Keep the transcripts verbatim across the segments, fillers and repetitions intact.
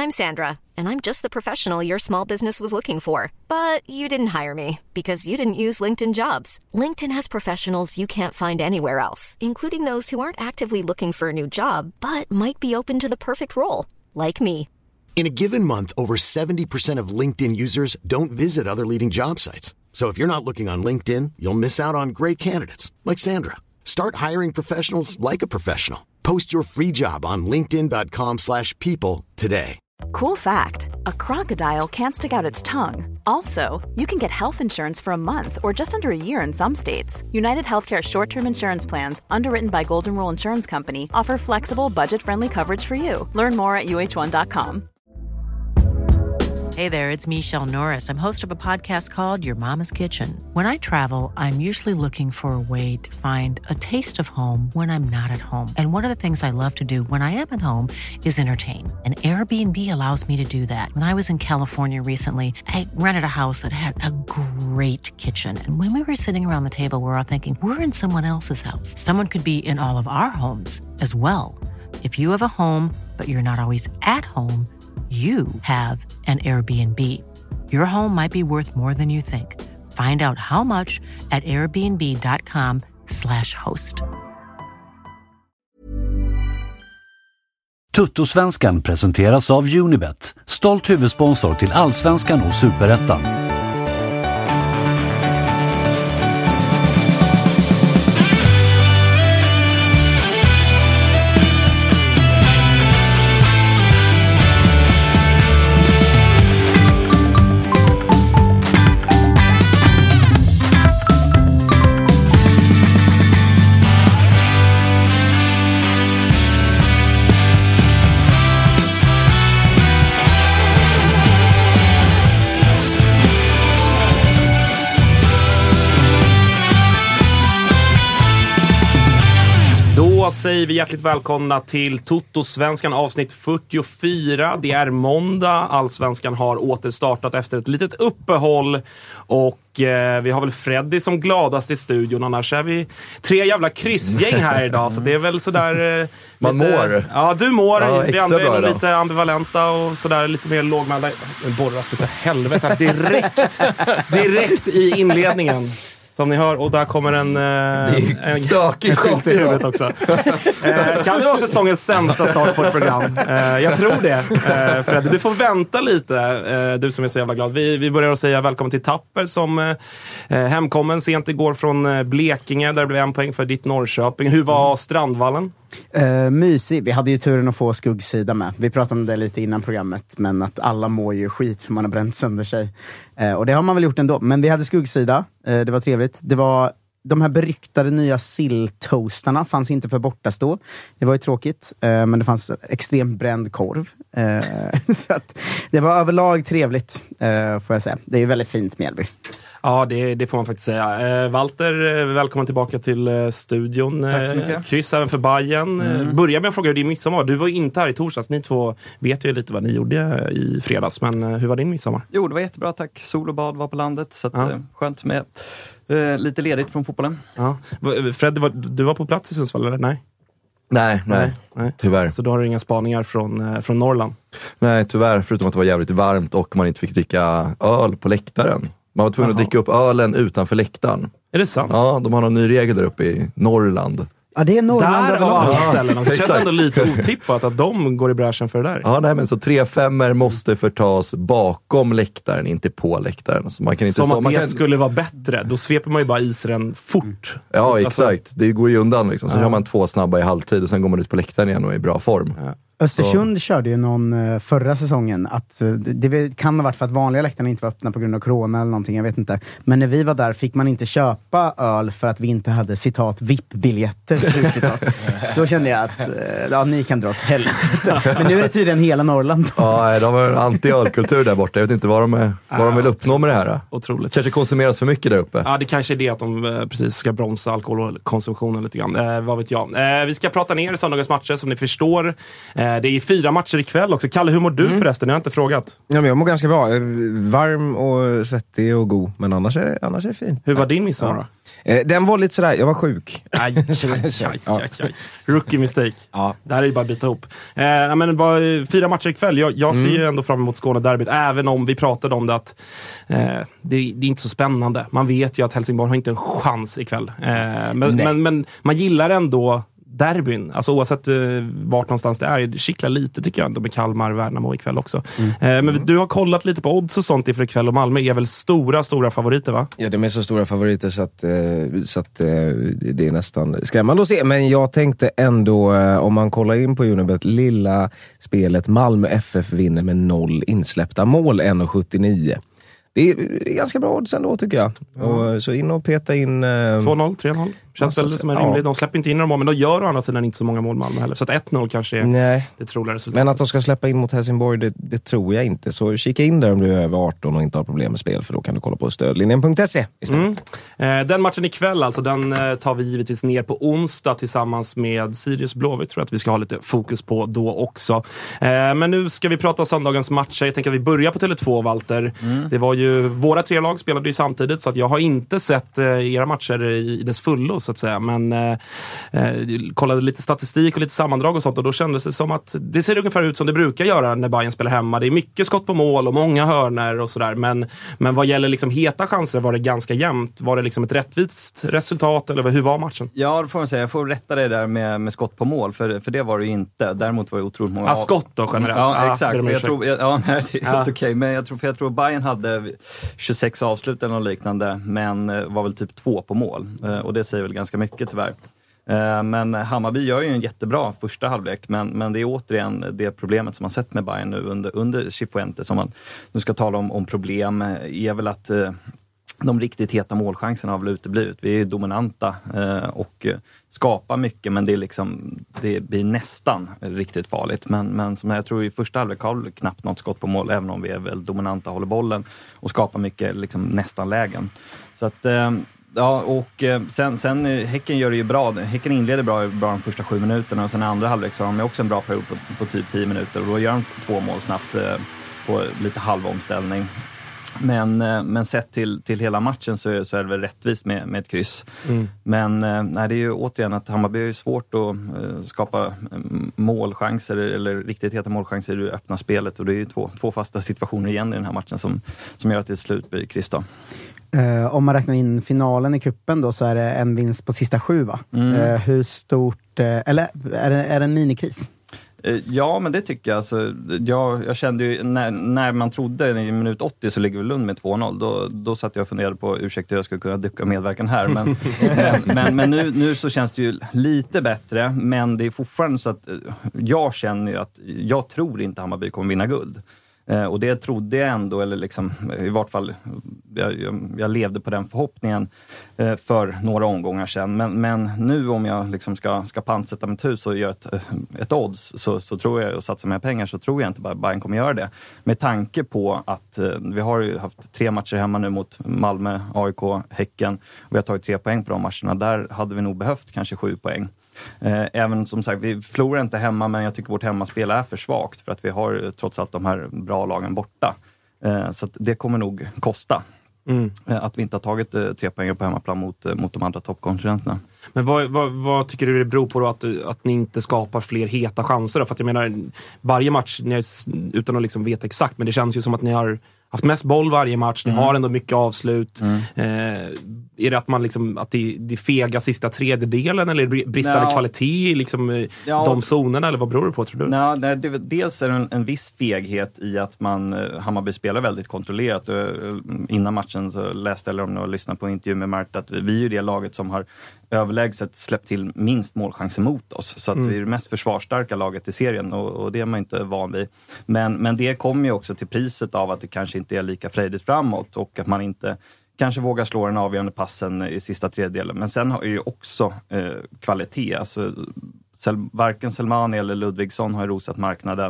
I'm Sandra, and I'm just the professional your small business was looking for. But you didn't hire me because you didn't use LinkedIn Jobs. LinkedIn has professionals you can't find anywhere else, including those who aren't actively looking for a new job, but might be open to the perfect role, like me. In a given month, over seventy percent of LinkedIn users don't visit other leading job sites. So if you're not looking on LinkedIn, you'll miss out on great candidates like Sandra. Start hiring professionals like a professional. Post your free job on linkedin dot com slash people today. Cool fact, a crocodile can't stick out its tongue. Also, you can get health insurance for a month or just under a year in some states. United Healthcare short-term insurance plans, underwritten by Golden Rule Insurance Company, offer flexible, budget-friendly coverage for you. Learn more at U H one dot com. Hey there, it's Michelle Norris. I'm host of a podcast called Your Mama's Kitchen. When I travel, I'm usually looking for a way to find a taste of home when I'm not at home. And one of the things I love to do when I am at home is entertain. And Airbnb allows me to do that. When I was in California recently, I rented a house that had a great kitchen. And when we were sitting around the table, we were all thinking, we're in someone else's house. Someone could be in all of our homes as well. If you have a home, but you're not always at home, you have an Airbnb. Your home might be worth more than you think. Find out how much at airbnb dot com slash host. Tuttosvenskan presenteras av Unibet, stolt huvudsponsor till Allsvenskan och Superettan. Då säger vi hjärtligt välkomna till Tuttosvenskan avsnitt fyrtiofyra. Det är måndag. Allsvenskan har återstartat efter ett litet uppehåll. Och eh, vi har väl Freddy som gladast i studion. Annars är vi tre jävla kryssgäng här idag. Så det är väl sådär... Eh, Man lite, mår. Ja, du mår. Ja, vi andra är nog bra, lite ambivalenta och sådär lite mer lågmälda. Borras utav helvete. Direkt, direkt i inledningen. Som ni hör, och där kommer en, eh, en, en skylt i huvudet också. Eh, kan det vara säsongens sämsta start på ett program? Eh, jag tror det. Eh, Freddy, du får vänta lite, eh, du som är så jävla glad. Vi, vi börjar att säga välkommen till Tapper som eh, hemkommen sent igår från eh, Blekinge. Där blev en poäng för ditt Norrköping. Hur var Strandvallen? Uh, mysig. Vi hade ju turen att få skuggsida med. Vi pratade om det lite innan programmet, men att alla mår ju skit för man har bränt sönder sig. Uh, och det har man väl gjort ändå. Men vi hade skuggsida. Uh, det var trevligt. Det var de här beryktade nya silltoastarna fanns inte för bortastå. Det var ju tråkigt. Uh, men det fanns extremt bränd korv. Uh, så att det var överlag trevligt, uh, får jag säga. Det är ju väldigt fint med Mjällby. Ja, det, det får man faktiskt säga. Eh, Walter, eh, välkommen tillbaka till eh, studion. Tack så mycket. Kryss även för Bajen. Mm. Eh, börja med att fråga hur din midsommar. Du var inte här i torsdags. Ni två vet ju lite vad ni gjorde i fredags. Men eh, hur var din midsommar? Jo, det var jättebra, tack. Sol och bad var på landet. Så att, ja. eh, skönt med eh, lite ledigt från fotbollen. Ja. Fred, var, du var på plats i Sundsvall, eller? Nej? Nej, nej, nej, tyvärr. Så då har du inga spaningar från, eh, från Norrland? Nej, tyvärr. Förutom att det var jävligt varmt och man inte fick dricka öl på läktaren. Man var tvungen Aha. att dricka upp ölen utanför läktaren. Är det sant? Ja, de har någon ny regel där uppe i Norrland. Ja, det är Norrland. Där av alla ställen. Det känns ändå lite otippat att de går i bräschen för det där. Ja, nej, men så tre femmer måste förtas bakom läktaren, inte på läktaren. Så man kan inte Som stå, att man det kan... skulle vara bättre. Då sveper man ju bara isen fort. Ja, exakt. Alltså... Det går ju undan liksom. Så ja. gör man två snabba i halvtid och sen går man ut på läktaren igen och är i bra form. Ja. Östersund så. körde ju någon förra säsongen att det kan ha varit för att vanliga läktarna inte var öppna på grund av corona eller någonting, jag vet inte. Men när vi var där fick man inte köpa öl för att vi inte hade citat V I P-biljetter. Citat. Då kände jag att ja, ni kan dra åt helvete. Men nu är det tydligen hela Norrland. Ja, de har en anti-ölkultur där borta. Jag vet inte vad de, är, vad de vill uppnå med det här. Otroligt. Kanske konsumeras för mycket där uppe. Ja, det kanske är det att de eh, precis ska bromsa alkoholkonsumtionen lite grann. Eh, vad vet jag. Eh, vi ska prata ner söndagens matcher som ni förstår. Eh, det är fyra matcher ikväll också. Kalle, hur mår du mm. förresten? Jag har inte frågat. Ja, men jag mår ganska bra. Varm och svettig och god. Men annars är, annars är det fint. Hur var din midsommar då? Eh, den var lite sådär, jag var sjuk. Aj, aj, aj, aj, aj. Rookie mistake. Ja. Det här är ju bara att byta ihop. Eh, men bara fyra matcher ikväll. Jag, jag ser mm. ju ändå fram emot Skåne-derbyt. Även om vi pratade om det att eh, det, det är inte så spännande. Man vet ju att Helsingborg har inte en chans ikväll. Eh, men, men, men man gillar ändå derbyn, alltså oavsett uh, vart någonstans det är, kittlar lite tycker jag ändå med Kalmar, Värnamo ikväll också. Mm. Uh, men mm. du har kollat lite på odds och sånt inför ikväll, och Malmö är väl stora, stora favoriter, va? Ja, de är så stora favoriter så att, uh, så att uh, det är nästan skrämmande att se. Men jag tänkte ändå, uh, om man kollar in på Unibet, lilla spelet Malmö F F vinner med noll insläppta mål, en komma sjuttionio. Det är, det är ganska bra odds ändå tycker jag. Mm. Och, så in och peta in... Eh, två noll, tre noll. Känns väl som en rimlig. Ja. De släpper inte in några mål, men de gör å andra sidan inte så många mål Malmö heller. Så att ett noll kanske är Nej. det troliga resultatet. Men att de ska släppa in mot Helsingborg, det, det tror jag inte. Så kika in där om du är över arton och inte har problem med spel, för då kan du kolla på stödlinjen punkt se istället. Mm. Eh, den matchen ikväll alltså, den eh, tar vi givetvis ner på onsdag tillsammans med Sirius Blåvitt. Tror jag att vi ska ha lite fokus på då också. Eh, men nu ska vi prata om söndagens matcher. Jag tänker att vi börjar på Tele två, Walter. Mm. Det var ju, våra tre lag spelade ju samtidigt, så att jag har inte sett eh, era matcher i, i dess fullo så att säga. Men eh, eh, kollade lite statistik och lite sammandrag och sånt, och då kändes det som att det ser ungefär ut som det brukar göra när Bayern spelar hemma. Det är mycket skott på mål och många hörner och sådär, men, men vad gäller liksom heta chanser var det ganska jämnt. Var det liksom ett rättvist resultat, eller hur var matchen? Ja, det får man säga. Jag får rätta dig där med, med skott på mål, för, för det var det ju inte. Däremot var det otroligt många... Ah, skott då generellt? Ja, ah, exakt. För jag tror, ja, nej, det är ah. helt okej. Okay. Men jag tror, för jag tror Bayern hade tjugosex avslut eller något liknande, men var väl typ två på mål. Och det säger väl ganska mycket tyvärr. Men Hammarby gör ju en jättebra första halvlek, men, men det är återigen det problemet som man sett med Bayern nu under, under Cifuentes, som man nu ska tala om, om problem, är väl att eh, de riktigt heta målchanserna har väl uteblivit. Vi är dominanta eh, och skapar mycket, men det är liksom, det blir nästan riktigt farligt. Men, men som jag tror i första halvlek har vi knappt något skott på mål, även om vi är väl dominanta, håller bollen och skapar mycket liksom nästan lägen. Så att eh, ja, och sen, sen Häcken gör det ju bra. Häcken inleder bra, bra de första sju minuterna, och sen i andra halvlek så har de också en bra period på, på typ tio minuter, och då gör de två mål snabbt eh, på lite halvomställning. Men, men sett till, till hela matchen så är, så är det väl rättvist med, med ett kryss. Mm. Men nej, det är ju återigen att Hammarby är ju svårt att uh, skapa målchanser eller riktigt heta målchanser i det öppna spelet. Och det är ju två, två fasta situationer igen i den här matchen som, som gör att det slut blir kryss då. Uh, om man räknar in finalen i kuppen då, så är det en vinst på sista sju, va? Mm. Uh, hur stort, uh, eller är det, är det en minikris? Ja, men det tycker jag. Alltså, jag, jag kände ju, när, när man trodde i minut åttio så ligger vi Lund med två noll. Då, då satt jag och funderade på, ursäkta, jag skulle kunna dyka medverkan här. Men, men, men nu, nu så känns det ju lite bättre. Men det är fortfarande så att jag känner ju att jag tror inte Hammarby kommer vinna guld. Eh, och det trodde jag ändå, eller liksom, i vart fall, jag, jag, jag levde på den förhoppningen eh, för några omgångar sedan. Men, men nu om jag liksom ska, ska pantsätta mitt hus och göra ett, ett odds, så, så tror jag, och satsa mer pengar, så tror jag inte bara Bayern kommer göra det. Med tanke på att eh, vi har ju haft tre matcher hemma nu mot Malmö, A I K, Häcken, och vi har tagit tre poäng på de matcherna. Där hade vi nog behövt kanske sju poäng. Även som sagt, vi förlorar inte hemma, men jag tycker vårt hemmaspel är för svagt, för att vi har trots allt de här bra lagen borta. Så att det kommer nog kosta. Mm. Att vi inte har tagit tre poäng på hemmaplan mot, mot de andra toppkonkurrenterna. Men vad, vad, vad tycker du det beror på då, att, att ni inte skapar fler heta chanser då? För att jag menar, varje match, ni, utan att liksom veta exakt, men det känns ju som att ni har haft mest boll varje match, ni mm. har ändå mycket avslut. Mm. Eh, är det att man liksom, att det, det fega sista tredjedelen, eller bristande ja. kvalitet i liksom, ja. de zonerna, eller vad beror det på, tror du? Ja, det, det, dels är det en, en viss feghet i att man, Hammarby spelar väldigt kontrollerat. Och innan matchen så läste, eller om ni har lyssnat på en intervju med Marta, att vi är ju det laget som har överlägset släppt till minst målchanser mot oss. Så att mm. vi är det mest försvarsstarka laget i serien, och, och det är man inte van vid. Men, men det kommer ju också till priset av att det kanske inte är lika frejdigt framåt, och att man inte kanske vågar slå den avgörande passen i sista tredjedelen. Men sen har ju också eh, kvalitet. Alltså, varken Selmani eller Ludvigsson har rosat marknaden.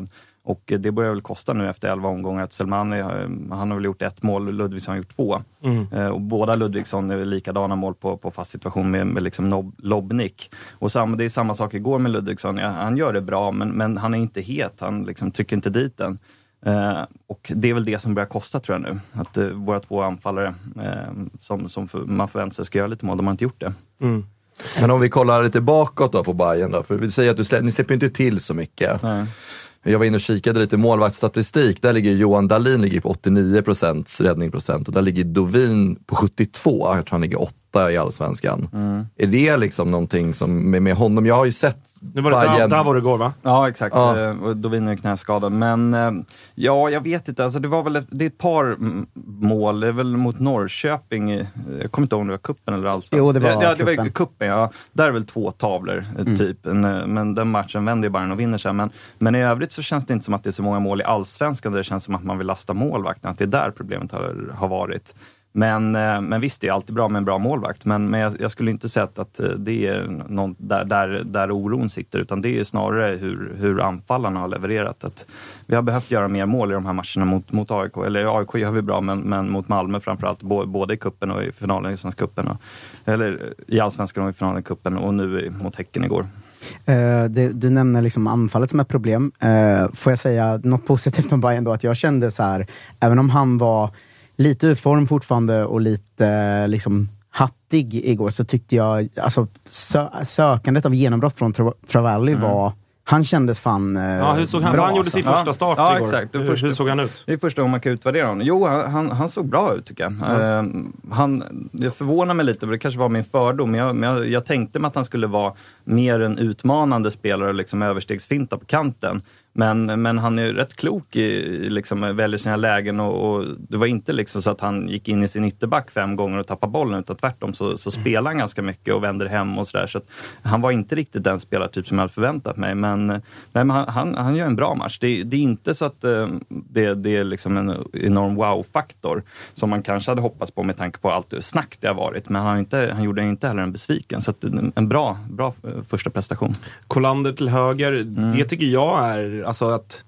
Och det börjar väl kosta nu efter elva omgångar att Selmani, han har väl gjort ett mål, Ludvigsson har gjort två. Mm. Och båda Ludvigsson är likadana mål på, på fast situation med, med liksom nob, lobbnick. Och samma, det är samma sak igår med Ludvigsson. Ja, han gör det bra, men, men han är inte het. Han liksom trycker inte dit den. Uh, och det är väl det som börjar kosta, tror jag nu. Att uh, våra två anfallare uh, som, som för, man förväntar sig ska göra lite mål, de har inte gjort det. Mm. Men om vi kollar lite bakåt då på Bayern då, för vi säger att du slä, ni släpper inte till så mycket. Nej. Jag var inne och kikade lite målvaktsstatistik. Där ligger Johan Dahlin ligger på åttionio procent räddningsprocent och där ligger Dovin på sjuttiotvå. Jag tror han ligger åtta i Allsvenskan. Mm. Är det liksom någonting som med, med honom? Jag har ju sett nu var det Bayern... där, där var det igår, va? Ja, exakt. Ja. Dovin är knäskadad. Men ja, jag vet inte. Alltså, det var väl det är ett par mål. Det är väl mot Norrköping. Jag kommer inte ihåg om det var kuppen eller Allsvenskan. Jo, det var ja, kuppen. Det var kuppen, ja. Där är väl två tavlor, mm. typ. Men den matchen vänder ju Bayern och vinner sig. Men, men i övrigt så känns det inte som att det är så många mål i Allsvenskan där det känns som att man vill lasta målvakten. Att det är där problemet har, har varit. Men, men visst, det är alltid bra med en bra målvakt. Men, men jag, jag skulle inte säga att det är någon där, där, där oron sitter. Utan det är snarare hur, hur anfallarna har levererat. Att vi har behövt göra mer mål i de här matcherna mot, mot A I K. Eller A I K gör vi bra, men, men mot Malmö framförallt. Både i kuppen och i finalen i Svenska kuppen. Och, eller i Allsvenskan och i finalen i kuppen. Och nu mot Häcken igår. Uh, det, du nämner liksom anfallet som ett problem. Uh, får jag säga något positivt om Bayern då? Att jag kände så här, även om han var lite ur form fortfarande och lite liksom hattig igår, så tyckte jag alltså sö- sökandet av genombrott från Tra- Travalli mm. var, han kändes fan eh, ja, hur såg han, bra. Han gjorde sin första start ja, igår. Exakt. Hur, första, hur såg han ut? Det är första gången man kan utvärdera honom. Jo, han, han såg bra ut, tycker jag. Mm. Uh, han, det förvånar mig lite, för det kanske var min fördom. Men jag, men jag, jag tänkte mig att han skulle vara mer en utmanande spelare, liksom överstegsfinta på kanten. Men, men han är ju rätt klok i liksom, väljer sina lägen och, och det var inte liksom så att han gick in i sin ytterback fem gånger och tappade bollen, utan tvärtom så, så spelar han ganska mycket och vänder hem och sådär. Så att han var inte riktigt den spelartyp som jag hade förväntat mig. Men, nej, men han, han, han gör en bra match. Det, det är inte så att uh, det, det är liksom en enorm wow-faktor som man kanske hade hoppats på med tanke på allt det snack det har varit. Men han, inte, han gjorde inte heller en besviken. Så att en bra, bra första prestation. Kolander till höger, mm. det tycker jag är alltså att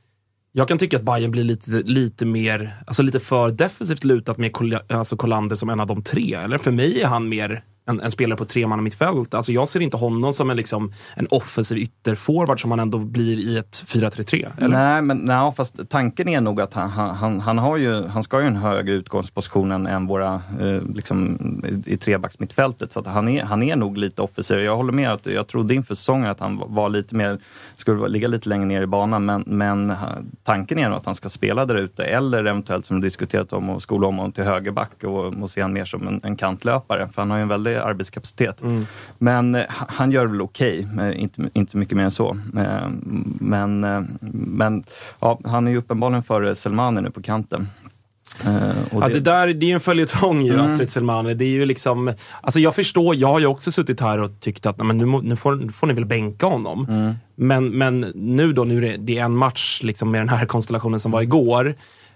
jag kan tycka att Bayern blir lite, lite mer, alltså lite för defensivt lutat med Kol- alltså Kolander som en av de tre. Eller för mig är han mer en, en spelare på tre man i mitt fält. Alltså jag ser inte honom som en, liksom, en offensiv ytterforward som han ändå blir i ett fyra tre tre. Eller? Nej, men nej, fast tanken är nog att han, han, han, har ju, han ska ju en högre utgångsposition än, än våra eh, liksom, i, i trebacksmittfältet. Så att han, är, han är nog lite offensiv. Jag håller med att jag trodde inför säsongen att han var lite mer, skulle ligga lite längre ner i banan. Men, men tanken är nog att han ska spela där ute. Eller eventuellt som diskuterat om att skola om honom till högerback och, och se han mer som en, en kantlöpare. För han har ju en väldigt arbetskapacitet. Mm. Men eh, han gör väl okej. Okay, inte, inte mycket mer än så. Eh, men eh, men ja, han är ju uppenbarligen för Selmani nu på kanten. Uh, och ja, det, det där det är ju en följetong ju, mm. Astrid Selmani. Det är ju liksom, alltså jag förstår, jag har ju också suttit här och tyckt att men nu, må, nu, får, nu får ni väl bänka honom. Mm. Men, men nu då, nu är det, det är en match liksom med den här konstellationen som var igår.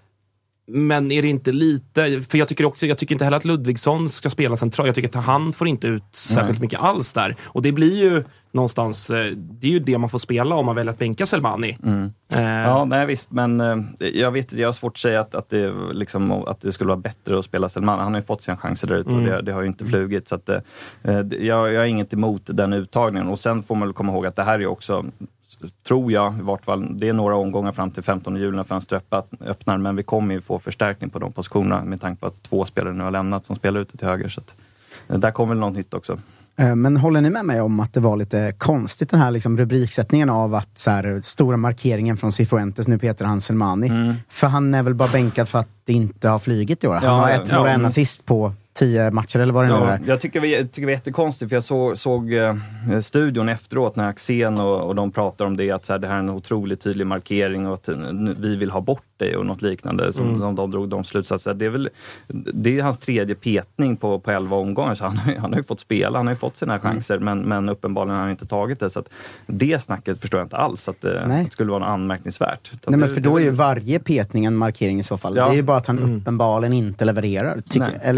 Men är det inte lite, för jag tycker också, jag tycker inte heller att Ludvigsson ska spela central. Jag tycker att han får inte ut särskilt mycket alls där. Och det blir ju någonstans, det är ju det man får spela om man väljer att bänka Selmani. Mm. Eh. Ja, nej visst, men jag vet jag har svårt att säga att, att, det, liksom, att det skulle vara bättre att spela Selmani. Han har ju fått sina chanser där ute mm. och det, det har ju inte flugit. Så att, eh, jag, jag har inget emot den uttagningen. Och sen får man väl komma ihåg att det här är också, tror jag i vart fall, det är några omgångar fram till femtonde juli när fönstret öppnar, men vi kommer ju få förstärkning på de positionerna med tanke på att två spelare nu har lämnat som spelar ute till höger, så att, där kommer väl något nytt också. Men håller ni med mig om att det var lite konstigt den här liksom rubriksättningen av att så här, stora markeringen från Cifuentes, nu Peter han Selmani, mm. för han är väl bara bänkad för att det inte har flugit i år. Han ja, har ett mål och en assist på tio matcher eller vad det ja, nu är. Jag tycker vi tycker det är jättekonstigt, för jag så, såg eh, studion efteråt när Axén och, och de pratar om det, att så här, det här är en otroligt tydlig markering och att eh, vi vill ha bort det och något liknande som mm. de, de drog de slutsatser. Det är väl det är hans tredje petning på, på elva omgångar, så han, han har ju fått spela, han har ju fått sina chanser, mm. men, men uppenbarligen har han inte tagit det, så att det snacket förstår jag inte alls att, att det skulle vara något anmärkningsvärt. Nej, men det, för då är ju varje petning en markering i så fall. Ja. Det är ju bara att han mm. uppenbarligen inte levererar. Tycker, eller jag såg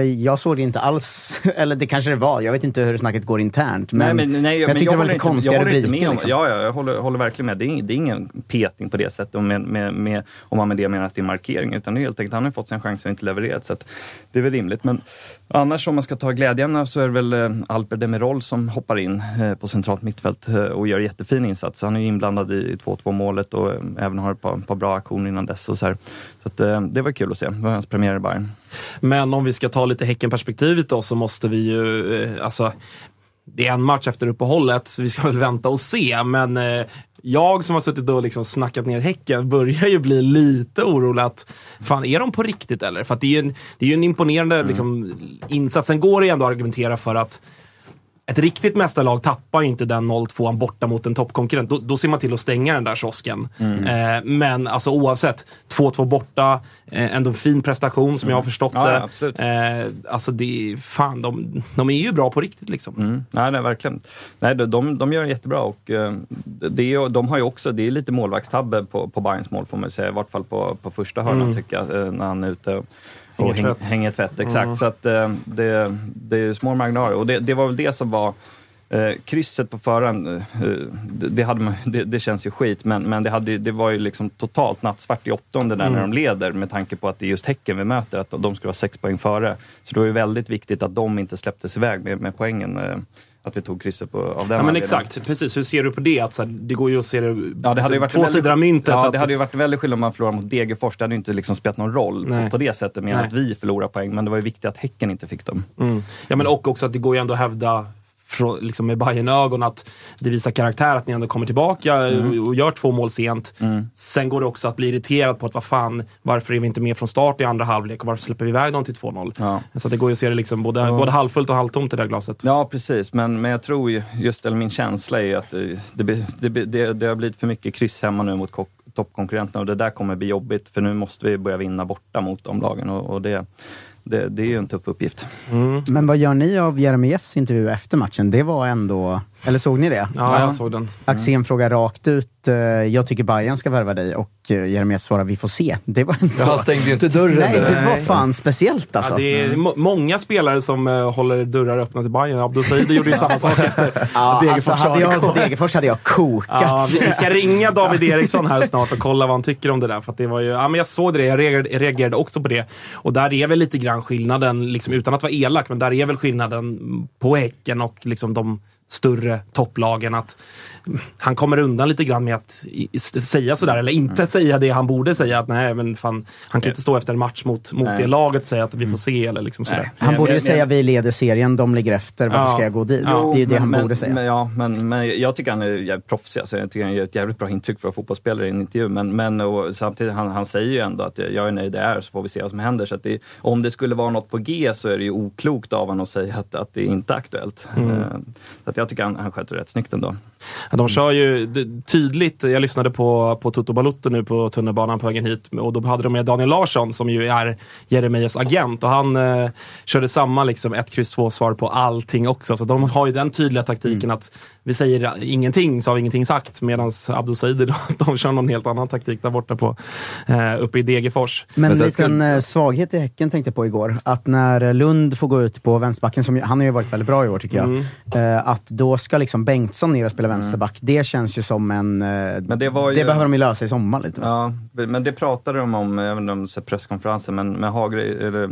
såg det inte alls, eller det kanske det var, jag vet inte hur snacket går internt, men, nej, men, nej, jag men tyckte jag det var lite konstiga rubriker. Liksom. Ja, ja, jag håller, håller verkligen med. Det är, det är ingen petning på det sättet med, med, med, om man med det menar att det är markering, utan det är helt enkelt han har fått sin chans och inte levererat, så att det är väl rimligt. Men annars om man ska ta glädjeämna så är det väl eh, Alper Demirol som hoppar in eh, på centralt mittfält eh, och gör jättefin insats. Han är ju inblandad i två två målet och eh, även har ett par, par bra aktioner innan dess och så här. Så att, eh, det var kul att se. Det var hans premiär i Bayern. Men om vi ska ta lite Häcken-perspektivet då, så måste vi ju, eh, alltså det är en match efter uppehållet, vi ska väl vänta och se, men eh, jag som har suttit och liksom snackat ner Häcken börjar ju bli lite orolig att fan, är de på riktigt eller? För att det är ju en, det är ju en imponerande mm. liksom, insats. Sen går det ändå att argumentera för att ett riktigt mästarlag tappar inte den noll två borta mot en toppkonkurrent. Då, då ser man till att stänga den där kiosken. Mm. Eh, men alltså oavsett, två två borta, eh, ändå en fin prestation som mm. jag har förstått ja, det. Ja, absolut. Eh, alltså det är, fan, de, de är ju bra på riktigt liksom. Mm. Nej, nej, verkligen. Nej, de, de gör det jättebra och eh, det är, de har ju också, det är lite målvaktstabbe på, på Bayerns mål får man säga, i vart fall på, på första hörnan mm. tycker jag, eh, när han är ute och Och hänger tvätt. Hänger tvätt, exakt. Mm. Så att eh, det, det är små marginaler. Och det, det var väl det som var eh, krysset på förhand. Eh, det, det, hade man, det, det känns ju skit, men, men det, hade, det var ju liksom totalt nattsvart i åttonde där mm. när de leder, med tanke på att det är just Häcken vi möter, att de skulle vara sex poäng före. Så det var ju väldigt viktigt att de inte släpptes iväg med, med poängen. Eh, Att vi tog krysset på, av den. Ja, men exakt, precis. Hur ser du på det? Att, så här, det går ju att se det, ja, det hade ju varit två sidor av myntet. Ja, att, det hade ju varit väldigt skillnad om man förlorar mot Degerfors. Det hade ju inte liksom spelat någon roll på, på det sättet med att vi förlorar poäng. Men det var ju viktigt att Häcken inte fick dem. Mm. Ja, men och också att det går ju ändå att hävda från, liksom med Bayern-ögon att det visar karaktär att ni ändå kommer tillbaka mm. och, och gör två mål sent. Mm. Sen går det också att bli irriterad på att vad fan, varför är vi inte med från start i andra halvlek och varför släpper vi iväg dem till två noll? Ja. Så det går ju att se det liksom både, ja. både halvfullt och halvtomt i det där glaset. Ja, precis. Men, men jag tror ju, just eller min känsla är ju att det, det, det, det, det har blivit för mycket kryss hemma nu mot toppkonkurrenterna och det där kommer bli jobbigt, för nu måste vi börja vinna borta mot de lagen och, och det Det, det är ju en tuff uppgift. Mm. Men vad gör ni av Jeremieffs intervju efter matchen? Det var ändå... Eller såg ni det? Ja, jag såg den. Mm. Axén frågar rakt ut, jag tycker Bayern ska värva dig, och Jeremejeff svarar, vi får se. Det var inte... Ja, han stängde ju inte dörren. Nej, det var fan speciellt alltså. Ja, det är mm. många spelare som uh, håller dörrar öppna till Bayern. Abdulsaid gjorde ju samma sak efter ja, Degerfors. Alltså, hade jag, Degerfors hade jag kokat. Ja, vi ska ringa David Eriksson här snart och kolla vad han tycker om det där. För att det var ju, ja, men jag såg det, jag reagerade, jag reagerade också på det. Och där är väl lite grann skillnaden, liksom, utan att vara elak, men där är väl skillnaden på Häcken och liksom de större topplagen, att han kommer undan lite grann med att säga sådär, eller inte mm. säga det han borde säga, att nej men fan, han kan inte stå efter en match mot, mot det laget och säga att vi får se eller liksom sådär. Han borde ju säga vi leder serien, de ligger efter, varför ja. ska jag gå dit? Ja. Det är ju det men, han men, borde säga. Men, ja, men, men jag tycker han är jävligt proffsig, alltså, jag tycker han gör ett jävligt bra intryck för fotbollsspelare i en intervju, men, men och, samtidigt han, han säger ju ändå att jag är nöjd det är, så får vi se vad som händer, så att det, om det skulle vara något på G så är det ju oklokt av han att säga att, att det inte är aktuellt. Mm. Så att jag tycker han, han sköter rätt snyggt ändå. Ja, de kör ju tydligt, jag lyssnade på, på Toto Balotto nu på tunnelbanan på vägen hit, och då hade de med Daniel Larsson som ju är Jeremieffs agent, och han eh, körde samma liksom ett kryss två svar på allting också, så de har ju den tydliga taktiken mm. att vi säger ingenting så har vi ingenting sagt, medan Abdulsaid de kör någon helt annan taktik där borta på eh, uppe i Degerfors. Men en liten ska... svaghet i Häcken tänkte jag på igår, att när Lund får gå ut på vänsterbacken, som han har ju varit väldigt bra i år tycker jag, mm. eh, att då ska liksom Bengtsson ner och spela vänsterback. Mm. Det känns ju som en... Eh, men det, var ju... det behöver de ju lösa i sommar lite. Ja, men det pratade de om även om presskonferensen, men med Hagre, eller,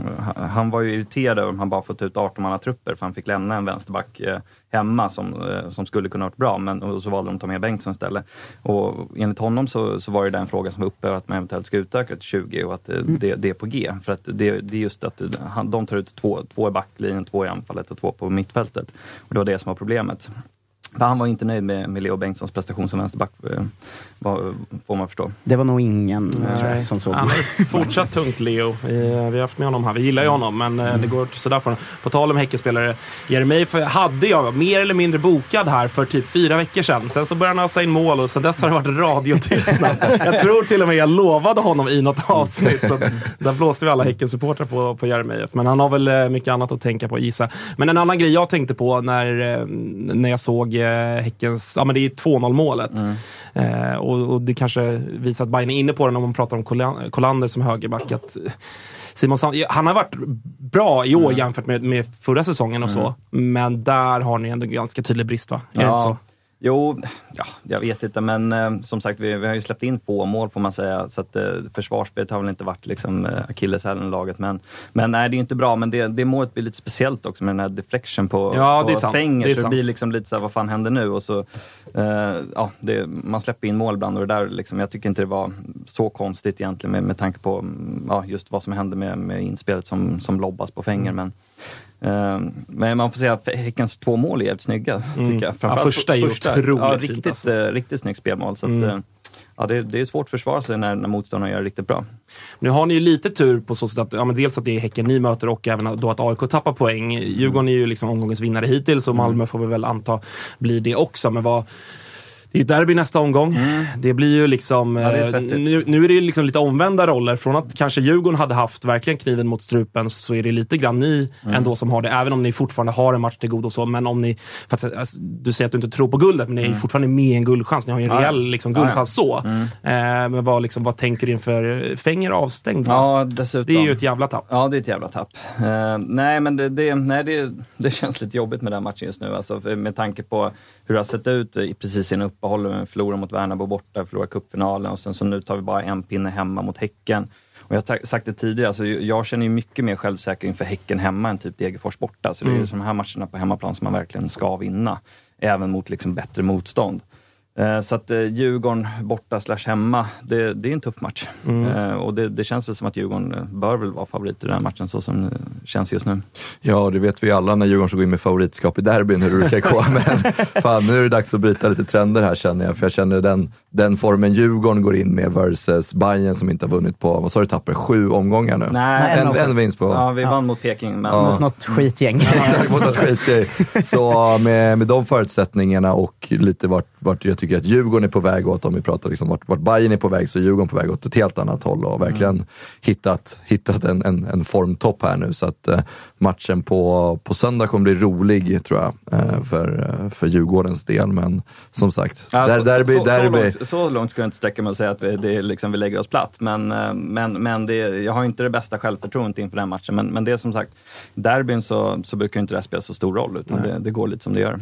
han var ju irriterad om han bara fått ut arton-mannatrupper, för han fick lämna en vänsterback eh, hemma som, eh, som skulle kunna varit bra, men och så valde de att ta med Bengtsson istället. Och enligt honom så, så var det den frågan som var uppe, att man eventuellt ska utöka till tjugo och att eh, mm. det, det är på G. För att det, det är just att han, de tar ut två, två i backlinjen, två i anfallet och två på mittfältet. Och det var det som var problemet. För han var inte nöjd med, med Leo Bengtssons prestation som vänsterback, vad får man förstå. Det var nog ingen tror jag, som såg. Han är fortsatt tungt, Leo. Vi, vi har haft med honom här. Vi gillar ju honom, men mm. det går sådär för honom. På tal om Häckenspelare, Jeremejeff hade jag mer eller mindre bokad här för typ fyra veckor sedan. Sen så började han ösa in mål, och sen dess har det varit radiotystnad. Jag tror till och med jag lovade honom i något avsnitt. Så där blåste vi alla Häckensupportrar på, på Jeremejeff. Men han har väl mycket annat att tänka på, gissa. Men en annan grej jag tänkte på när, när jag såg Häckens, ja men det är två noll målet. Mm. Eh, och, och det kanske visar att Bayern är inne på den om man pratar om Kolander som högerback, att Simon Sand, han har varit bra i år mm. jämfört med, med förra säsongen och mm. så. Men där har ni ändå ganska tydlig brist, va? Är ja. det så? Jo, ja, jag vet inte, men eh, som sagt, vi, vi har ju släppt in få mål får man säga, så att eh, försvarsspelet har väl inte varit liksom eh, akilleshälen i laget, men, men nej, det är ju inte bra, men det, det målet blir lite speciellt också med den här deflection på, ja, på det är sant. Fenger, det är så sant. det blir liksom lite så här, vad fan händer nu? Och så, eh, ja, det, man släpper in mål ibland och det där liksom, jag tycker inte det var så konstigt egentligen med, med tanke på ja, just vad som hände med, med inspelet som, som lobbas på Fenger, mm. men Uh, men man får säga att Häckens två mål är jävligt snygga, mm. tycker jag. Ja, första är ju första, otroligt ja, fint. Riktigt, alltså. uh, riktigt snyggt spelmål. Så mm. att, uh, ja, det, det är svårt att försvara sig när, när motståndarna gör det riktigt bra. Nu har ni ju lite tur på så sätt att ja, men dels att det är Häcken ni möter och även då att A I K tappar poäng. Djurgården är ju liksom omgångens vinnare hittills och Malmö mm. får vi väl anta blir det också. Men vad... Det är ju derby nästa omgång. Mm. Det blir ju liksom... Ja, är nu, nu är det ju liksom lite omvända roller. Från att kanske Djurgården hade haft verkligen kniven mot strupen så är det lite grann ni mm. ändå som har det. Även om ni fortfarande har en match till god och så. Men om ni... För att, alltså, du säger att du inte tror på guldet, men ni är mm. fortfarande med i en guldchans. Ni har ju en ja. rejäl liksom, guldchans ja, ja. så. Mm. Eh, men vad, liksom, vad tänker du inför Fenger avstängd? Ja, dessutom. Det är ju ett jävla tapp. Ja, det är ett jävla tapp. Uh, nej, men det, det, nej, det, det känns lite jobbigt med den matchen just nu. Alltså, med tanke på hur det har sett ut i precis sin uppehåll. Förlorar mot Värnamo borta, förlorar cupfinalen och sen så nu tar vi bara en pinne hemma mot Häcken. Och jag har sagt det tidigare, alltså jag känner ju mycket mer självsäker inför Häcken hemma än typ Degerfors borta. Så mm. det är ju de här matcherna på hemmaplan som man verkligen ska vinna. Även mot liksom bättre motstånd. Eh, så att eh, Djurgården borta slash hemma, det, det är en tuff match. Mm. Eh, och det, det känns väl som att Djurgården bör väl vara favorit i den här matchen så som det känns just nu. Ja, det vet vi alla när Djurgården ska gå in med favoritskap i derbyn hur det brukar gå. Men fan, nu är det dags att bryta lite trender här känner jag. För jag känner den, den formen Djurgården går in med versus Bayern som inte har vunnit på, vad sa du, tapper sju omgångar nu? Nej, en, en, en vinst på. Ja, vi vann ja. mot Peking. Men... Ja. Mot något skitgäng. Exakt, mot något skitgäng. Så med, med de förutsättningarna och lite vart, vart jag tycker att Djurgården är på väg åt, om vi pratar liksom vart, vart Bayern är på väg så är Djurgården på väg åt ett helt annat håll och verkligen mm. hittat, hittat en, en, en formtopp här nu. Så att eh, matchen på, på söndag kommer bli rolig tror jag eh, för, för Djurgårdens del. Men som sagt, ja, där, så, derby, så, derby. Så, långt, så långt ska jag inte sträcka mig och säga att det, det är liksom, vi lägger oss platt. Men, men, men det, jag har inte det bästa självförtroendet inför den matchen. Men, men det är som sagt, derbyn så, så brukar inte det spela så stor roll utan det, det går lite som det gör.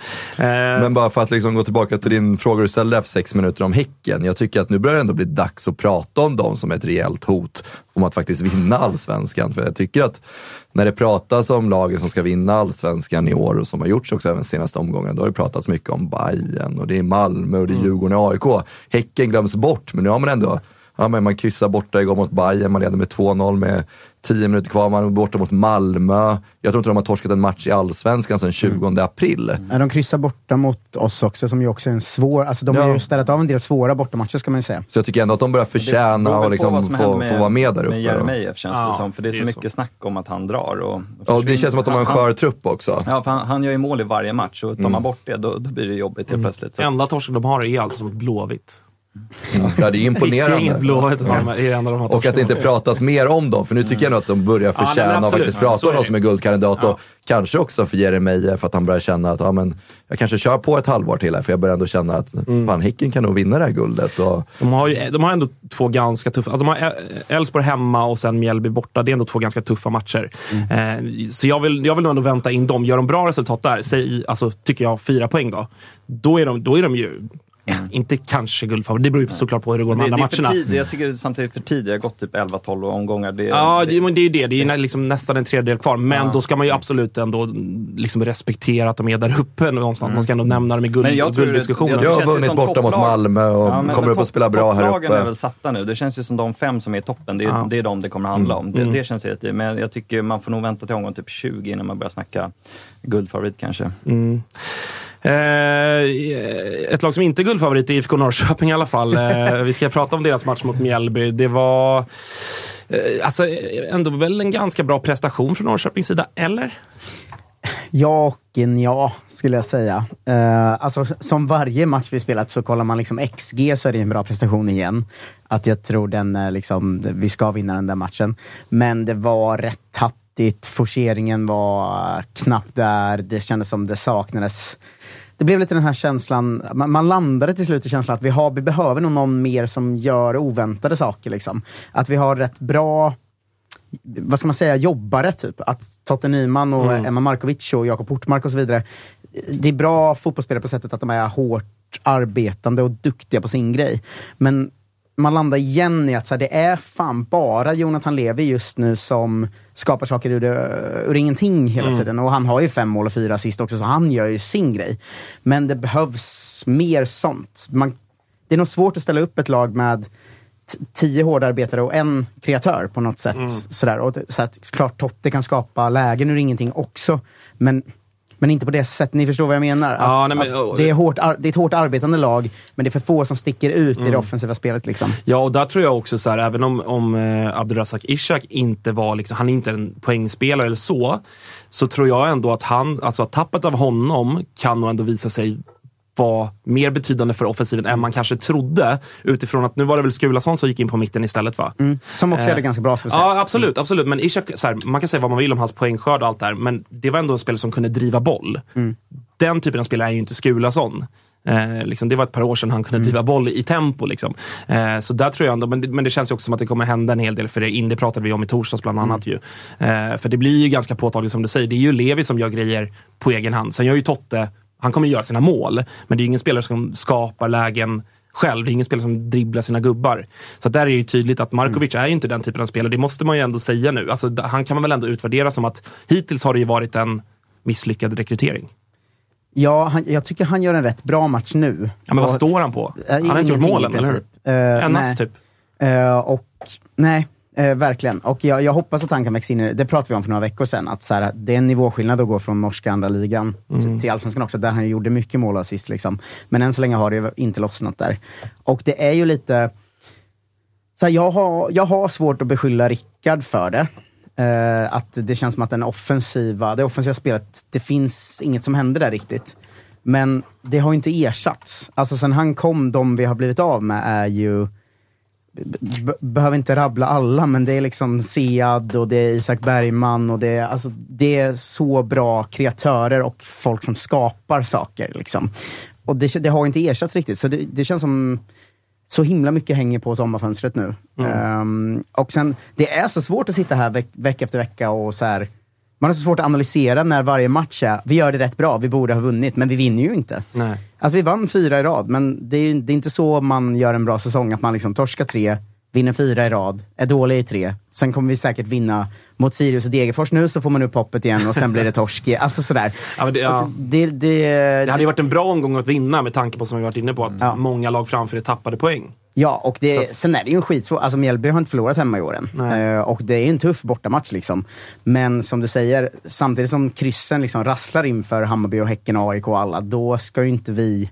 Mm. Men bara för att liksom gå tillbaka till din fråga du ställde efter sex minuter om Häcken. Jag tycker att nu börjar det ändå bli dags att prata om dem som ett rejält hot om att faktiskt vinna allsvenskan. För jag tycker att när det pratas om lagen som ska vinna allsvenskan i år och som har gjorts också även senaste omgången, då har det pratats mycket om Bayern och det är Malmö och det är Djurgården och A I K. Häcken glöms bort, men nu har man ändå ja, men man kryssar borta igår mot Bayern, man leder med två noll med tio minuter kvar, man är borta mot Malmö. Jag tror inte de har torskat en match i allsvenskan sedan tjugonde april. Mm. Ja, de kryssar borta mot oss också, som ju också är en svår... Alltså de ja. har ju ställt av en del svåra bortamatcher, ska man ju säga. Så jag tycker ändå att de börjar förtjäna och liksom få, få vara med där uppe. Med Jeremejeff känns ja, det som, för det är så det är mycket så. snack om att han drar. Och, och ja, det känns som att de har en skör trupp också. Ja, för han, han gör ju mål i varje match, och tar man mm. bort det, då, då blir det jobbigt helt mm. plötsligt. Så. Enda torsken de har är alltså Blåvitt. Mm. Ja, det är imponerande. Blåvitt, ja. är en av de här och att det inte pratas mer om dem, för nu tycker jag nog att de börjar förtjäna ja, och faktiskt prata om dem som är guldkandidat ja. och kanske också för Jeremejeff, för att han börjar känna att ja, men, jag kanske kör på ett halvår till här, för jag börjar ändå känna att mm. fan, Häcken kan nog vinna det här guldet. Och... De, har ju, de har ändå två ganska tuffa, alltså de har Elfsborg hemma och sen Mjällby borta, det är ändå två ganska tuffa matcher. Mm. Eh, så jag vill, jag vill nog ändå vänta in dem. Gör de bra resultat där, säg, alltså, tycker jag fyra poäng då, då är de, då är de ju Mm. inte kanske guldfavorit. Det beror ju såklart på hur det går med det, andra det matcherna. Tid, jag tycker samtidigt för tidigt. Det har gått typ elva tolv omgångar. Det, ja, det, det, det är ju det. Det är ju liksom nästan en tredjedel kvar. Men ja. då ska man ju absolut ändå liksom respektera att de är där uppe någonstans. Mm. Man ska ändå nämna dem i guld, gulddiskussionen. Jag har vunnit borta mot Malmö och ja, kommer upp och spela bra här uppe. Är väl satta nu. Det känns ju som de fem som är i toppen. Det är, ja. det är de det kommer att handla om. Det, mm. det känns rätt i. Men jag tycker man får nog vänta till omgång typ tjugo innan man börjar snacka guldfavorit kanske. Mm. Eh, ett lag som inte är guldfavorit är I F K Norrköping i alla fall. Eh, vi ska prata om deras match mot Mjällby. Det var eh, alltså ändå väl en ganska bra prestation från Norrköpings sida, eller? Ja och ja, skulle jag säga. Uh, alltså, som varje match vi spelat så kollar man liksom X G, så är det en bra prestation igen. Att jag tror den liksom, vi ska vinna den där matchen. Men det var rätt tattigt. Forceringen var knappt där. Det kändes som det saknades. Det blev lite den här känslan, man, man landade till slut i känslan att vi, har, vi behöver nog någon mer som gör oväntade saker liksom. Att vi har rätt bra vad ska man säga, jobbare typ. Att Totte Nyman och mm. Emma Markovic och Jakob Portmark och så vidare. Det är bra fotbollsspelare på sättet att de är hårt arbetande och duktiga på sin grej. Men man landar igen i att så här, det är fan bara Jonathan Levi just nu som skapar saker ur, det, ur ingenting hela mm. tiden. Och han har ju fem mål och fyra assist också, så han gör ju sin grej. Men det behövs mer sånt. Man, det är nog svårt att ställa upp ett lag med t- tio hårdarbetare och en kreatör på något sätt. Mm. Sådär. Och det, så att, klart Totte kan skapa lägen ur ingenting också. Men... Men inte på det sättet, ni förstår vad jag menar. Att, ja, nej, men, och, det, är hårt, det är ett hårt arbetande lag, men det är för få som sticker ut mm. i det offensiva spelet. Liksom. Ja, och där tror jag också så här, även om, om eh, Abdulrazak Ishak inte var, liksom, han är inte en poängspelare eller så, så tror jag ändå att han, alltså att tappet av honom kan nog ändå visa sig var mer betydande för offensiven än man kanske trodde, utifrån att nu var det väl Skulason som gick in på mitten istället, va? Mm. Som också eh, är det ganska bra, för att säga. Ja, absolut, absolut. Men Ishak, så här, man kan säga vad man vill om hans poängskörd och allt där, men det var ändå en spelare som kunde driva boll. Mm. Den typen av spelare är ju inte Skulason. Eh, liksom, det var ett par år sedan han kunde mm. driva boll i tempo. Liksom. Eh, så där tror jag ändå, men det, men det känns ju också som att det kommer hända en hel del, för det, in, det pratade vi om i torsdags bland annat. Mm. Ju. Eh, för det blir ju ganska påtagligt som du säger, det är ju Levi som gör grejer på egen hand. Sen gör ju Totte, han kommer göra sina mål, men det är ingen spelare som skapar lägen själv. Det är ingen spelare som dribblar sina gubbar. Så där är det ju tydligt att Markovic mm. är ju inte den typen av spelare. Det måste man ju ändå säga nu. Alltså, han kan man väl ändå utvärdera som att hittills har det ju varit en misslyckad rekrytering. Ja, han, jag tycker han gör en rätt bra match nu. Ja, men vad står han på? Äh, han har inte gjort målen, eller hur? Uh, Ennast typ. Uh, och nej, uh, verkligen. Och jag, jag hoppas att han kan växa in i det. Det pratade vi om för några veckor sedan. Att så här, det är en nivåskillnad att gå från norska andra ligan mm. till, till allsvenskan också. Där han gjorde mycket mål assist liksom. Men än så länge har det inte lossnat där. Och det är ju lite... Så här, jag, har, jag har svårt att beskylla Rickard för det. Uh, att det känns som att den offensiva, det offensiva spelet, det finns inget som händer där riktigt. Men det har ju inte ersatts. Alltså sen han kom, de vi har blivit av med är ju, b- behöver inte rabbla alla, men det är liksom Sead och det är Isak Bergman och det är, alltså, det är så bra kreatörer och folk som skapar saker liksom. Och det, det har inte ersatts riktigt, så det, det känns som så himla mycket hänger på sommarfönstret nu. Mm. Um, och sen, det är så svårt att sitta här veck, vecka efter vecka och så här, man har så svårt att analysera när varje match är, vi gör det rätt bra, vi borde ha vunnit, men vi vinner ju inte. Nej. Att vi vann fyra i rad, men det är, det är inte så man gör en bra säsong, att man liksom torskar tre, vinner fyra i rad, är dålig i tre, sen kommer vi säkert vinna mot Sirius och Degerfors nu, så får man upp hoppet igen och sen blir det torsk. Alltså sådär. Ja, men det, ja. det, det, det hade ju varit en bra omgång att vinna, med tanke på, som vi varit inne på, att ja. många lag framför det tappade poäng. Ja, och det, sen är det ju en skitsvår, alltså Mjällby har inte förlorat hemma i åren. Uh, och det är en tuff bortamatch liksom. Men som du säger, samtidigt som kryssen liksom rasslar inför Hammarby och Häcken, A I K och alla, då ska ju inte vi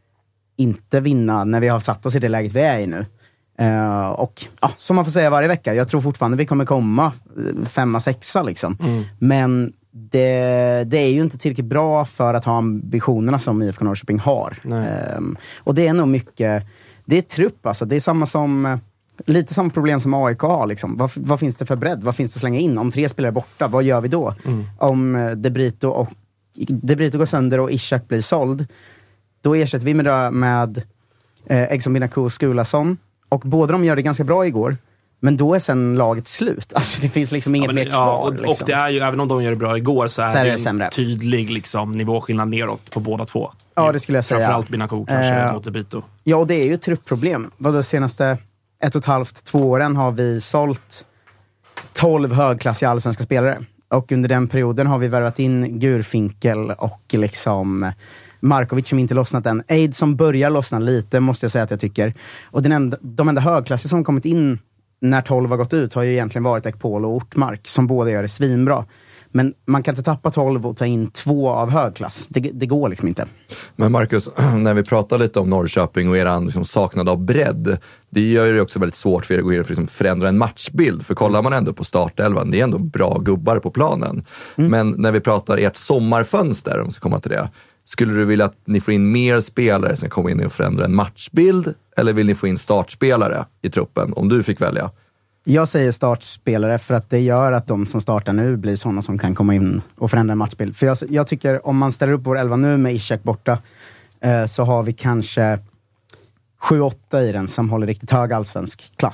inte vinna när vi har satt oss i det läget vi är i nu. Uh, och ja, som man får säga varje vecka, jag tror fortfarande vi kommer komma femma, sexa liksom. Mm. Men det, det är ju inte tillräckligt bra för att ha ambitionerna som I F K Norrköping har. Um, och det är nog mycket, det är trupp alltså, det är samma som lite samma problem som A I K har liksom. Vad, vad finns det för bredd? Vad finns det att slänga in? Om tre spelare är borta, vad gör vi då? Mm. Om De Brito och De Brito går sönder och Ishak blir såld, då ersätter vi med, med eh, Exxon Binaku och Skulason. Och båda de gör det ganska bra igår. Men då är sen laget slut. Alltså det finns liksom inget ja, men, mer kvar. Ja, och, liksom. och det är ju, även om de gör det bra igår, så är, så är det en sämre. Tydlig liksom, nivåskillnad neråt på båda två. Ja, det skulle jag säga. Framförallt Binaku kanske uh, mot De Brito. Ja, och det är ju ett truppproblem. Vad de senaste ett och ett halvt, två åren har vi sålt tolv högklassiga allsvenska spelare. Och under den perioden har vi värvat in Gurfinkel och liksom Markovic som inte lossnat än. Aid som börjar lossna lite, måste jag säga att jag tycker. Och den enda, de enda högklassiga som kommit in när tolv har gått ut har ju egentligen varit Ekpol och Ortmark, som båda gör det svinbra. Men man kan inte tappa tolv och ta in två av högklass. Det, det går liksom inte. Men Marcus, när vi pratar lite om Norrköping och eran liksom saknad av bredd, det gör det också väldigt svårt för er att gå in och liksom förändra en matchbild. För kollar man ändå på startelvan, det är ändå bra gubbar på planen. Mm. Men när vi pratar ert sommarfönster, om vi ska komma till det, skulle du vilja att ni får in mer spelare som kommer in och förändra en matchbild? Eller vill ni få in startspelare i truppen, om du fick välja? Jag säger startspelare för att det gör att de som startar nu blir sådana som kan komma in och förändra en matchbild. För jag, jag tycker, om man ställer upp vår elva nu med Ishak borta, eh, så har vi kanske sju åtta i den som håller riktigt hög allsvensk klass.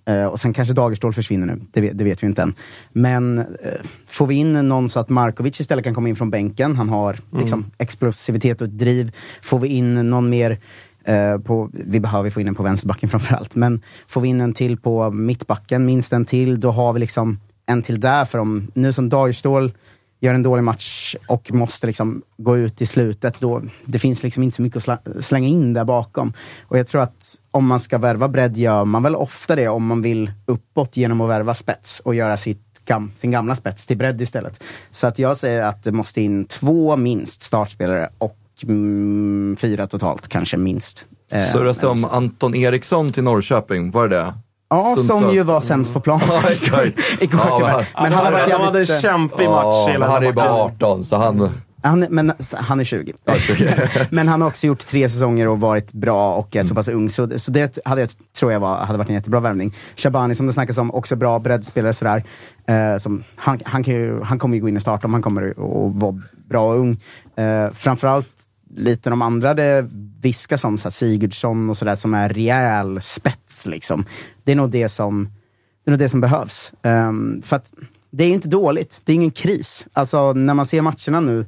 Uh, och sen kanske Dagerstål försvinner nu, det vet, det vet vi inte än. Men uh, får vi in någon så att Markovic istället kan komma in från bänken, han har mm. liksom, explosivitet och driv. Får vi in någon mer uh, på, vi behöver få in en på vänsterbacken framförallt, men får vi in en till på mittbacken, minst en till, då har vi liksom en till där. För om nu som Dagerstål gör en dålig match och måste liksom gå ut i slutet, då det finns liksom inte så mycket att sl- slänga in där bakom. Och jag tror att om man ska värva bredd gör man väl ofta det om man vill uppåt genom att värva spets och göra sitt gam- sin gamla spets till bredd istället. Så att jag säger att det måste in två minst startspelare och mm, fyra totalt, kanske minst. Så röstade om Anton Eriksson till Norrköping, var det det? Ja, Sundsvall. Som ju var sämst på plan. Ja, exakt. Igår, ja, men, men han hade varit jävligt... hade en kämpig match ja, hela han är bara arton, så han... Han, men, han är tjugo. Men han har också gjort tre säsonger och varit bra och är så pass ung. Så, så det hade jag, tror jag var, hade varit en jättebra värvning. Shabani, som det snackas om, också bra breddspelare sådär. Eh, som, han, han, kan ju, han kommer ju gå in och starta om han kommer att vara bra och ung. Eh, framförallt lite de andra det viskas om, så här, Sigurdsson och sådär, som är rejäl spets liksom. Det är nog det som, det är nog det som behövs. Um, för att det är ju inte dåligt, det är ingen kris. Alltså när man ser matcherna nu,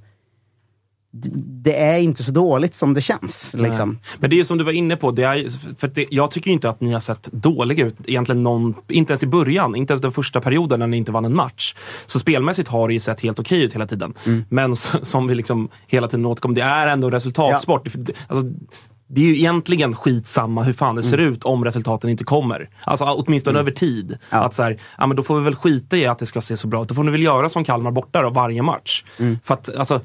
det är inte så dåligt som det känns. Liksom. Men det är ju som du var inne på, det är, för det, jag tycker inte att ni har sett dåliga ut egentligen någon, inte ens i början, inte ens den första perioden när ni inte vann en match. Så spelmässigt har det ju sett helt okej ut hela tiden. Mm. Men som vi liksom hela tiden återkommer, det är ändå resultatsport. Ja. Alltså, det är ju egentligen skitsamma hur fan det ser mm. ut om resultaten inte kommer. Alltså åtminstone mm. över tid. Ja. Att så här, ja men då får vi väl skita i att det ska se så bra ut. Då får ni väl göra som Kalmar borta då, varje match. Mm. För att alltså,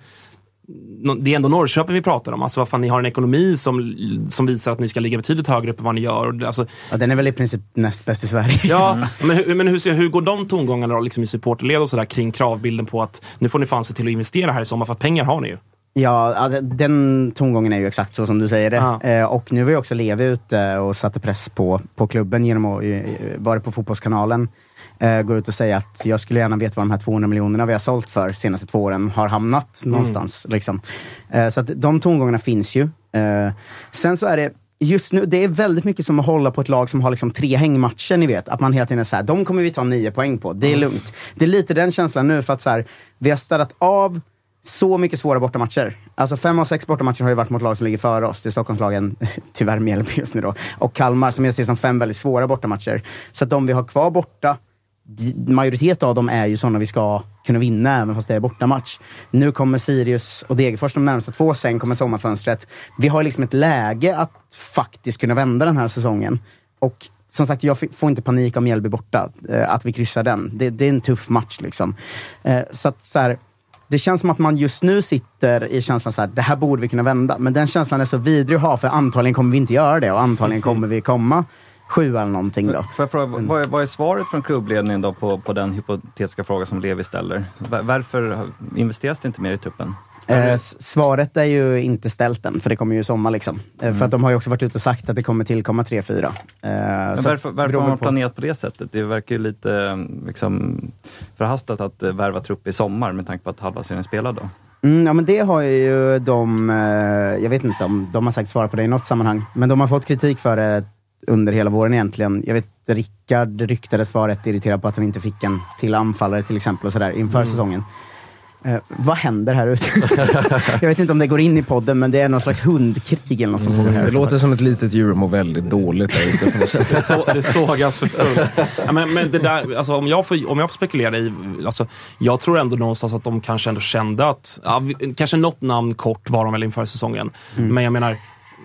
det är ändå Norrköping vi pratar om. Alltså vad fan, ni har en ekonomi som, som visar att ni ska ligga betydligt högre upp än vad ni gör. Alltså, ja, den är väl i princip näst bäst i Sverige. Ja, mm. men, hur, men hur, hur går de tongångarna då, liksom i supporterled och sådär, kring kravbilden på att nu får ni fan se till att investera här i sommar, för att pengar har ni ju. Ja, alltså, den tongången är ju exakt så som du säger det. Ja. Eh, och nu var ju också Levi ute och satte press på, på klubben genom att uh, vara på Fotbollskanalen. Uh, går ut och säga att jag skulle gärna veta vad de här tvåhundra miljonerna vi har sålt för senaste två åren har hamnat mm. någonstans. Liksom. Uh, så att de tongångarna finns ju. Uh, sen så är det just nu, det är väldigt mycket som att hålla på ett lag som har liksom tre hängmatcher, ni vet. Att man hela tiden är så här, de kommer vi ta nio poäng på. Det är mm. lugnt. Det är lite den känslan nu, för att så här, vi har städat av så mycket svåra bortamatcher. Alltså fem av sex bortamatcher har ju varit mot lag som ligger före oss. Det är Stockholmslagen, tyvärr Mjällby just nu då. Och Kalmar, som jag ser som fem väldigt svåra bortamatcher. Så att de vi har kvar borta, majoritet av dem är ju sådana vi ska kunna vinna även fast det är bortamatch. Nu kommer Sirius och Degerfors de närmaste två, sen kommer sommarfönstret. Vi har liksom ett läge att faktiskt kunna vända den här säsongen. Och som sagt, jag får inte panik om Mjällby borta. Att vi kryssar den. Det, det är en tuff match liksom. Så att så här, det känns som att man just nu sitter i känslan så här, det här borde vi kunna vända. Men den känslan är så vidrig att ha, för antagligen kommer vi inte göra det. Och antagligen kommer vi komma sju eller någonting då. Får jag fråga, vad är, vad är svaret från klubbledningen då på, på den hypotetiska fråga som Levi ställer? Varför investeras det inte mer i truppen? Eh, svaret är ju inte ställt än, för det kommer ju i sommar liksom. Eh, mm. För att de har ju också varit ute och sagt att det kommer tillkomma tre fyra. Eh, Men varför varför har man planerat på det sättet? Det verkar ju lite liksom, förhastat att uh, värva trupp i sommar med tanke på att halva serien spelar då. Mm, ja, men det har ju de, eh, jag vet inte om de har sagt svara på det i något sammanhang, men de har fått kritik för det under hela våren egentligen. Jag vet, Rickard ryktades vara rätt irriterad på att han inte fick en till anfallare till exempel och sådär inför mm. säsongen. Uh, vad händer här ute? Jag vet inte om det går in i podden, men det är någon slags hundkrig eller något som mm, här. Det låter som ett litet djur mår väldigt dåligt där ute på något sätt. Det, så, det sågas för fullt. Ja, men, men det där, alltså, om, jag får, om jag får spekulera i, alltså, jag tror ändå någonstans att de kanske ändå kände att, ja, kanske något namn kort var de väl inför säsongen. Mm. Men jag menar,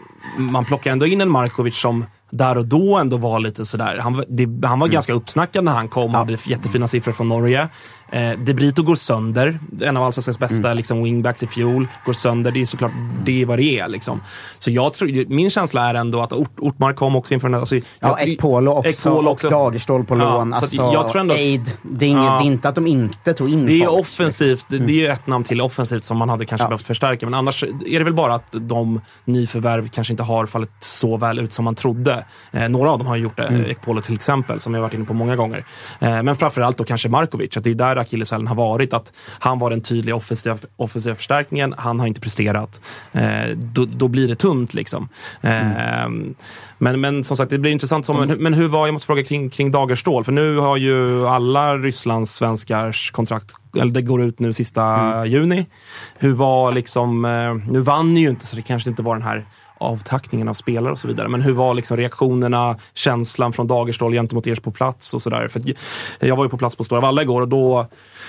man plockar ändå in en Markovic som där och då ändå var lite sådär. Han, det, han var mm. ganska uppsnackad när han kom. Ja. Hade jättefina siffror från Norge. Eh, De Brito går sönder. En av allsvenskans bästa mm. liksom, wingbacks i fjol. Går sönder. Det är såklart det är vad det är. Liksom. Så jag tror, min känsla är ändå att Ort, Ortmark kom också inför den här. Alltså, ja, Ekpolo också. Ekpolo också. Och Dagerstål på lån. Ja, alltså, jag tror ändå att, Aid. Det är, inget, ja, det är inte att de inte tog in det är folk. Offensivt. Det, det är ett namn till offensivt som man hade kanske ja. behövt förstärka. Men annars är det väl bara att de nyförvärv kanske inte har fallit så väl ut som man trodde. det. Eh, några av dem har gjort det, mm. Ekpolo till exempel, som jag har varit inne på många gånger. Eh, men framförallt då kanske Markovic, att det är där akilleshälen har varit, att han var den tydliga offensiva, offensiva förstärkningen, han har inte presterat. Eh, då, då blir det tunt liksom. Eh, mm. men, men som sagt, det blir intressant. Som, mm. Men hur var, jag måste fråga kring, kring Dagerstål, för nu har ju alla Rysslands svenskars kontrakt, eller det går ut nu sista mm. juni. Hur var liksom, nu vann ni ju inte, så det kanske inte var den här avtackningen av spelare och så vidare, men hur var liksom reaktionerna, känslan från Dagerstål gentemot er på plats och sådär? För jag var ju på plats på Stora Valla igår och då,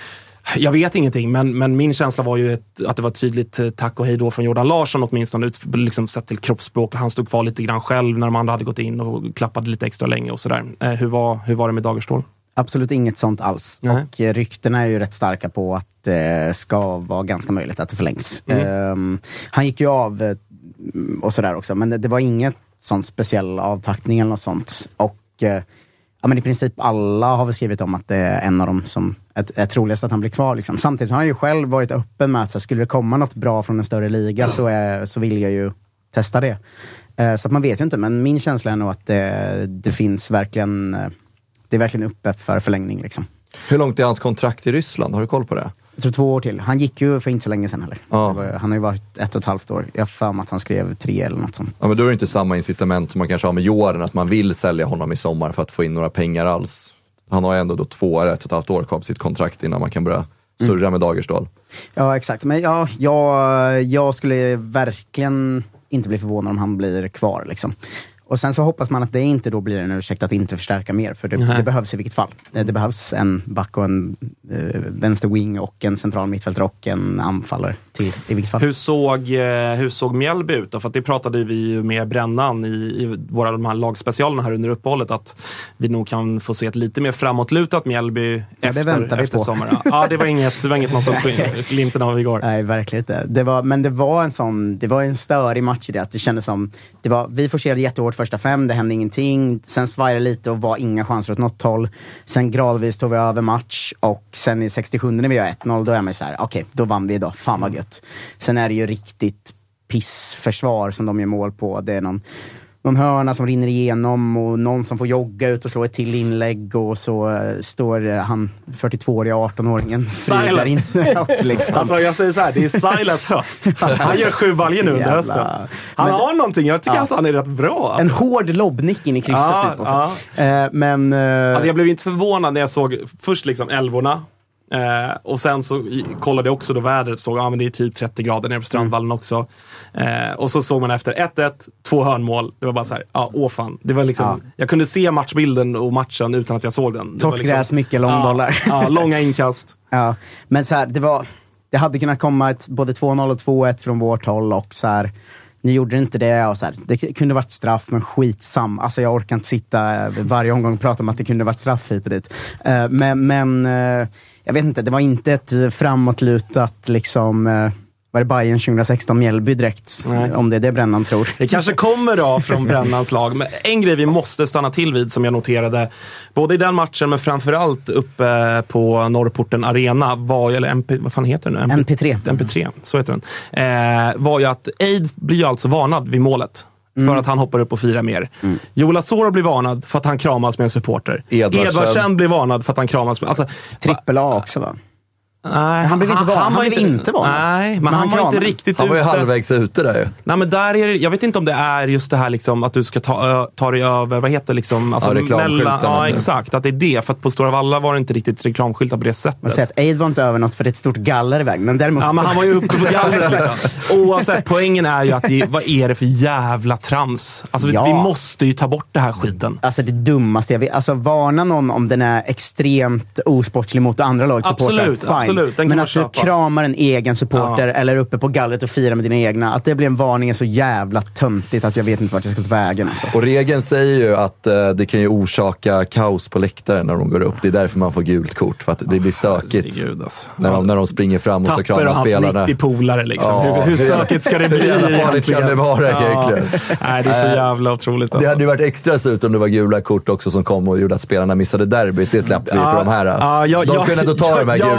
jag vet ingenting, men, men min känsla var ju ett, att det var tydligt tack och hej då från Jordan Larsson åtminstone, ut, liksom sett till kroppsspråk. Han stod kvar lite grann själv när de andra hade gått in och klappade lite extra länge och sådär. Eh, hur, var, hur var det med Dagerstål? Absolut inget sånt alls. Nej. Och eh, ryktena är ju rätt starka på att det eh, ska vara ganska möjligt att det förlängs. Mm. Um, han gick ju av eh, och sådär också, men det, det var inget sånt speciell avtackning eller något sånt. Och eh, ja, men i princip alla har väl skrivit om att det är en av dem som är, är troligast att han blir kvar. Liksom. Samtidigt har han ju själv varit öppen med att så skulle det komma något bra från en större liga så, är, så vill jag ju testa det. Eh, så att man vet ju inte, men min känsla är nog att det, det finns verkligen... Eh, det är verkligen uppe för förlängning. Liksom. Hur långt är hans kontrakt i Ryssland? Har du koll på det? Jag tror två år till. Han gick ju för inte så länge sedan heller. Ja. Var, han har ju varit ett och ett halvt år. Jag har för mig att han skrev tre eller något sånt. Ja, men då är det inte samma incitament som man kanske har med Jordan, att man vill sälja honom i sommar för att få in några pengar alls. Han har ändå då två eller ett och ett halvt år kvar på sitt kontrakt innan man kan börja surra mm. med Dagerstål. Ja, exakt. Men ja, jag, jag skulle verkligen inte bli förvånad om han blir kvar liksom. Och sen så hoppas man att det inte då blir en ursäkt att inte förstärka mer. För det, det behövs i vilket fall. Det behövs en back och en eh, vänster wing och en central mittfältare och en anfallare till i vilket fall. Hur såg, eh, hur såg Mjällby ut då? För att det pratade vi ju med Brännan i, i våra de här lagspecialerna här under uppehållet, att vi nog kan få se ett lite mer framåtlutat Mjällby ja, efter, efter sommaren. Ja, det var inget, det var inget man såg glimten av igår. Nej, verkligen inte. Det var, men det var en sån, det var en störig match i det. Att det kändes som, det var, vi forcerade jättehårt första fem, det hände ingenting. Sen svajade lite och var inga chanser åt något håll. Sen gradvis tog vi över match och sen i sextiosju när vi gör ett noll, då är man så här, okej, okay, då vann vi idag. Fan vad gött. Sen är det ju riktigt pissförsvar som de gör mål på. Det är någon, någon hörna som rinner igenom och någon som får jogga ut och slå ett till inlägg och så uh, står uh, han fyrtiotvååriga artonåringen Silas in. liksom. Alltså jag säger så här, det är Silas höst. Han gör sju baljer nu under Jävla. hösten. Han men, har någonting, jag tycker ja. att han är rätt bra. Alltså. En hård lobbnick in i krysset ja, typ också. Ja. Uh, men, uh, alltså jag blev inte förvånad när jag såg först liksom älvorna. Eh, och sen så i, kollade jag också då vädret, såg ja, men det är typ trettio grader nere på Strandvallen mm. också. Eh, och så såg man efter ett ett, två hörnmål. Det var bara så här, ja, åh fan. Det var liksom, ja. Jag kunde se matchbilden och matchen utan att jag såg den. Torkgräs, liksom, mycket långbollar. Ja, ja, långa inkast. Ja, men så här, det var, det hade kunnat komma ett, både två noll och två ett från vårt håll och så här, ni gjorde inte det och så här, det kunde varit straff men skitsam. Alltså jag orkar inte sitta varje omgång och prata om att det kunde varit straff hit och dit. Uh, men, men uh, jag vet inte, det var inte ett framåtlutat liksom, var det Bayern tjugohundrasexton Mjällby direkt? Nej. Om det är det Brännan tror. Det kanske kommer då från Brännans lag. Men en grej vi måste stanna till vid som jag noterade, både i den matchen men framförallt uppe på Norrporten Arena, var, eller M P, vad fan heter den? M P tre. M P tre, så heter den. Eh, var ju att Eid blir alltså varnad vid målet. För mm. att han hoppar upp och firar mer. Mm. Jola Soro blir varnad för att han kramas med en supporter. Edvardsen, Edvardsen blir varnad för att han kramas med... Alltså, Trippel A också va? Nej, han blev inte van. Han, han, han blev inte, inte van. Nej, men, men han, han var inte riktigt han ute. Han var ju halvvägs ute där ju. Nej, men där är det, jag vet inte om det är just det här liksom, att du ska ta, ta dig över, vad heter liksom, alltså ja, mellan, ja exakt, att det är det, för att på Stora Valla var det inte riktigt reklamskyltar på det sättet. Man säger att Eid var inte över något för det är ett stort galler i väg, men däremot... Ja, men han var ju uppe på gallret liksom. Oavsett, poängen är ju att det, vad är det för jävla trams? Alltså ja. vi, vi måste ju ta bort det här skiten. Alltså det dummaste jag vet, alltså varna någon om den är extremt osportslig mot andra lagsupportrar. Absolut, fine. absolut. Den men att du kramar en egen supporter ja. eller uppe på gallret och firar med dina egna, att det blir en varning är så jävla töntigt att jag vet inte vart jag ska ta vägen. Alltså. Och regeln säger ju att uh, det kan ju orsaka kaos på läktaren när de går upp. Det är därför man får gult kort, för att det blir stökigt. Herregud, alltså. när, de, när de springer fram och Tapper så kramar spelarna. Tapper och nittio polare liksom. Ja, hur, hur stökigt ska det bli? Hur farligt kan det vara ja. egentligen? Nej, det är så jävla otroligt. Alltså. Det hade ju varit extra surt om det var gula kort också som kom och gjorde att spelarna missade derbyt. Det släppte vi ja, på de här. Ja, jag, de jag, kunde inte ta jag, de här gula. Ja, när jag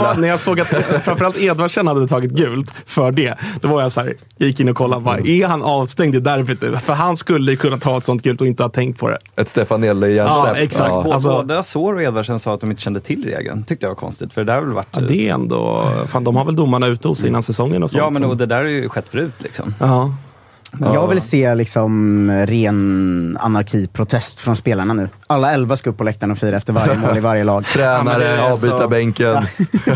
såg att framförallt Edvardsen hade tagit gult för det. Då var jag så här, gick in och kollade, vad är han avstängd i derbyt nu? För han skulle kunna ta ett sånt gult och inte ha tänkt på det. Ett Stefanelli i hjärnsläpp. Ja, exakt. Ja. Alltså, både Azor och Edvardsen sa att de inte kände till regeln. Tyckte jag var konstigt, för det där har väl varit... Ja, det är ändå... Fan, de har väl domarna ute hos innan säsongen och sånt. Ja, men och det där är ju skett förut liksom. Ja. Jag vill se liksom ren anarkiprotest från spelarna nu. Alla elva ska upp på läktaren och fira efter varje mål i varje lag. Tränare, ja, avbyta bänken. Ja.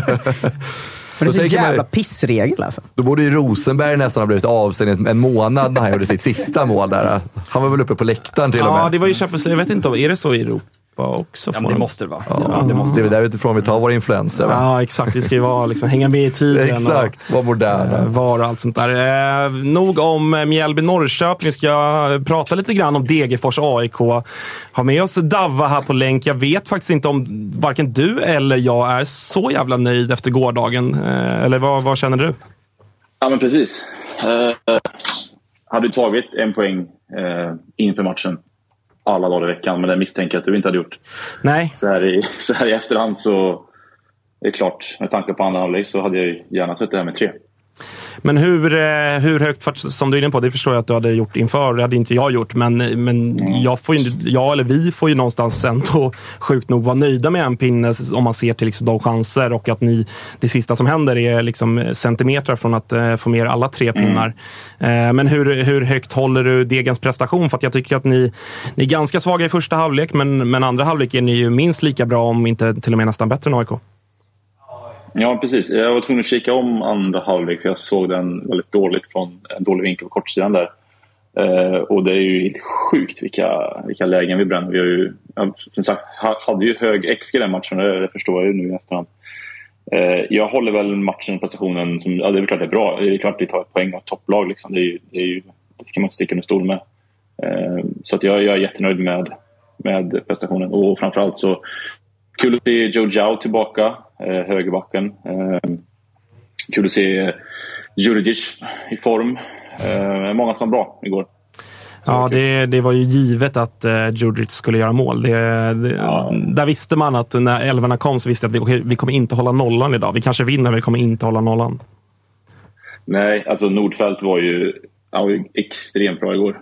Men det är en jävla man, pissregel alltså. Då borde ju Rosenberg nästan ha blivit avstängd en månad när han gjorde sitt sista mål där. Han var väl uppe på läktaren till ja, och med. Ja, det var ju Champions League. Jag vet inte, är det så i Europa också? Ja, men det måste det vara. Ja, ja, det, måste det är där utifrån vi tar våra influenser. Va? Ja, exakt. Vi ska ju vara, liksom, hänga med i tiden. Exakt, vara moderna. Eh, var och allt sånt där. Eh, nog om Mjällby Norrköping. Vi ska prata lite grann om Degerfors A I K. Har med oss Davva här på länk. Jag vet faktiskt inte om varken du eller jag är så jävla nöjd efter gårdagen. Eh, eller vad, vad känner du? Ja, men precis. Eh, hade du tagit en poäng eh, inför matchen alla dagar i veckan, men det misstänker jag att du inte hade gjort. Nej. Så här i, så här i efterhand så är det klart, med tanke på andra halvlek så hade jag gärna sett det här med tre. Men hur, hur högt, som du är inne på, det förstår jag att du hade gjort inför, det hade inte jag gjort, men, men mm. jag, får ju, jag eller vi får ju någonstans ändå sjukt nog vara nöjda med en pinne om man ser till liksom de chanser, och att ni, det sista som händer är liksom centimeter från att uh, få med alla tre pinnar. Mm. Uh, men hur, hur högt håller du Degens prestation? För att jag tycker att ni, ni är ganska svaga i första halvlek, men, men andra halvlek är ni ju minst lika bra, om inte till och med nästan bättre än A I K. Ja, precis. Jag var tvungen att kika om andra halvlek, för jag såg den väldigt dåligt från en dålig vinkel på kortsidan där. Eh, och det är ju helt sjukt vilka, vilka lägen vi bränner. Vi har ju, som sagt, hade ju hög X G den matchen, det förstår jag ju nu i efterhand. Eh, jag håller väl matchen, prestationen, som, ja, det är klart det är bra. Det är klart att vi tar ett poäng av topplag. Liksom. Det, är ju, det, är ju, det kan man inte sticka under stol med. Eh, så att jag, jag är jättenöjd med, med prestationen. Och framförallt så kul att se Joe Zhao tillbaka, eh, högerbacken. Eh, kul att se Juricic i form. Eh, många som var bra igår. Ja, det, det var ju givet att eh, Juricic skulle göra mål. Det, det, ja. Där visste man att när elvarna kom så visste att vi, vi kommer inte hålla nollan idag. Vi kanske vinner, men vi kommer inte hålla nollan. Nej, alltså Nordfeldt var ju, han var ju extremt bra igår.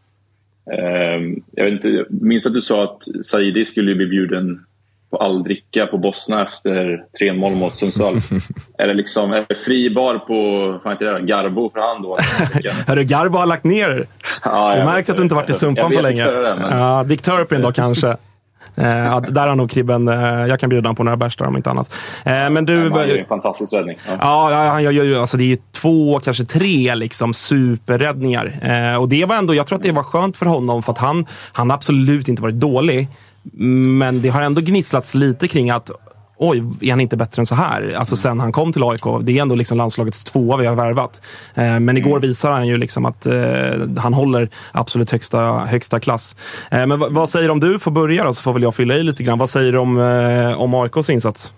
Eh, jag vet inte, jag minns att du sa att Saidi skulle bli bjuden på all dricka på Bosna efter tre mål mot Sundsvall. Är det liksom är det fribar på fan inte det, Garbo för han då? Hörru, Garbo har lagt ner. Ja, det märks att du inte varit i Sumpan på länge. Det, men... Ja, Dick Turpin då kanske. Eh, ja, där har nog Kribben, eh, jag kan bjuda honom på några bärs där om inte annat. Eh, men du, ja, han gör en fantastisk räddning. Ja, ja han gör ju, alltså det är ju två, kanske tre liksom superräddningar. Eh, och det var ändå, jag tror att det var skönt för honom, för att han, han absolut inte varit dålig. Men det har ändå gnisslats lite kring att oj, är han inte bättre än så här? Alltså sen han kom till A I K, det är ändå liksom landslagets tvåa vi har värvat. Eh, men igår visar han ju liksom att eh, han håller absolut högsta, högsta klass. Eh, men v- vad säger du om du får börja då, så får väl jag fylla i lite grann. Vad säger du om, eh, om A I K:s insats?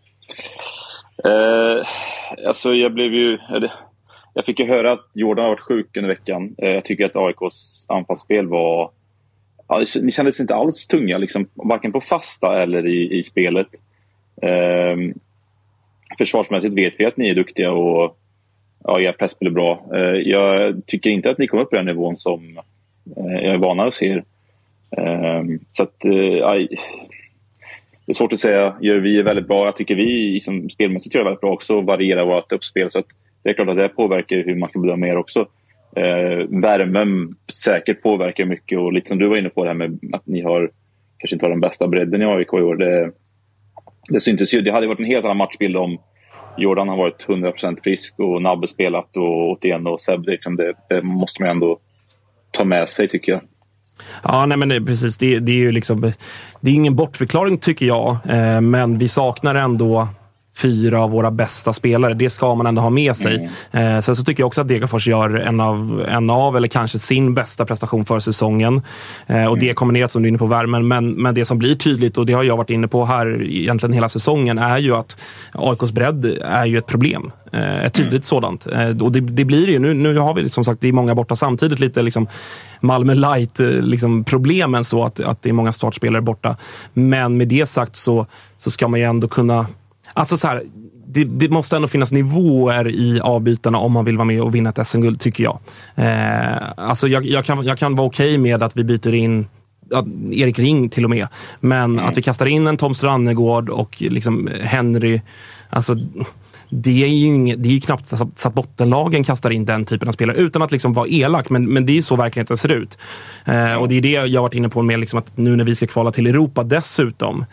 Eh, alltså jag blev ju... Jag fick ju höra att Jordan har varit sjuk under veckan. Eh, jag tycker att A I K:s anfallsspel var... Ja, ni kändes inte alls tunga, liksom, varken på fasta eller i, i spelet. Eh, försvarsmässigt vet vi att ni är duktiga och ja, er pressspel är bra. Eh, jag tycker inte att ni kommer upp på den nivån som eh, jag är van att se. Eh, så att, eh, det är svårt att säga. Gör vi är väldigt bra. Jag tycker vi som spelmässigt gör väldigt bra också, varierar vårt uppspel. Så att det är klart att det påverkar hur man ska bedöma mer också. Eh, värmen säkert påverkar mycket, och lite som du var inne på det här med att ni har kanske inte har den bästa bredden i A I K i år. Det, det syntes ju, det hade varit en helt annan matchbild om Jordan har varit hundra procent frisk och Nabbe spelat och återigen och Seb, det, det måste man ändå ta med sig, tycker jag. Ja, nej men det, precis, det, det är ju liksom, det är ingen bortförklaring tycker jag, eh, men vi saknar ändå fyra av våra bästa spelare. Det ska man ändå ha med sig. Mm. Eh, sen så tycker jag också att Degerfors gör en av, en av eller kanske sin bästa prestation för säsongen. Eh, och mm. det kombinerat som du är inne på värmen. Men, men det som blir tydligt, och det har jag varit inne på här egentligen hela säsongen, är ju att A I K:s bredd är ju ett problem. Eh, ett tydligt mm. sådant. Eh, och det, det blir ju, nu, nu har vi som sagt, det är många borta samtidigt, lite liksom Malmö light liksom problemen, så att, att det är många startspelare borta. Men med det sagt så, så ska man ju ändå kunna... Alltså så här, det, det måste ändå finnas nivåer i avbytarna om man vill vara med och vinna ett S M-guld, tycker jag. Eh, alltså jag, jag, kan, jag kan vara okej med att vi byter in ja, Erik Ring till och med. Men mm. att vi kastar in en Tom Strannegård och liksom Henry, alltså det är ju, inget, det är ju knappt så att bottenlagen kastar in den typen av spelare utan att liksom vara elak, men, men det är så verkligheten ser ut. Eh, och det är det jag har varit inne på med liksom att nu när vi ska kvala till Europa dessutom.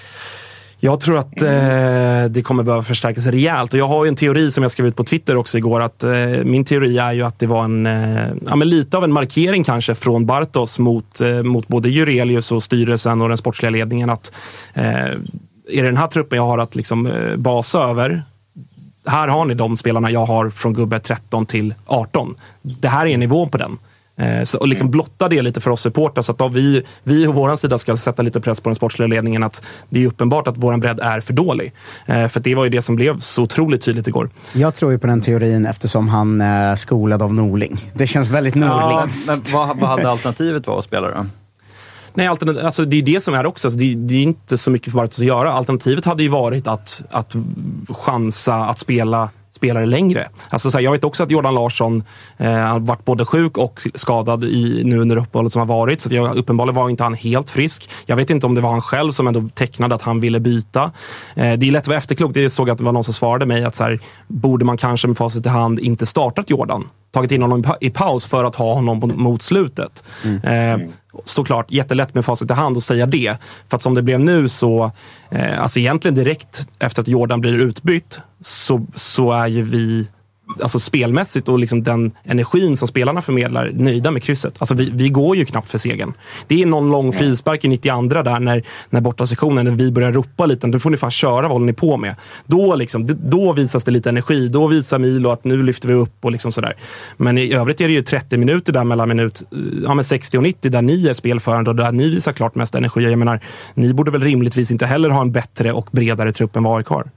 Jag tror att eh, det kommer behöva förstärkas rejält. Och jag har ju en teori som jag skrev ut på Twitter också igår. Att eh, min teori är ju att det var en eh, ja, men lite av en markering kanske från Bartos mot, eh, mot både Jurelius och styrelsen och den sportsliga ledningen. Att eh, är det den här truppen jag har att liksom, eh, basa över? Här har ni de spelarna jag har från gubbe tretton till arton. Det här är nivån på den. Så, och liksom blotta det lite för oss supportrar så att då vi, vi och våran sida ska sätta lite press på den sportsliga ledningen att det är uppenbart att våran bredd är för dålig. Eh, för det var ju det som blev så otroligt tydligt igår. Jag tror ju på den teorin eftersom han är skolad av Norling. Det känns väldigt norlingskt. Ja, men vad, vad hade alternativet var att spela då? Nej, alternativ, alltså det är det som är också. Alltså det, det är inte så mycket för bara att göra. Alternativet hade ju varit att, att chansa att spela spelare längre. Alltså så här, jag vet också att Jordan Larsson eh, har varit både sjuk och skadad i, nu under uppehållet som har varit. Så att jag, uppenbarligen var inte han helt frisk. Jag vet inte om det var han själv som ändå tecknade att han ville byta. Eh, det är lätt att vara efterklok. Det såg att det var någon som svarade mig att så här, borde man kanske med facit i hand inte startat Jordan? Tagit in honom i paus för att ha honom på, mot slutet. Mm. Eh, såklart, jättelätt med facit i hand att säga det. För att som det blev nu så, eh, alltså egentligen direkt efter att Jordan blir utbytt så, så är ju vi alltså spelmässigt och liksom den energin som spelarna förmedlar nöjda med krysset. Alltså vi, vi går ju knappt för segern. Det är någon lång frispark i nittioandra där när, när borta sektionen, när vi börjar ropa lite, då får ni fan köra, vad håller ni på med? Då, liksom, då visas det lite energi, då visar Milo att nu lyfter vi upp och liksom sådär. Men i övrigt är det ju trettio minuter där mellan minut ja, men sextio och nittio där ni är spelförande och där ni visar klart mest energi. Jag menar, ni borde väl rimligtvis inte heller ha en bättre och bredare trupp än vad A I K har?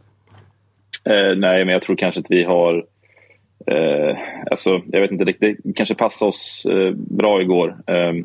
Eh, nej, men jag tror kanske att vi har Eh, alltså, jag vet inte, det, det kanske passade oss eh, bra igår. Eh,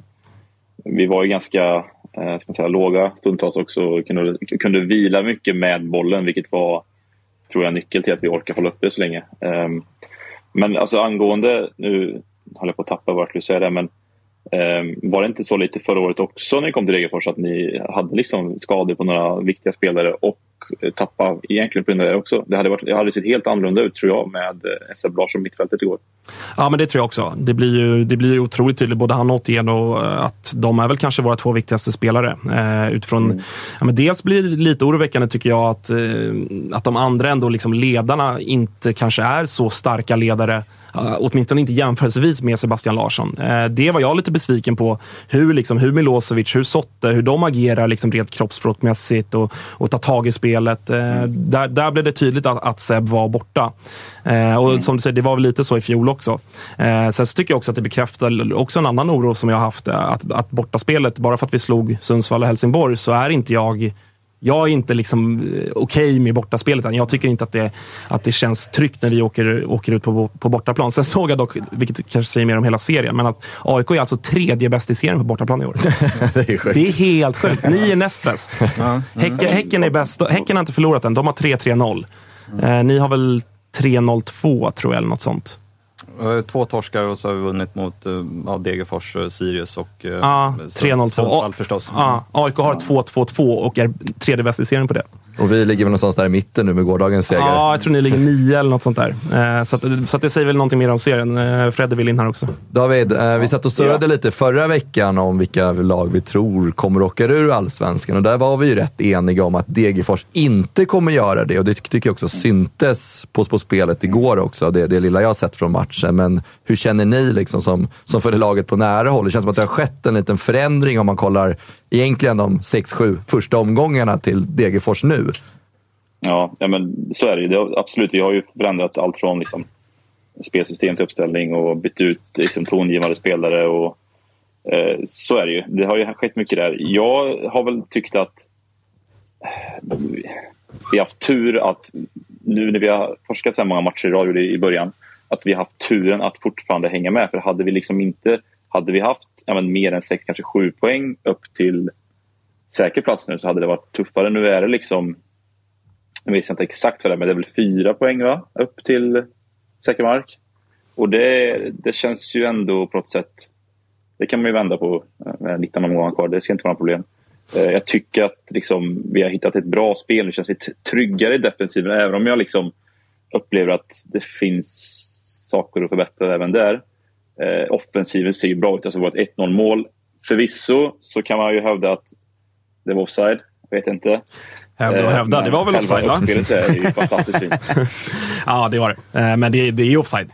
vi var ju ganska eh, ska man säga, låga stundtals också och kunde, kunde vila mycket med bollen, vilket var, tror jag, nyckel till att vi orkar hålla uppe så länge. Eh, men alltså angående, nu håller jag på att tappa vart du säger det, men eh, var det inte så lite förra året också när ni kom till Degerfors att ni hade liksom skador på några viktiga spelare och tappa egentligen på det också. Det hade, varit, det hade sett helt annorlunda ut tror jag med S M Larsson mittfältet igår. Ja, men det tror jag också. Det blir ju, det blir ju otroligt tydligt, både han och Otieno, och att de är väl kanske våra två viktigaste spelare. Eh, utifrån, mm. ja, men dels blir det lite oroväckande tycker jag att, eh, att de andra ändå liksom ledarna inte kanske är så starka ledare. Uh, åtminstone inte jämförelsevis med Sebastian Larsson. Uh, det var jag lite besviken på. Hur, liksom, hur Milosevic, hur Sotte, hur de agerar liksom, rent kroppsspråkmässigt och, och tar tag i spelet. Uh, mm. där, där blev det tydligt att, att Seb var borta. Uh, och mm. som du säger, det var väl lite så i fjol också. Uh, sen så tycker jag också att det bekräftar också en annan oro som jag har haft. Att, att bortaspelet, bara för att vi slog Sundsvall och Helsingborg så är inte jag... Jag är inte liksom okej okay med bortaspelet än. Jag tycker inte att det, att det känns tryggt när vi åker, åker ut på, på bortaplan. Sen såg jag dock, vilket kanske säger mer om hela serien, men att A I K är alltså tredje bäst i serien på bortaplan i år. det, är det är helt sjukt. Ni är näst bäst. Häcken, häcken är bäst. Häcken har inte förlorat än. De har tre tre noll. Eh, ni har väl tre noll två tror jag, eller något sånt. Två torskar och så har vi vunnit mot ja, Degerfors, Sirius och ja, tre noll två. Sundsvall förstås. Ja, A I K har två två två och är tredje bäst i serien på det. Och vi ligger väl någonstans där i mitten nu med gårdagens seger. Ja, jag tror ni ligger nio eller något sånt där. Eh, så, att, så att det säger väl någonting mer om serien. Eh, Fredde vill in här också. David, eh, vi satt och surrade ja. lite förra veckan om vilka lag vi tror kommer åka ur Allsvenskan. Och där var vi ju rätt eniga om att Degerfors inte kommer göra det. Och det tycker jag också syntes på, på spelet igår också, det, det lilla jag har sett från matchen. Men hur känner ni liksom som, som följer laget på nära håll? Det känns som att det har skett en liten förändring om man kollar egentligen de sex sju första omgångarna till Degerfors nu. Ja, ja men så är det ju. Det har, absolut, vi har ju förändrat allt från liksom, spelsystem till uppställning och bytt ut liksom, tongivande spelare och eh, så är det ju. Det har ju skett mycket där. Jag har väl tyckt att eh, vi har haft tur att nu när vi har forskat så här många matcher i radio i början, att vi har haft turen att fortfarande hänga med. För hade vi liksom inte, hade vi haft ja, men, mer än sex, kanske sju poäng upp till säker plats nu så hade det varit tuffare. Nu är det liksom nu vet jag inte exakt för det, men det är väl fyra poäng va? Upp till säker mark. Och det, det känns ju ändå på något sätt, det kan man ju vända på med nitton omgångar kvar, det ska inte vara något problem. Jag tycker att liksom, vi har hittat ett bra spel, nu känns vi tryggare i defensiven, även om jag liksom upplever att det finns saker att förbättra även där. Eh, offensiven ser ju bra ut, alltså vårt ett noll mål. Förvisso så kan man ju hävda att det var offside, jag vet inte. Hävda och hävda, eh, det var väl offside va? Spelet är ju fantastiskt fint. Ja, det var det. Eh, men det, det är ju offside.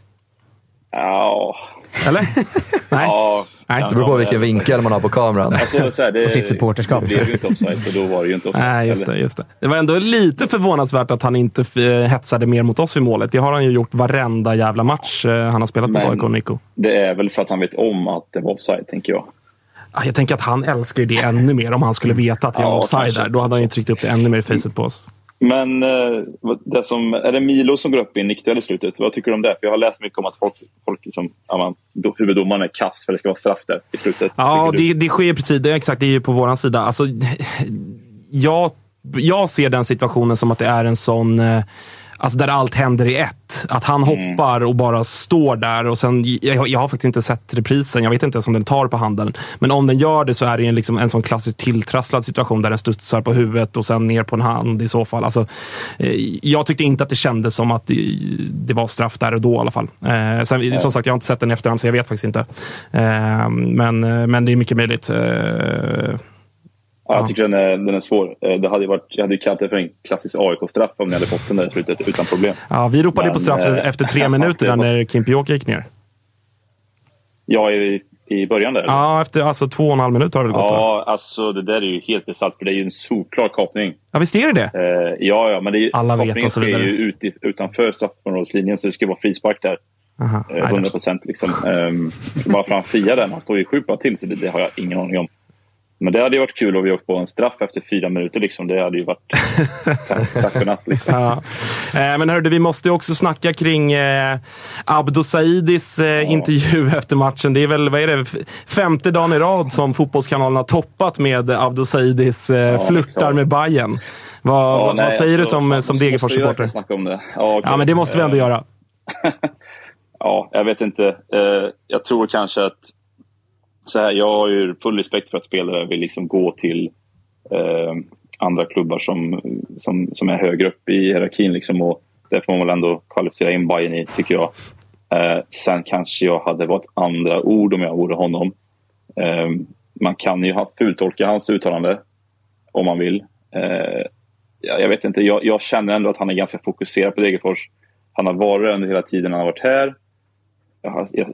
Ja. Eller? Nej. Ja. Nej, det beror på vilken vinkel man har på kameran. Alltså, så här, det, och sitt supporterskap. Det blev ju inte offside, så då var det ju inte offside. Nej, just det, just det. Det var ändå lite förvånansvärt att han inte f- hetsade mer mot oss vid målet. Det har han ju gjort varenda jävla match eh, han har spelat mot A I K, Nico. Det är väl för att han vet om att det var offside, tänker jag. Jag tänker att han älskar ju det ännu mer om han skulle veta att det var ja, offside kanske. Där. Då hade han ju tryckt upp det ännu mer i facet på oss. Men det som, är det Milo som går upp i en nickduell i slutet? Vad tycker du om det? För jag har läst mycket om att folk, folk liksom, ja, man, huvuddomaren är kass för det ska vara straff där i slutet. Ja, det, det sker precis. Det är exakt, det är ju på våran sida. Alltså, jag, jag ser den situationen som att det är en sån... Alltså där allt händer i ett. Att han mm. hoppar och bara står där. Och sen, jag, jag har faktiskt inte sett reprisen. Jag vet inte ens om den tar på handen. Men om den gör det så är det en, liksom, en sån klassisk tilltrasslad situation där den studsar på huvudet och sen ner på en hand i så fall. Alltså, eh, jag tyckte inte att det kändes som att det, det var straff där och då i alla fall. Eh, sen, mm. Som sagt, jag har inte sett den i efterhand så jag vet faktiskt inte. Eh, men, men det är mycket möjligt. Eh, Ja, jag tycker den är, den är svår. Det hade ju varit, jag hade ju kallat det för en klassisk A I K-straff om ni hade fått den där slutet utan problem. Ja, vi ropade Men, på straff äh, efter tre minuter var... när Kimpioka gick ner. Ja, i, i början där? Ja, efter alltså två och en halv minut har det gått. Ja, där. Alltså det där är ju helt besatt för det är ju en solklar kapning. Ja, visst är det det? Uh, ja, ja, men det är, alla vet och så vidare. Är ju ut, utanför straffområdeslinjen så det ska vara frispark där. Aha, uh, hundra procent liksom. Um, bara för han friar den, han står ju sjukt bra till så det, det har jag ingen aning om. Men det hade ju varit kul om vi åkt på en straff efter fyra minuter. Liksom. Det hade ju varit tack för natt. Liksom. Ja. Eh, men hörde, vi måste ju också snacka kring eh, Abdo Saidis eh, ja. intervju efter matchen. Det är väl, vad är det, femte dagen i rad som Fotbollskanalen har toppat med Abdo Saidis eh, ja, flörtar med Bayern. Vad, ja, vad, nej, vad säger alltså, du som, som Degerfors-supporter? Ja, okay. Ja, men det måste vi ändå göra. Ja, jag vet inte. Eh, jag tror kanske att så här, jag har ju full respekt för att spelare vill liksom gå till eh, andra klubbar som, som, som är högre upp i hierarkin. Liksom, och därför får man väl ändå kvalificera in Bayern i, tycker jag. Eh, sen kanske jag hade varit andra ord om jag vore honom. Eh, man kan ju ha fultolka hans uttalande om man vill. Eh, jag, jag vet inte, jag, jag känner ändå att han är ganska fokuserad på Degerfors. Han har varit under hela tiden han har varit här. Jag, jag,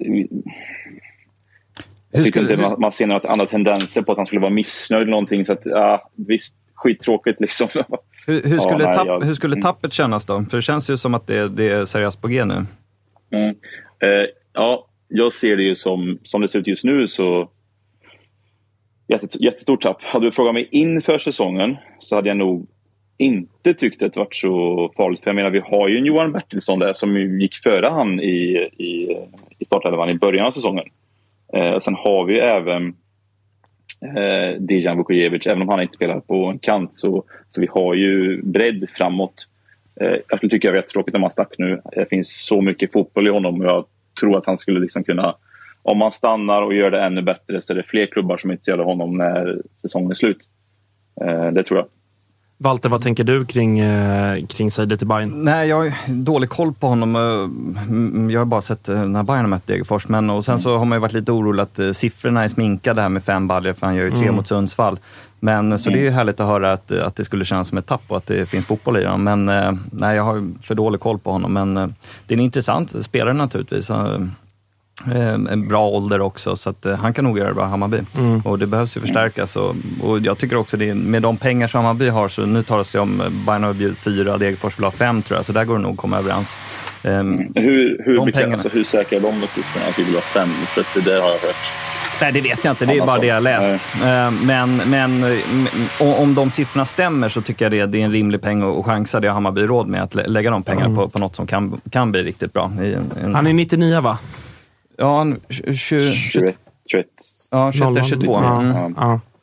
Jag tycker inte man, man ser några andra tendenser på att han skulle vara missnöjd eller någonting. Så att, ja, visst, skittråkigt liksom. Hur, hur, skulle, ja, tapp, jag, hur skulle tappet kännas då? För det känns ju som att det, det är seriöst på G nu. Mm. Eh, ja, jag ser det ju som, som det ser ut just nu så jättet, jättestort tapp. Hade du frågat mig inför säsongen så hade jag nog inte tyckt att det varit så farligt. För jag menar, vi har ju en Johan Bertilsson där som gick före han i, i, i startelvan i början av säsongen. Eh, sen har vi ju även eh, Dejan Vukojevic, även om han inte spelar på en kant så, så vi har ju bredd framåt. Eh, jag skulle tycka det är jättetråkigt om han stack nu. Det finns så mycket fotboll i honom och jag tror att han skulle liksom kunna, om han stannar och gör det ännu bättre så är det fler klubbar som är intresserade av honom när säsongen är slut. Eh, det tror jag. Walter, vad tänker du kring, eh, kring Saidi till Bayern? Nej, jag har dålig koll på honom. Jag har bara sett när Bayern har mött Degerfors. Men, och sen mm. så har man ju varit lite orolig att eh, siffrorna är sminkade här med fem baller för han gör ju tre mm. mot Sundsvall. Men så mm. det är ju härligt att höra att, att det skulle kännas som ett tapp och att det finns fotboll i honom. Men eh, nej, jag har för dålig koll på honom. Men eh, det är en intressant spelare naturligtvis. Eh, en bra ålder också så att uh, han kan nog göra det bra Hammarby mm. och det behövs ju förstärkas och, och jag tycker också det med de pengar som Hammarby har så nu tar det sig om Bayern har bjudit fyra, Degerfors vill ha fem tror jag så där går det nog att komma överens. Um, hur hur, bekant, alltså, hur säkra är de uppgifterna att vi vill ha fem? För att det där har jag hört. Nej, det vet jag inte. Det är bara det jag har läst. Nej. Men, men om de siffrorna stämmer så tycker jag det, det är en rimlig peng och chansa det har Hammarby råd med att lägga de pengarna mm. på, på något som kan, kan bli riktigt bra. I en, han är nittionio va? Ja, tjugoett. tjugoett. Ja, tjugoett, tjugotvå. Ja, ja.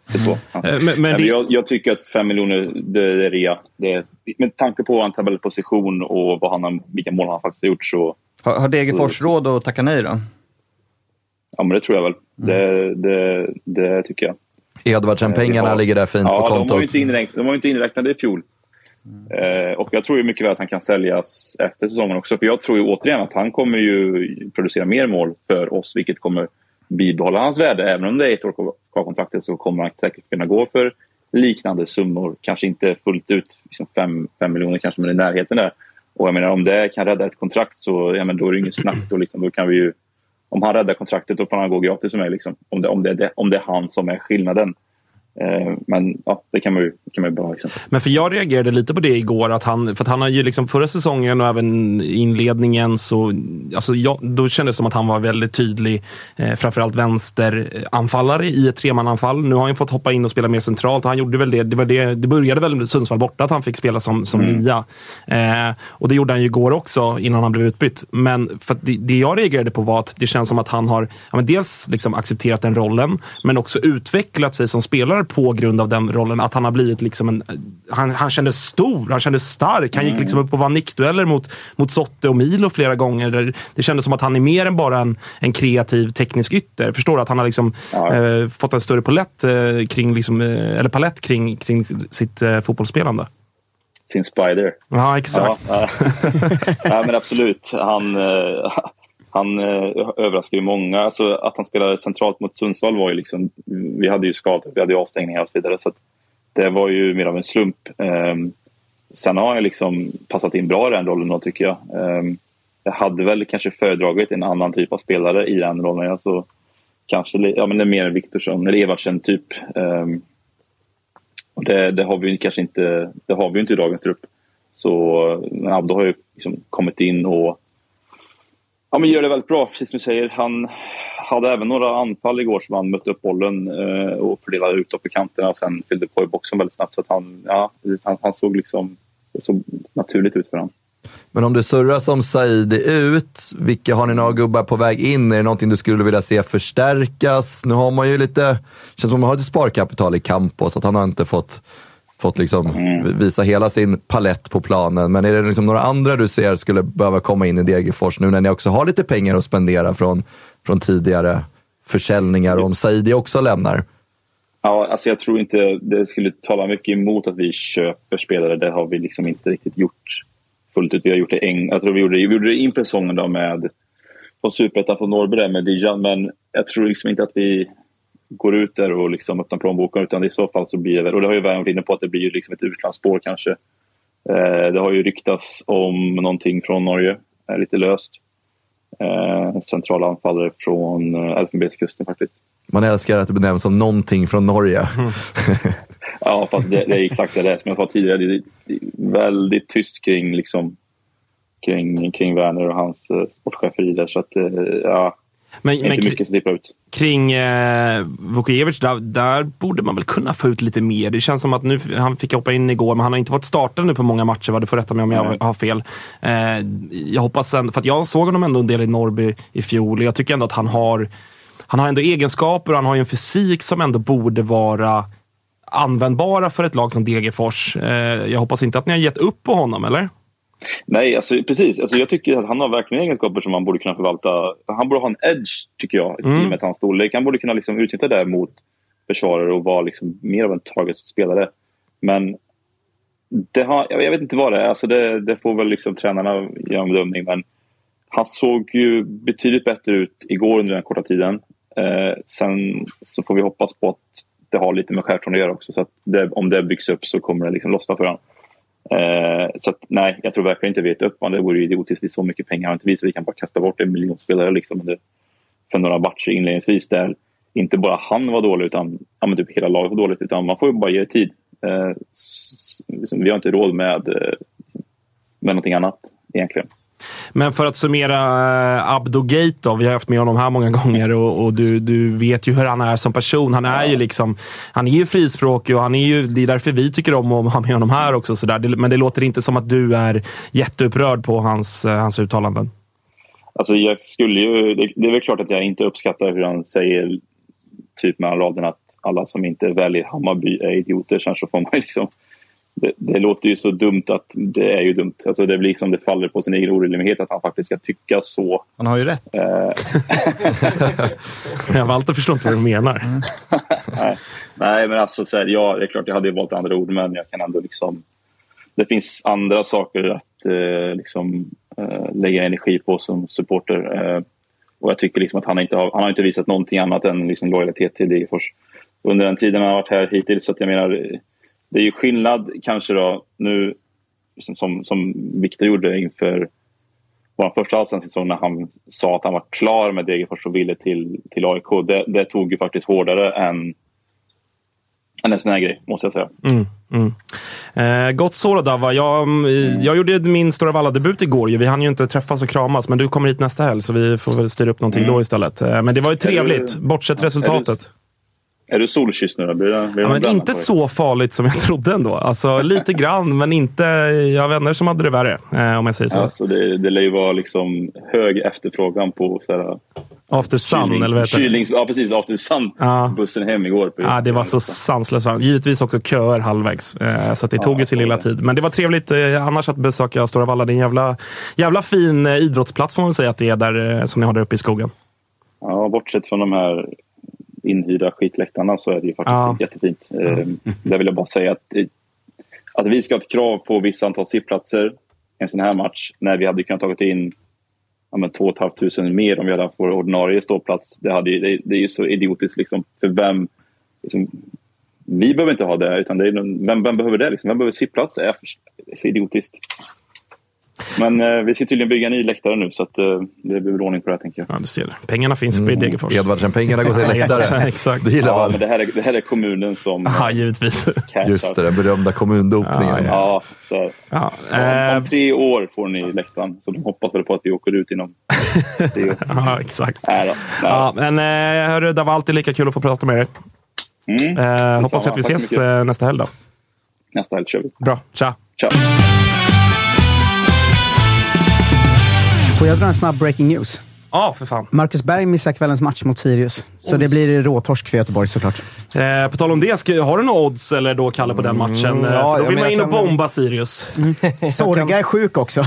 Mm. Ja. Men, men det... jag, jag tycker att fem miljoner det är rea. Det, med tanke på en tabellposition och vad han har, vilka mål han faktiskt har gjort så... Har, har Degerfors så... råd att tacka nej då? Ja, men det tror jag väl. Mm. Det, det, det tycker jag. Edvardsen-pengarna ligger där fint ja, på kontot. De var ju inte inräknade, de var inte inräknade i fjol. Mm. Eh, och jag tror ju mycket väl att han kan säljas efter säsongen också. För jag tror ju återigen att han kommer ju producera mer mål för oss, vilket kommer bibehålla hans värde. Även om det är ett år kvar kontraktet så kommer han säkert kunna gå för liknande summor. Kanske inte fullt ut, liksom fem, fem miljoner kanske, men i närheten där. Och jag menar, om det kan rädda ett kontrakt så ja, men då är det inget snabbt. Och liksom, då kan vi ju, om han räddar kontraktet då får han gå gratis med mig. Liksom, om, det, om, det är det, om det är han som är skillnaden. Men ja, det kan man ju, kan man ju bara liksom. Men för jag reagerade lite på det igår att han, för att han har ju liksom förra säsongen och även inledningen så alltså jag, då kändes det som att han var väldigt tydlig eh, framförallt vänsteranfallare i ett tremananfall. Nu har han ju fått hoppa in och spela mer centralt och han gjorde väl det, det, var det, det började väl med Sundsvall borta att han fick spela som, som mm. nia eh, och det gjorde han ju igår också innan han blev utbytt. Men för att det, det jag reagerade på var att det känns som att han har ja, men dels liksom accepterat den rollen men också utvecklat sig som spelare på grund av den rollen, att han har blivit liksom en, han, han kändes stor, han kändes stark, han gick liksom upp och vann nickdueller mot, mot Sotte och Milo flera gånger, det, det kändes som att han är mer än bara en, en kreativ teknisk ytter, förstår du, att han har liksom ja. eh, fått en större palett eh, kring liksom, eh, eller palett kring, kring sitt eh, fotbollsspelande. Sin spider. Ja, exakt. Ja, ja. Ja, men absolut, han eh, Han eh, överraskade ju många. Alltså, att han spelade centralt mot Sundsvall var ju liksom... Vi hade ju skador, vi hade ju avstängningar och så vidare. Så att det var ju mer av en slump. Eh, sen har jag liksom passat in bra i den rollen då, tycker jag. Eh, jag hade väl kanske föredragit en annan typ av spelare i den rollen. Alltså, kanske ja, men det är mer Viktorsson eller Edvardsen typ. Eh, och det, det har vi ju kanske inte... Det har vi ju inte i dagens trupp. Så ja, då har jag liksom kommit in och... Ja, men gör det väldigt bra, precis som du säger. Han hade även några anfall igår som han mötte upp bollen eh, och fördelade ut på kanterna och sen fyllde på i boxen väldigt snabbt. Så att han, ja, han, han såg liksom det såg naturligt ut för honom. Men om du surrar som Saidi ut, vilka har ni några gubbar på väg in? Är det någonting du skulle vilja se förstärkas? Nu har man ju lite, känns som man har lite sparkapital i Campos, så att han har inte fått fått liksom mm. visa hela sin palett på planen. Men är det liksom några andra du ser skulle behöva komma in i Degerfors nu när ni också har lite pengar att spendera från, från tidigare försäljningar, om Saidi också lämnar? Ja, alltså jag tror inte det skulle tala mycket emot att vi köper spelare. Det har vi liksom inte riktigt gjort fullt ut. Vi har gjort det en, jag tror vi gjorde det, vi gjorde det in på säsongen då med på Superettan från Norrby med Dijan, men jag tror liksom inte att vi går ut där och liksom öppnar plånboken, utan i så fall så blir det, och det har ju varit inne på att det blir liksom ett utlandsspår kanske. Eh, det har ju ryktats om någonting från Norge, är lite löst. Eh, centrala anfallare från eh, Elfenbenskusten faktiskt. Man älskar att det benämns som någonting från Norge. Mm. Ja, fast det, det är exakt det som jag sa tidigare. Det är, det är väldigt tyst kring liksom kring, kring Werner och hans eh, sportchefer där, så att eh, ja, men, inte men, mycket att slippa ut. Kring eh, Vukojevic, där, där borde man väl kunna få ut lite mer. Det känns som att nu, han fick hoppa in igår, men han har inte fått starta nu på många matcher, vad du får rätta mig om jag mm. har fel. Eh, jag hoppas sen, för att jag såg honom ändå en del i Norrby i fjol, och jag tycker ändå att han har han har ändå egenskaper, och han har ju en fysik som ändå borde vara användbara för ett lag som Degerfors. Eh, jag hoppas inte att ni har gett upp på honom, eller? Nej, alltså, precis. Alltså, jag tycker att han har verkligen egenskaper som man borde kunna förvalta. Han borde ha en edge, tycker jag, mm. i med hans storlek. Han borde kunna liksom utnyttja det mot försvarare och vara liksom mer av en target-spelare. Men det har, jag vet inte vad det är. Alltså, det, det får väl liksom tränarna göra en bedömning. Men han såg ju betydligt bättre ut igår under den korta tiden. Eh, sen så får vi hoppas på att det har lite med Skärton att göra också. Så att det, om det byggs upp så kommer det liksom lossna för honom. Eh, så att, nej, jag tror verkligen inte vi vet upp. Det vore ju idiotiskt, vi så mycket pengar. Inte vi, så vi kan bara kasta bort en miljon spelare liksom, för några matcher inledningsvis. Där inte bara han var dålig, utan ja, men typ hela laget var dåligt. Utan man får ju bara ge tid. Eh, vi har inte råd med, med någonting annat egentligen. Men för att summera uh, Abdo Gate då, vi har haft med honom här många gånger, och, och du, du vet ju hur han är som person. Han är ja. ju liksom, han är ju frispråkig, och han är ju, det är därför vi tycker om att ha med honom här också. Så där. Det, men det låter inte som att du är jätteupprörd på hans, uh, hans uttalanden. Alltså jag skulle ju, det, det är väl klart att jag inte uppskattar hur han säger typ mellan raderna att alla som inte väljer Hammarby är idioter. Sen så får man liksom... Det, det låter ju så dumt att det är ju dumt. Alltså det blir liksom, det faller på sin egen orimlighet att han faktiskt ska tycka så. Han har ju rätt. Eh. Jag Walter förstår inte vad du menar. Nej. Nej, men alltså så här, ja, det är klart jag hade valt andra ord, men jag kan ändå liksom... Det finns andra saker att eh, liksom, eh, lägga energi på som supporter. Eh, och jag tycker liksom att han inte har, han har inte visat någonting annat än liksom lojalitet till Degerfors under den tiden han har varit här hittills. Så att jag menar, det är ju skillnad kanske då nu liksom, som, som Victor gjorde inför vår första allsvenska säsong när han sa att han var klar med Degerfors och ville till, till A I K. Det, det tog ju faktiskt hårdare än en sån här grej, måste jag säga. Mm, mm. Eh, gott så då, Dava. Jag, mm. jag gjorde min Stora Valla-debut igår. Vi hann ju inte träffas och kramas, men du kommer hit nästa helg så vi får väl styra upp någonting mm. då istället. Eh, men det var ju trevligt, du, bortsett resultatet. Är du, är du solkysst nu då? Blir det, blir ja, men inte så farligt som jag trodde ändå. Alltså lite grann, men inte... Jag har vänner som hade det värre, eh, om jag säger så. Alltså, det, det lär ju vara liksom hög efterfrågan på sådär... After Sun, kylings, eller vad heter det? Kylings, ja, precis. After Sun. Ja. Bussen hem igår. På ja, det var så sanslöst. Givetvis också köer halvvägs. Eh, så att det ja, tog ju sin lilla tid. Men det var trevligt eh, annars att besöka Stora Valla. Det är en jävla, jävla fin eh, idrottsplats får man säga att det är där eh, som ni har där uppe i skogen. Ja, bortsett från de här inhyrda skitläktarna så är det ju faktiskt ja. jättefint. Eh, mm. Där vill jag bara säga att, att vi ska ha ett krav på vissa antal sittplatser en sån här match när vi hade kunnat tagit in ja, men två och ett halvt tusen mer om vi hade haft vår ordinarie ståplats. Det, hade, det, det är ju så idiotiskt liksom, för vem liksom, vi behöver inte ha det utan det är, vem, vem behöver det liksom? Vem behöver sittplats? Det är så idiotiskt. Men eh, vi ska tydligen bygga en ny läktare nu så att eh, det blir ordning på det här, tänker jag. Ja, du ser. Pengarna finns uppe i Degerfors. Edvardsen, pengarna går till läktare. Exakt. Det gillar ja, man. men det här, är, det här är kommunen som... Ja, givetvis. Cashar. Just det, den berömda kommundopningen. Ja, ja. Så, ja, ja, om, om tre år får ni läktaren. Så de hoppas väl på att vi åker ut inom tre år. Ja, exakt. Nej då, nej. Ja, men eh, hörru, det var alltid lika kul att få prata med dig. Mm. Eh, hoppas att vi ses eh, nästa helg då. Nästa helg kör vi. Bra, tja. Tja. Får jag dra en snabb breaking news? Ja, för fan. Marcus Berg missar kvällens match mot Sirius. Så oh. det blir råtorsk för Göteborg såklart. Eh, på tal om det, ska, har du några odds eller då Kalle på den matchen? Mm, ja, då vill man in och bomba kan... Sirius. Mm. Sorga är sjuk också.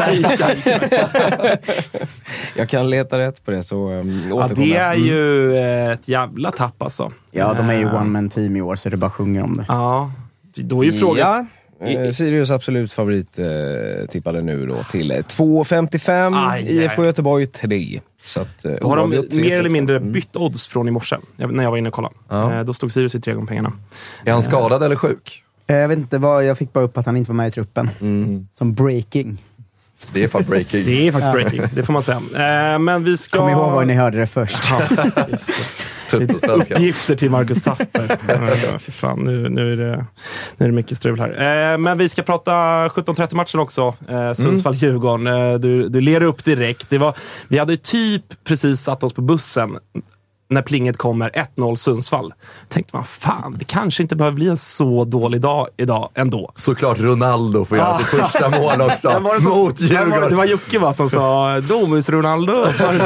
Jag kan leta rätt på det så um, ja, det är mm. ju ett jävla tapp alltså. Ja, de är ju one-man team i år så det bara sjunger om det. Ja, då är ju frågan... Ja. Eh, Sirius absolut favorit eh, tippade nu då till två femtiofem, I F K Göteborg tre. Så att, eh, då har de mer eller mindre bytt odds från i morse när jag var inne och kollade. Ja. Eh, då stod Sirius i tre gånger pengarna. Är han skadad eller sjuk? Eh, jag vet inte vad, jag fick bara upp att han inte var med i truppen. Mm. Som breaking. Det är faktiskt breaking. Det är faktiskt breaking, det får man säga. Eh, men vi ska... Kom ihåg var ni hörde det först. Ja, just det. Uppgifter till Marcus Tapper. Ja, för fan, nu, nu, är det, nu är det mycket strul här. Eh, men vi ska prata sjutton trettio matchen också. Eh, Sundsvall-Djurgården. Eh, du, du ler upp direkt. Det var, vi hade typ precis satt oss på bussen när plinget kommer ett noll Sundsvall. Tänkte man, fan, det kanske inte behöver bli en så dålig dag idag ändå. Såklart Ronaldo får göra ah. sitt första mål också. Det var, mot Djurgården. Det var, det var Jocke va, som sa Domus Ronaldo.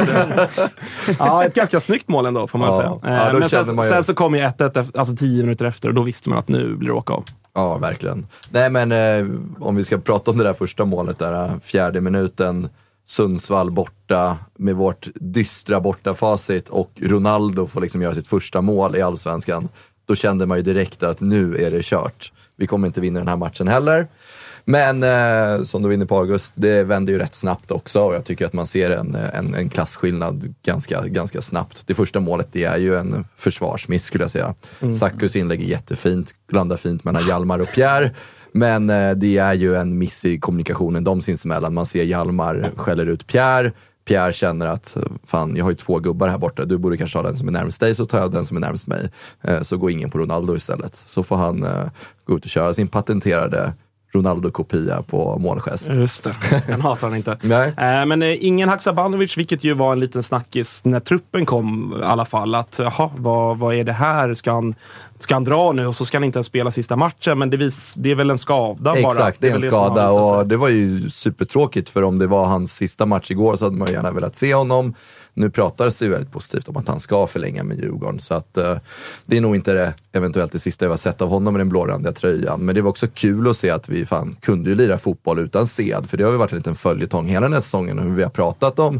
Ja, ett ganska snyggt mål ändå får man ja. säga. Ja, men sen, ju... sen så kom ju ett ett alltså tio minuter efter och då visste man att nu blir det åka av. Ja, verkligen. Nej men eh, om vi ska prata om det där första målet där, fjärde minuten. Sundsvall borta med vårt dystra bortafacit och Ronaldo får liksom göra sitt första mål i Allsvenskan. Då kände man ju direkt att nu är det kört. Vi kommer inte vinna den här matchen heller. Men eh, som du var inne på August, det vänder ju rätt snabbt också och jag tycker att man ser en, en, en klassskillnad ganska, ganska snabbt. Det första målet det är ju en försvarsmiss skulle jag säga. Mm. Sakus inlägg är jättefint, landar fint mellan Hjalmar och Pierre. Men eh, det är ju en miss i kommunikationen de sinsemellan. Man ser Hjalmar skäller ut Pierre. Pierre känner att fan, jag har ju två gubbar här borta. Du borde kanske ha den som är närmast dig, så tar jag den som är närmast mig. Eh, så går ingen på Ronaldo istället. Så får han eh, gå ut och köra sin patenterade Ronaldo-kopia på målgest. Just det, den hatar han inte. Nej. Eh, men eh, ingen Haksabanovic, vilket ju var en liten snackis när truppen kom i alla fall. Att, jaha, vad, vad är det här? Ska han ska han dra nu och så ska han inte ens spela sista matchen, men det, vis, det är väl en skada bara. Exakt, det är en det skada det och det var ju supertråkigt, för om det var hans sista match igår så hade man gärna velat se honom. Nu pratades det ju väldigt positivt om att han ska förlänga med Djurgården, så att uh, det är nog inte det eventuellt det sista jag har sett av honom med den blårandiga tröjan. Men det var också kul att se att vi fan kunde ju lira fotboll utan Sead, för det har ju varit en liten följetong hela den här säsongen hur vi har pratat om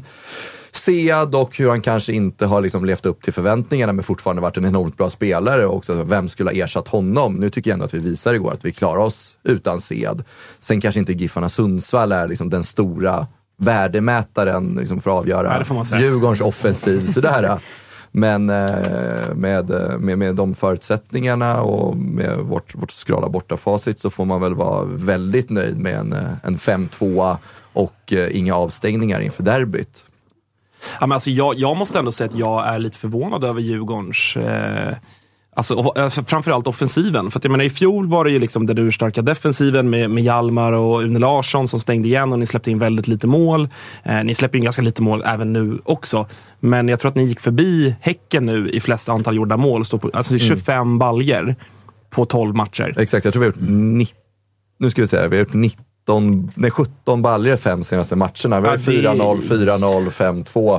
Sead och hur han kanske inte har liksom levt upp till förväntningarna, men fortfarande varit en enormt bra spelare, och också vem skulle ha ersatt honom. Nu tycker jag ändå att vi visar igår att vi klarar oss utan Sead. Sen kanske inte Giffarna Sundsvall är liksom den stora värdemätaren liksom för att avgöra Djurgårdens offensiv sådär. Men eh, med, med, med de förutsättningarna och med vårt, vårt skrala borta facit så får man väl vara väldigt nöjd med en, en fem två och eh, inga avstängningar inför derbyt. Ja, men alltså jag, jag måste ändå säga att jag är lite förvånad över Djurgårdens eh, alltså, framförallt offensiven. För att jag menar, i fjol var det ju liksom den urstarka defensiven med, med Hjalmar och Une Larsson som stängde igen, och ni släppte in väldigt lite mål. Eh, ni släpper in ganska lite mål även nu också. Men jag tror att ni gick förbi Häcken nu i flesta antal gjorda mål. På, alltså tjugofem mm. baljer på tolv matcher. Exakt, jag tror vi har gjort nittio, nu ska vi säga, vi har gjort nitton, nej, sjutton baljer fem senaste matcherna. Vi har ja, fyra noll, fyra noll, fem två.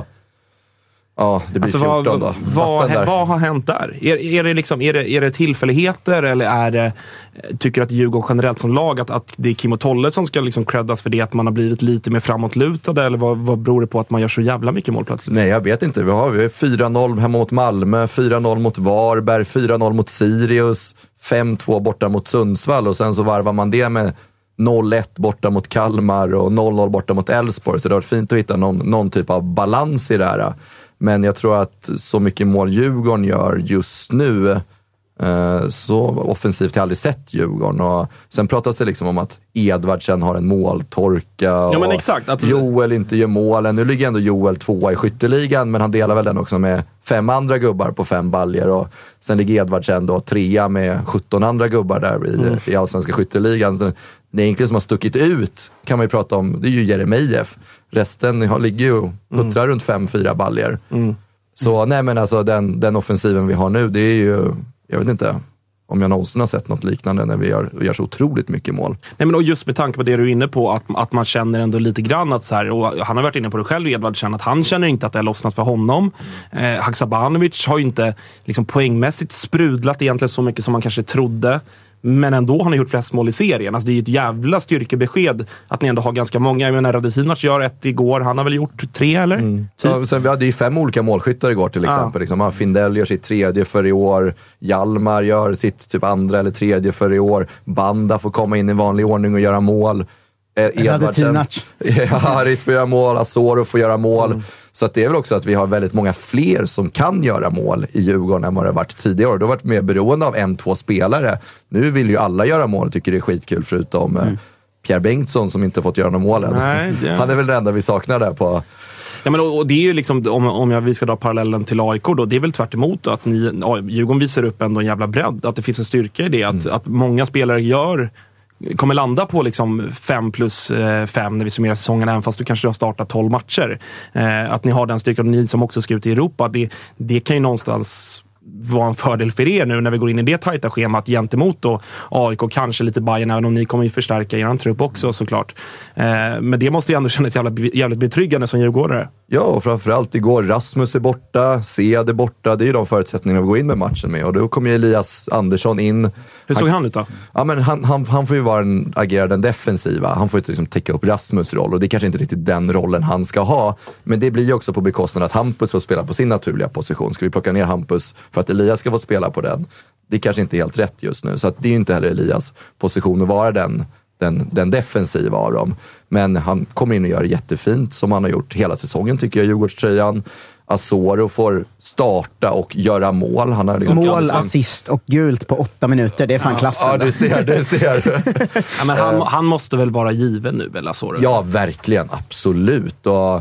Ja, det blir alltså, fjorton då. Vad, vad, vad har hänt där? Är, är, det liksom, är, det, är det tillfälligheter, eller är det, tycker att Djurgården generellt som lag att, att det är Kim och Tolle som ska liksom creddas för det, att man har blivit lite mer framåtlutade, eller vad, vad beror det på att man gör så jävla mycket mål plötsligt? Nej, jag vet inte. Vi har, vi har fyra noll hemma mot Malmö, fyra noll mot Varberg, fyra noll mot Sirius, fem två borta mot Sundsvall, och sen så varvar man det med noll ett borta mot Kalmar och noll noll borta mot Elfsborg. Så det har varit fint att hitta någon, någon typ av balans i det här. Men jag tror att så mycket mål Djurgården gör just nu, eh, så offensivt har jag aldrig sett Djurgården. Och sen pratas det liksom om att Edvardsen har en måltorka och ja, men exakt, att... Joel inte gör målen. Nu ligger ändå Joel tvåa i skytteligan, men han delar väl den också med fem andra gubbar på fem baljer. Och sen ligger Edvardsen då trea med sjutton andra gubbar där i, mm. i allsvenska skytteligan. Så det är egentligen som har stuckit ut, kan man ju prata om, det är ju Jeremejeff. Resten har, ligger ju puttrar mm. runt fem fyra baljer. Mm. Så nej, men alltså den, den offensiven vi har nu, det är ju, jag vet inte om jag någonsin har sett något liknande när vi gör, vi gör så otroligt mycket mål. Nej, men och just med tanke på det du är inne på, att, att man känner ändå lite grann att så här, och han har varit inne på det själv, Edvard känner att han känner inte att det har lossnat för honom. Eh, Haksabanovic har ju inte liksom poängmässigt sprudlat egentligen så mycket som man kanske trodde. Men ändå har ni gjort flest mål i serien. Alltså det är ju ett jävla styrkebesked att ni ändå har ganska många. Jag menar, Radetinac gör ett igår. Han har väl gjort tre, eller? Mm. Typ. Så, sen, vi hade ju fem olika målskyttar igår till exempel. Ja. Liksom, Findell gör sitt tredje för i år. Hjalmar gör sitt typ andra eller tredje för i år. Banda får komma in i vanlig ordning och göra mål. Radetinac. Haris får göra mål. Asoro får göra mål. Mm. Så att det är väl också att vi har väldigt många fler som kan göra mål i Djurgården än vad det har varit tidigare. Och då har varit mer beroende av en, två spelare. Nu vill ju alla göra mål och tycker det är skitkul, förutom mm. Pierre Bengtsson som inte fått göra några mål än. Nej, det... Han är väl det enda vi saknar där på... Ja, men och, och det är ju liksom, om, om jag, vi ska dra parallellen till A I K då, det är väl tvärt emot att ni, Djurgården visar upp ändå en jävla bredd. Att det finns en styrka i det. Att, mm. att många spelare gör... kommer landa på liksom fem plus fem när vi summerar säsongen, även fast du kanske har startat tolv matcher. Eh, att ni har den styrkan, ni som också ska ut i Europa, det, det kan ju någonstans vara en fördel för er nu när vi går in i det tajta schemat gentemot då A I K, kanske lite Bayern, även om ni kommer ju förstärka er trupp också såklart. Eh, men det måste ju ändå kännas jävla, jävligt betryggande som djurgårdare. Ja, och framförallt igår, Rasmus är borta, Sead är borta, det är ju de förutsättningarna vi går in med matchen med, och då kommer ju Elias Andersson in. Hur såg han, han ut då? Ja, men han, han, han får ju vara en, agera den defensiva, han får ju liksom täcka upp Rasmus roll, och det är kanske inte riktigt den rollen han ska ha, men det blir ju också på bekostnad att Hampus får spela på sin naturliga position. Ska vi plocka ner Hampus för att Elias ska få spela på den? Det är kanske inte helt rätt just nu, så att det är ju inte heller Elias position att vara den Den, den defensiva av dem. Men han kommer in och gör det jättefint, som han har gjort hela säsongen tycker jag, Djurgårdströjan. Asoro får starta och göra mål. Han har liksom mål, ganska... assist och gult på åtta minuter. Det är fan ja, klassen. Ja, du ser, du ser. Ja, men han, han måste väl vara given nu, väl, Asoro? Ja, verkligen. Absolut. Och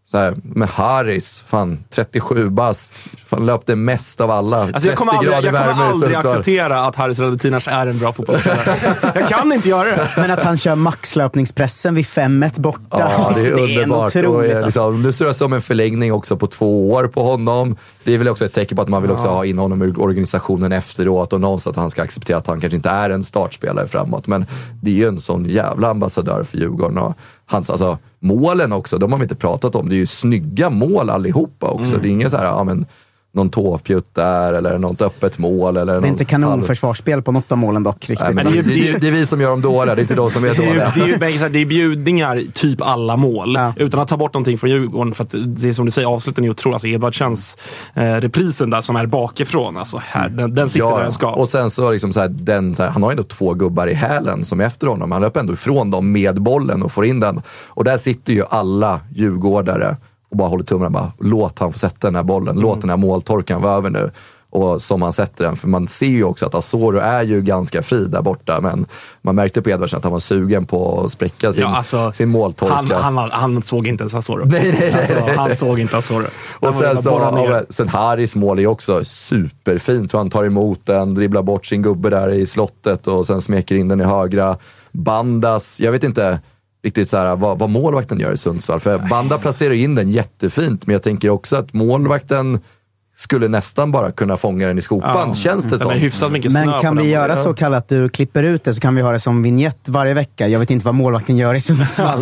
Så här, med Haris, fan, trettiosju bast, fan löpte mest av alla. Alltså jag kommer aldrig, jag kommer aldrig acceptera att Haris Radetinac är en bra fotbollsspelare. Jag kan inte göra det. Men att han kör maxlöpningspressen vid fem ett borta. Ja, det är underbart. Det är otroligt, och, liksom, nu ser det som en förlängning också på två år på honom. Det är väl också ett tecken på att man vill också ja. ha in honom i organisationen efteråt och någonstans att han ska acceptera att han kanske inte är en startspelare framåt. Men det är ju en sån jävla ambassadör för Djurgården. Och hans, alltså, målen också, de har vi inte pratat om. Det är ju snygga mål allihopa också. Mm. Det är ingen så här, ja men någon tåpjutt där eller något öppet mål. Eller det är inte kanonförsvarsspel på något av målen dock riktigt. Nej, men det, är, det, är, det är vi som gör dem dåliga, det är inte de som är dåliga. Det är ju det är, det är bjudningar, typ alla mål. Ja. Utan att ta bort någonting från Djurgården. För att det är som du säger, avslutningen är otroligt. Alltså Edvardssons eh, reprisen där som är bakifrån. Alltså här, den, den sitter ja, där den ska. Och sen så liksom så här, den, så här, han har ju ändå två gubbar i hälen som är efter honom. Han löper ändå ifrån dem med bollen och får in den. Och där sitter ju alla djurgårdare och bara håller tummarna, bara låt han få sätta den här bollen, mm. låt den här måltorkan vara över nu. Och som han sätter den, för man ser ju också att Asoro är ju ganska fri där borta, men man märkte på Edvardsen att han var sugen på att spräcka sin, ja, alltså, sin måltorka. Han, han, han såg inte ens Asoro. Nej, nej, nej, alltså, nej. Han såg inte Asoro. Och sen, så, ja, sen Haris mål är också superfint. Han tar emot den, dribblar bort sin gubbe där i slottet och sen smeker in den i högra. Bandas, jag vet inte riktigt så här, vad, vad målvakten gör i Sundsvall. För Banda placerar in den jättefint, men jag tänker också att målvakten skulle nästan bara kunna fånga den i skopan, ja. Känns det som. Men, men kan vi göra så kallat att du klipper ut det, så kan vi ha det som vignett varje vecka. Jag vet inte vad målvakten gör i Sundsvall.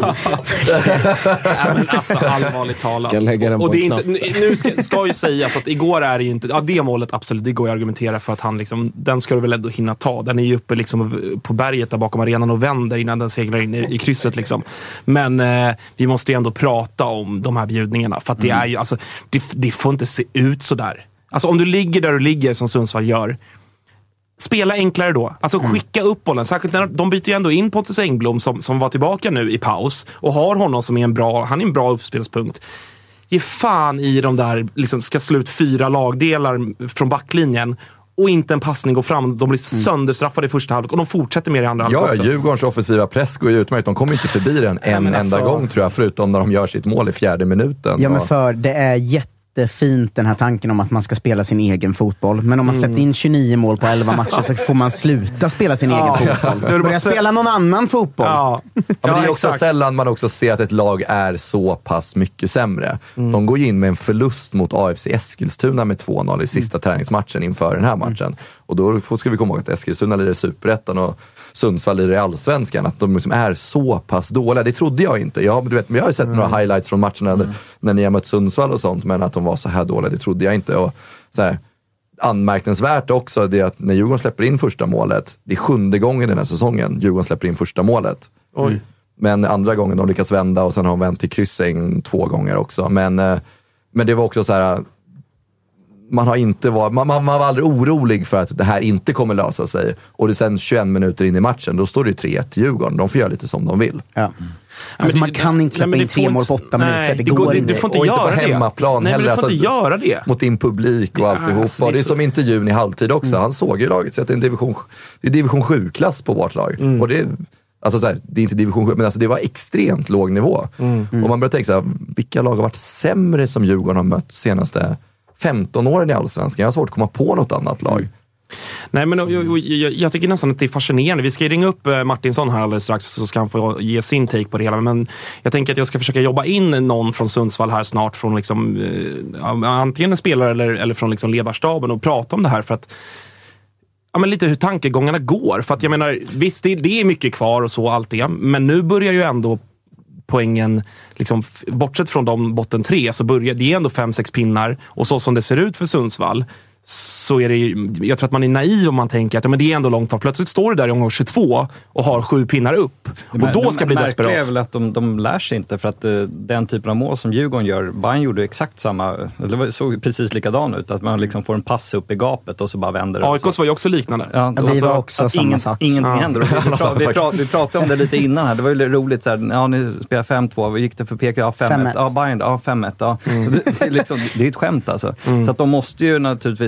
Ja, men alltså allvarligt talat. Och det är inte, nu ska, ska ju sägas att igår är det ju inte, ja det målet absolut, det går att argumentera för att han liksom, den ska du väl ändå hinna ta. Den är ju uppe liksom på berget där bakom arenan och vänder innan den seglar in i, i krysset liksom. Men eh, vi måste ju ändå prata om de här bjudningarna, för att det är ju, alltså det, det får inte se ut så där. Alltså om du ligger där du ligger som Sundsvall gör, spela enklare då. Alltså skicka upp bollen. Särskilt när de byter ju ändå in Pontus Engblom som, som var tillbaka nu i paus och har honom som är en bra, han är en bra uppspelspunkt. Ge fan i de där, liksom ska slå ut fyra lagdelar från backlinjen och inte en passning går fram. De blir mm. sönderstraffade i första halvlek och de fortsätter med i andra halvlek ja, också. Ja, Djurgårdens offensiva press går ju utmärkt. De kommer inte förbi den en enda alltså... gång tror jag, förutom när de gör sitt mål i fjärde minuten. Ja, men för det är jätte fint den här tanken om att man ska spela sin egen fotboll. Men om man släppt in tjugonio mål på elva matcher så får man sluta spela sin ja. egen fotboll. Börja se... spela någon annan fotboll. Ja. Ja, men det är också sällan man också ser att ett lag är så pass mycket sämre. Mm. De går ju in med en förlust mot A F C Eskilstuna med två noll i sista mm. träningsmatchen inför den här matchen. Mm. Och då ska vi komma ihåg att Eskilstuna lider Superettan och Sundsvall lider i Allsvenskan, att de liksom är så pass dåliga. Det trodde jag inte. Jag, du vet, jag har ju sett mm. några highlights från matcherna mm. när ni har mött Sundsvall och sånt, men att de var så här dåliga, det trodde jag inte. Och så här, anmärkningsvärt också det att när Djurgården släpper in första målet, det är sjunde gången den här säsongen Djurgården släpper in första målet. Oj. Men andra gången de lyckas vända och sen har de vänt till kryssing två gånger också. Men, men det var också så här, man har inte varit, man, man var aldrig orolig för att det här inte kommer lösa sig. Och det är sen tjugoen minuter in i matchen, då står det ju tre ett till Djurgården. De får göra lite som de vill. Ja. Mm. Alltså, man kan inte släppa nej, in tre mål på åtta nej, minuter. Det, det går inte. Du får inte och göra inte på hemmaplan det. heller. Nej, men du får inte alltså, göra det. Mot din publik och alltihopa. Alltså, det, är det är som intervjun i halvtid också. Mm. Han såg ju laget så att det är en division, det är division sju-klass på vårt lag. Mm. Och det är, alltså så här, det är inte division sju, men alltså det var extremt låg nivå. Mm. Mm. Och man börjar tänka så här, vilka lag har varit sämre som Djurgården har mött senaste femton åren i Allsvenskan? Jag har svårt att komma på något annat lag. Mm. Nej, men jag, jag, jag tycker nästan att det är fascinerande. Vi ska ringa upp Martinsson här alldeles strax så ska han få ge sin take på det hela. Men jag tänker att jag ska försöka jobba in någon från Sundsvall här snart från liksom, eh, antingen en spelare eller, eller från liksom ledarstaben och prata om det här för att ja, men lite hur tankegångarna går. För att jag menar, visst det, det är mycket kvar och så allt det, men nu börjar ju ändå poängen, liksom, bortsett från de botten tre så börjar det är ändå fem sex pinnar och så som det ser ut för Sundsvall så är det ju, jag tror att man är naiv om man tänker att ja, men det är ändå långt kvar. Plötsligt står det där i omgång tjugotvå och har sju pinnar upp. Och men, då ska de, bli desperat. Det är väl att de, de lär sig inte för att uh, den typen av mål som Djurgården gör, Bayern gjorde exakt samma, det såg precis likadan ut, att man liksom får en pass upp i gapet och så bara vänder det. A I K var ju också liknande. Ja, ja, vi var också samma ingen, sak. Ingenting ja. händer. Vi, pra, vi, pra, vi pratade om det lite innan här, det var ju roligt så här, ja ni spelar fem två, vad gick det för P K? Ja, fem ett. Ja, Bayern, ja, fem ett. Ja. Mm. Det, det, är liksom, det är ett skämt alltså. Mm. Så att de måste ju naturligtvis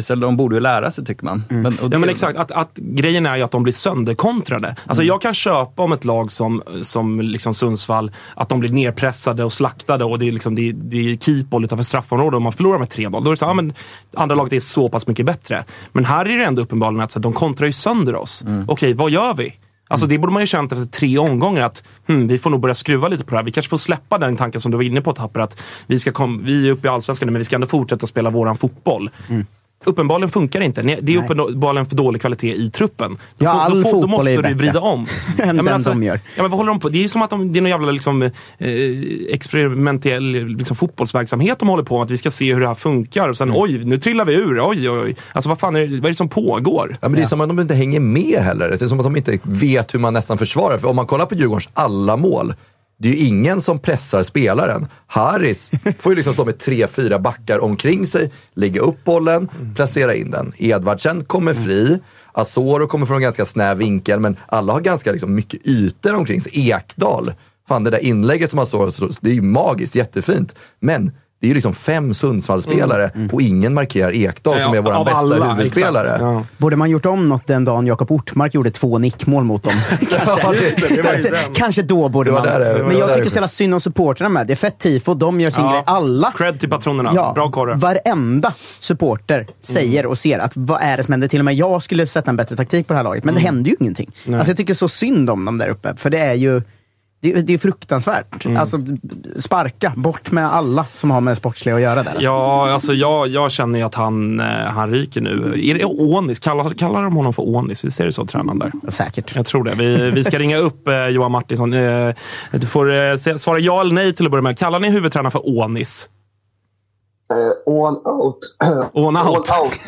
precis. Eller de borde ju lära sig, tycker man. Mm. Men, ja, men exakt. Att, att grejen är ju att de blir sönderkontrade. Alltså mm. jag kan köpa om ett lag som, som liksom Sundsvall, att de blir nerpressade och slaktade och det är, liksom, det är, det är keepboll utanför straffområdet och man förlorar med tre noll. Då är det så, ja, men andra laget är så pass mycket bättre. Men här är det ändå uppenbarligen att så, de kontrar ju sönder oss. Mm. Okej, vad gör vi? Alltså det borde man ju känt efter tre omgångar att hmm, vi får nog börja skruva lite på det här. Vi kanske får släppa den tanken som du var inne på, Tapper, att vi, ska kom, vi är uppe i Allsvenskan men vi ska ändå fortsätta spela våran fotboll. Mm. Uppenbarligen funkar det inte. Det är uppenbarligen för dålig kvalitet i truppen. Då, ja, får, all då, får, då måste du du vrida om. än ja, men alltså, de gör. Ja, men vad håller de på? Det är ju som att de, det är någon jävla liksom, eh, experimentell liksom, fotbollsverksamhet de håller på med. Att vi ska se hur det här funkar. Och sen, mm. oj, nu trillar vi ur. Oj, oj. Alltså vad fan är det, vad är det som pågår? Ja, men det är ja. som att de inte hänger med heller. Det är som att de inte vet hur man nästan försvarar. För om man kollar på Djurgårdens alla mål, det är ju ingen som pressar spelaren. Harris får ju liksom stå med tre, fyra backar omkring sig, lägga upp bollen, placera in den. Edvardsen kommer fri. Asoro kommer från en ganska snäv vinkel, men alla har ganska liksom mycket ytor omkring sig. Ekdal, fan det där inlägget som Asoro, det är ju magiskt, jättefint. Men det är ju liksom fem Sundsvallspelare mm. Mm. och ingen markerar Ekdal som är vår bästa alla, huvudspelare. Ja. Borde man gjort om något den dagen Jakob Ortmark gjorde två nickmål mot dem? Kanske, ja, det, det kanske, kanske då borde man. Där, det, men jag tycker så jävla synd om supporterna med. Det är fett tifo, de gör sin ja. grej. Alla. Cred till patronerna. Ja, bra korre. Varenda supporter säger mm. och ser att vad är det som händer? Till och med jag skulle sätta en bättre taktik på det här laget. Men mm. det händer ju ingenting. Nej. Alltså jag tycker så synd om dem där uppe. För det är ju Det, det är fruktansvärt. Mm. Alltså, sparka bort med alla som har med sportsliga att göra där. Alltså. Ja, alltså jag, jag känner ju att han, han ryker nu. Är det Ånis? Kallar, kallar de honom för Ånis? Vi ser det så, tränaren där. Säkert. Jag tror det. Vi, vi ska ringa upp eh, Johan Martinsson. Eh, du får eh, svara ja eller nej till att börja med. Kallar ni huvudtränaren för Ånis? Uh, on out. On out. On out.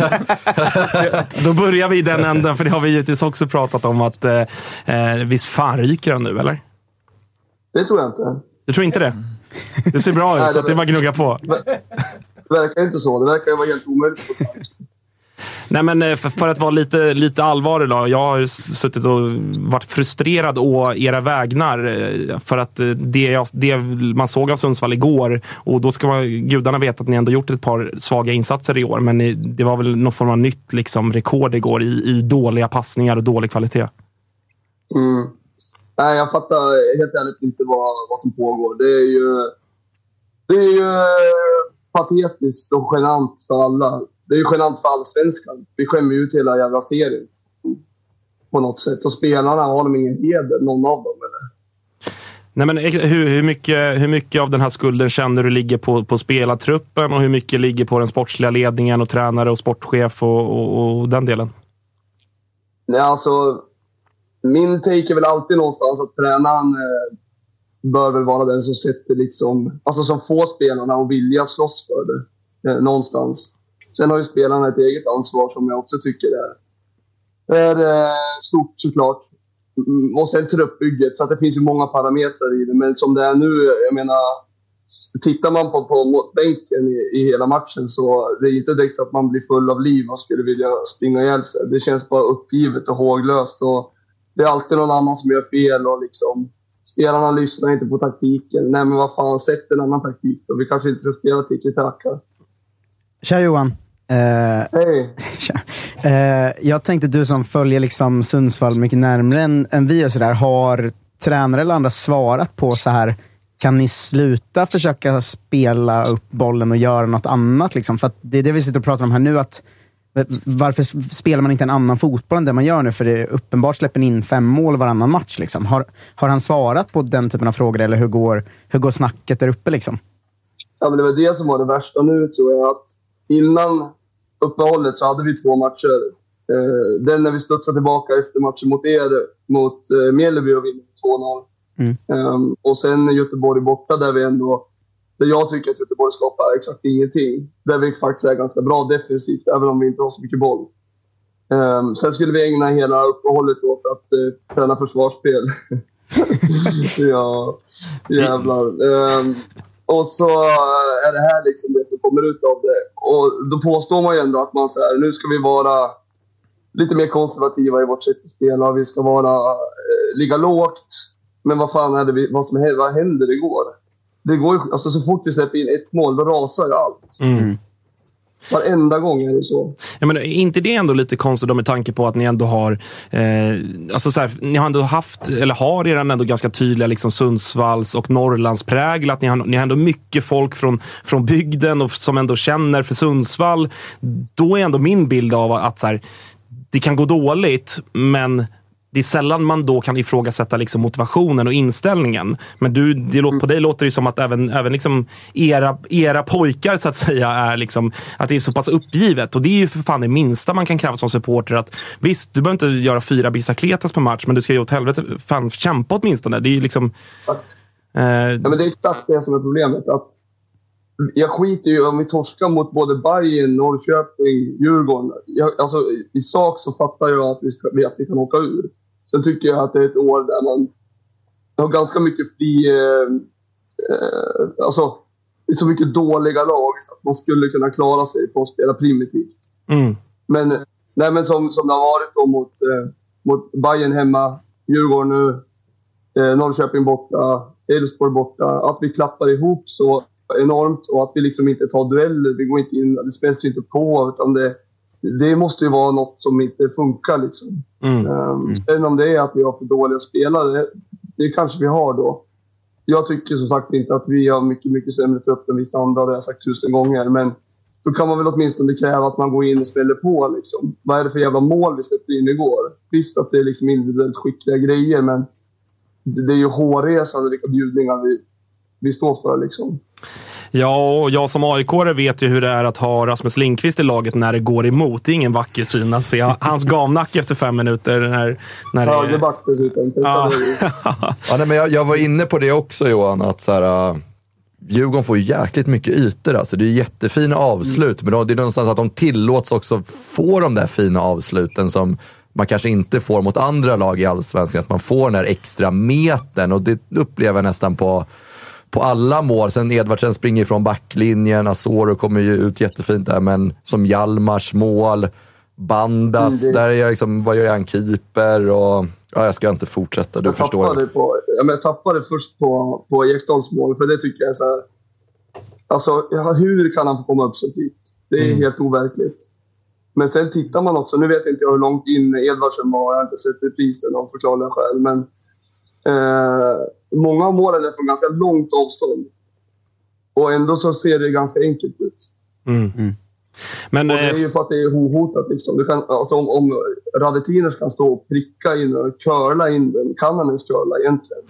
Då börjar vi i den änden, för det har vi givetvis också pratat om att eh, visst fan ryker han nu, eller? Det tror jag inte. Du tror inte det? Det ser bra ut, nej, så att det bara gnugga på. Det verkar inte så. Det verkar ju vara helt omöjligt. Nej, men för, för att vara lite, lite allvarlig då. Jag har suttit och varit frustrerad å era vägnar för att det, jag, det man såg av Sundsvall igår, och då ska man, gudarna veta att ni ändå gjort ett par svaga insatser i år, men ni, det var väl någon form av nytt liksom, rekord igår i, i dåliga passningar och dålig kvalitet. Mm. Nej, jag fattar helt ärligt inte vad, vad som pågår. Det är ju det är ju patetiskt och genant för alla. Det är ju genant för allsvenskan. Vi skämmer ut hela jävla serien på något sätt. Och spelarna har de ingen heder, någon av dem, eller? Nej, men hur, hur, mycket, hur mycket av den här skulden känner du ligger på, på spelartruppen och hur mycket ligger på den sportsliga ledningen och tränare och sportchef och, och, och den delen? Nej, alltså min take är väl alltid någonstans att tränaren eh, bör väl vara den som sätter liksom, alltså som får spelarna att vilja slåss för det eh, någonstans. Sen har ju spelarna ett eget ansvar som jag också tycker är, är eh, stort såklart. Och sen truppbygget, så att det finns ju många parametrar i det. Men som det är nu, jag menar, tittar man på, på mot bänken i, i hela matchen, så det är inte direkt att man blir full av liv och skulle vilja springa ihjäl sig. Det känns bara uppgivet och håglöst, och det är alltid någon annan som gör fel, och liksom spelarna lyssnar inte på taktiken. Nej, men vad fan, sätt en annan taktik då. Vi kanske inte ska spela tiki-taka. Tja Johan. Hej. Uh, uh, jag tänkte, du som följer liksom Sundsvall mycket närmare än, än vi och sådär, har tränare eller andra svarat på så här: kan ni sluta försöka spela upp bollen och göra något annat liksom? För att det är det vi sitter och pratar om här nu, att varför spelar man inte en annan fotboll än det man gör nu? För det är uppenbart släpper in fem mål varannan match liksom. Har, har han svarat på den typen av frågor, eller hur går, hur går snacket där uppe liksom? Ja, men det var det som var det värsta nu, tror jag, att innan uppehållet så hade vi två matcher. Eh, den när vi studsade tillbaka efter matchen mot er, mot eh, Mjällby, och vinner två noll. Mm. Um, och sen Göteborg borta, där vi ändå, där jag tycker att Göteborg skapar exakt ingenting. Där vi faktiskt är ganska bra defensivt, även om vi inte har så mycket boll. Um, sen skulle vi ägna hela uppehållet åt att uh, träna försvarsspel. Ja, jävlar. Um, Och så är det här liksom det som kommer ut av det. Och då påstår man ju ändå att man så här, nu ska vi vara lite mer konservativa i vårt sätt att spela. Vi ska vara, eh, ligga lågt. Men vad fan är det vi, vad som händer, vad händer det går? Det går ju, alltså så fort vi släpper in ett mål, då rasar ju allt. Mm. Varenda gång är det så. Ja, men är inte det ändå lite konstigt då med tanke på att ni ändå har eh, alltså så här, ni har ändå haft, eller har redan ändå ganska tydliga liksom Sundsvalls och Norrlands prägel, att ni har, ni har ändå mycket folk från, från bygden och som ändå känner för Sundsvall. Då är ändå min bild av att så här, det kan gå dåligt, men det är sällan man då kan ifrågasätta liksom motivationen och inställningen. Men du, det låter, på dig låter det som att även, även liksom era, era pojkar så att säga är liksom, att det är så pass uppgivet. Och det är ju för fan det minsta man kan kräva som supporter. Att visst, du behöver inte göra fyra bicicletas på match, men du ska ju åt helvete fan kämpa åtminstone. Det är ju liksom... Eh... Ja, men det är exakt det som är problemet. Att jag skiter ju om vi torskar mot både Bayern, Norrköping, Djurgården. Jag, alltså, i sak så fattar jag att vi, ska, att vi kan åka ur. Sen tycker jag att det är ett år där man har ganska mycket fri... Eh, eh, alltså, det är så mycket dåliga lag så att man skulle kunna klara sig på att spela primitivt. Mm. Men, nej, men som, som det har varit då mot, eh, mot Bayern hemma, Djurgården nu, eh, Norrköping borta, Elfsborg borta. Att vi klappar ihop så enormt och att vi liksom inte tar dueller. Vi går inte in, det spelas inte på, utan det... Det måste ju vara något som inte funkar liksom. Mm. Um, sen om det är att vi har för dåliga spelare, det, det kanske vi har då. Jag tycker som sagt inte att vi har mycket, mycket sämre trupp än vissa andra, det har jag sagt tusen gånger. Men då kan man väl åtminstone kräva att man går in och spelar på liksom. Vad är det för jävla mål vi släppte in igår? Visst att det är liksom individuellt skickliga grejer, men det, det är ju hårresande vilka bjudningar vi, vi står för liksom. Ja, och jag som A I K-are vet ju hur det är att ha Rasmus Lindqvist i laget när det går emot. Det är ingen vacker syn att se hans gavnack efter fem minuter. När, när ja, det det back dessutom. Ja. Ja, nej, men jag, jag var inne på det också, Johan, att så här, uh, Djurgården får ju jäkligt mycket ytor. Alltså. Det är jättefina avslut, mm. men det är någonstans att de tillåts också få de där fina avsluten som man kanske inte får mot andra lag i Allsvenskan. Att man får den här extra metern, och det upplever jag nästan på på alla mål. Sen Edvardsen springer från backlinjen, Asoro kommer ju ut jättefint där, men som Hjalmars mål, Bandas, mm, det... där är jag liksom, vad gör jag, en keeper och ja, jag ska inte fortsätta, du jag förstår. Tappade på, ja, men jag tappade först på, på Ekdals mål, för det tycker jag är så här, alltså hur kan han få komma upp så dit? Det är mm. helt overkligt. Men sen tittar man också, nu vet inte jag hur långt in Edvardsen var, jag har inte sett reprisen av förklarliga skäl, men Eh, många av målen är från ganska långt avstånd. Och ändå så ser det ganska enkelt ut. Mm. Mm. Men, och det är ju för att det är hotat liksom. Du kan, alltså om, om Radetiner kan stå och pricka in och curla in den, kan han ens curla egentligen?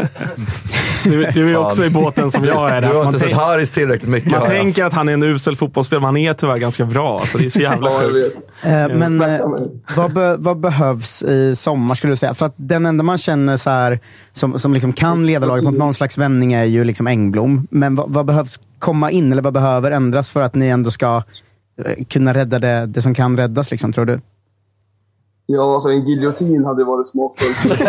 du, du är också i båten som jag är där. Du har man inte sett Harris tillräckligt mycket. Man tänker att han är en usel fotbollsspelare, men han är tyvärr ganska bra. Så det är så jävla ja, sjukt. Eh, men eh, vad, be, vad behövs i sommar skulle du säga? För att den enda man känner så här, som, som liksom kan leda laget mot någon slags vändning är ju liksom Engblom. Men vad, vad behövs komma in, eller vad behöver ändras för att ni ändå ska eh, kunna rädda det, det som kan räddas liksom, tror du? Ja, alltså en giljotin hade varit smakfullt.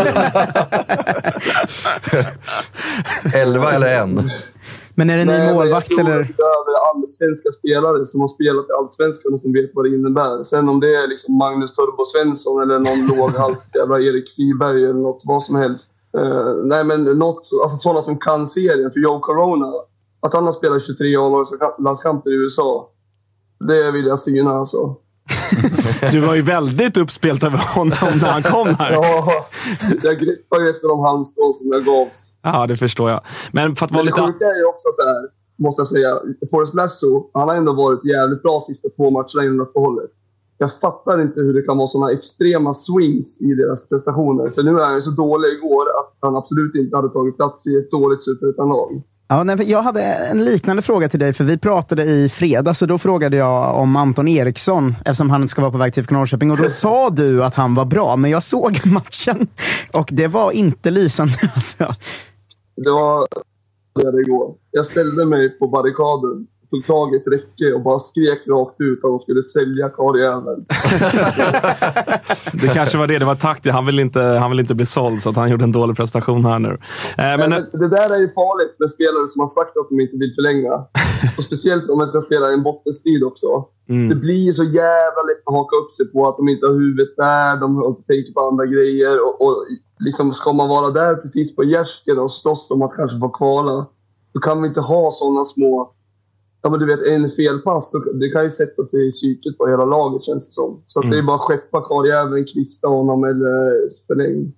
Elva eller en? Men är det Nej, ny målvakt eller? Det är allsvenska spelare som har spelat i Allsvenskan och som vet vad det innebär. Sen om det är liksom Magnus Turbo Svensson eller någon låghalt jävla Erik Friberg eller något, vad som helst. Uh, nej, men något, alltså sådana som kan serien. För Joe Corona, att han har spelat tjugotre A-landskamper i U S A, det vill jag syna alltså. Du var ju väldigt uppspelt över honom när han kom här. Ja, jag greppade efter de halmstrån som jag gavs. Ja, det förstår jag. Men för att vara Men det lite... sjuka är ju också så här, måste jag säga, Forrest Lasso, han har ändå varit jävligt bra sista två matcherna innan uppehållet. Jag fattar inte hur det kan vara sådana extrema swings i deras prestationer. För nu är han så dålig igår att han absolut inte hade tagit plats i ett dåligt superettanlag. Ja, nej, jag hade en liknande fråga till dig, för vi pratade i fredag, så då frågade jag om Anton Eriksson, eftersom han ska vara på väg till Norrköping, och då sa du att han var bra, men jag såg matchen och det var inte lysande alltså. Det var det igår. Jag ställde mig på barrikaden, tog tag i ett räcke och bara skrek rakt ut att de skulle sälja karriären. Det kanske var det, det var taktiskt. Han vill inte, han vill inte bli såld, så att han gjorde en dålig prestation här nu. Eh, men, men det där är ju farligt med spelare som har sagt att de inte vill förlänga. Och speciellt om man ska spela en bottenstrid också. Mm. Det blir så jävla lätt att haka upp sig på att de inte har huvudet där, de tänker på andra grejer. Och, och liksom ska man vara där precis på gärsken och slåss om att kanske få kvala, då kan vi inte ha sådana små Ja, men du vet, en felpass, det kan ju sätta sig i psyket på hela laget, känns det som. Så att mm. det är bara att skeppa karljäveln, kvista honom eller förläng.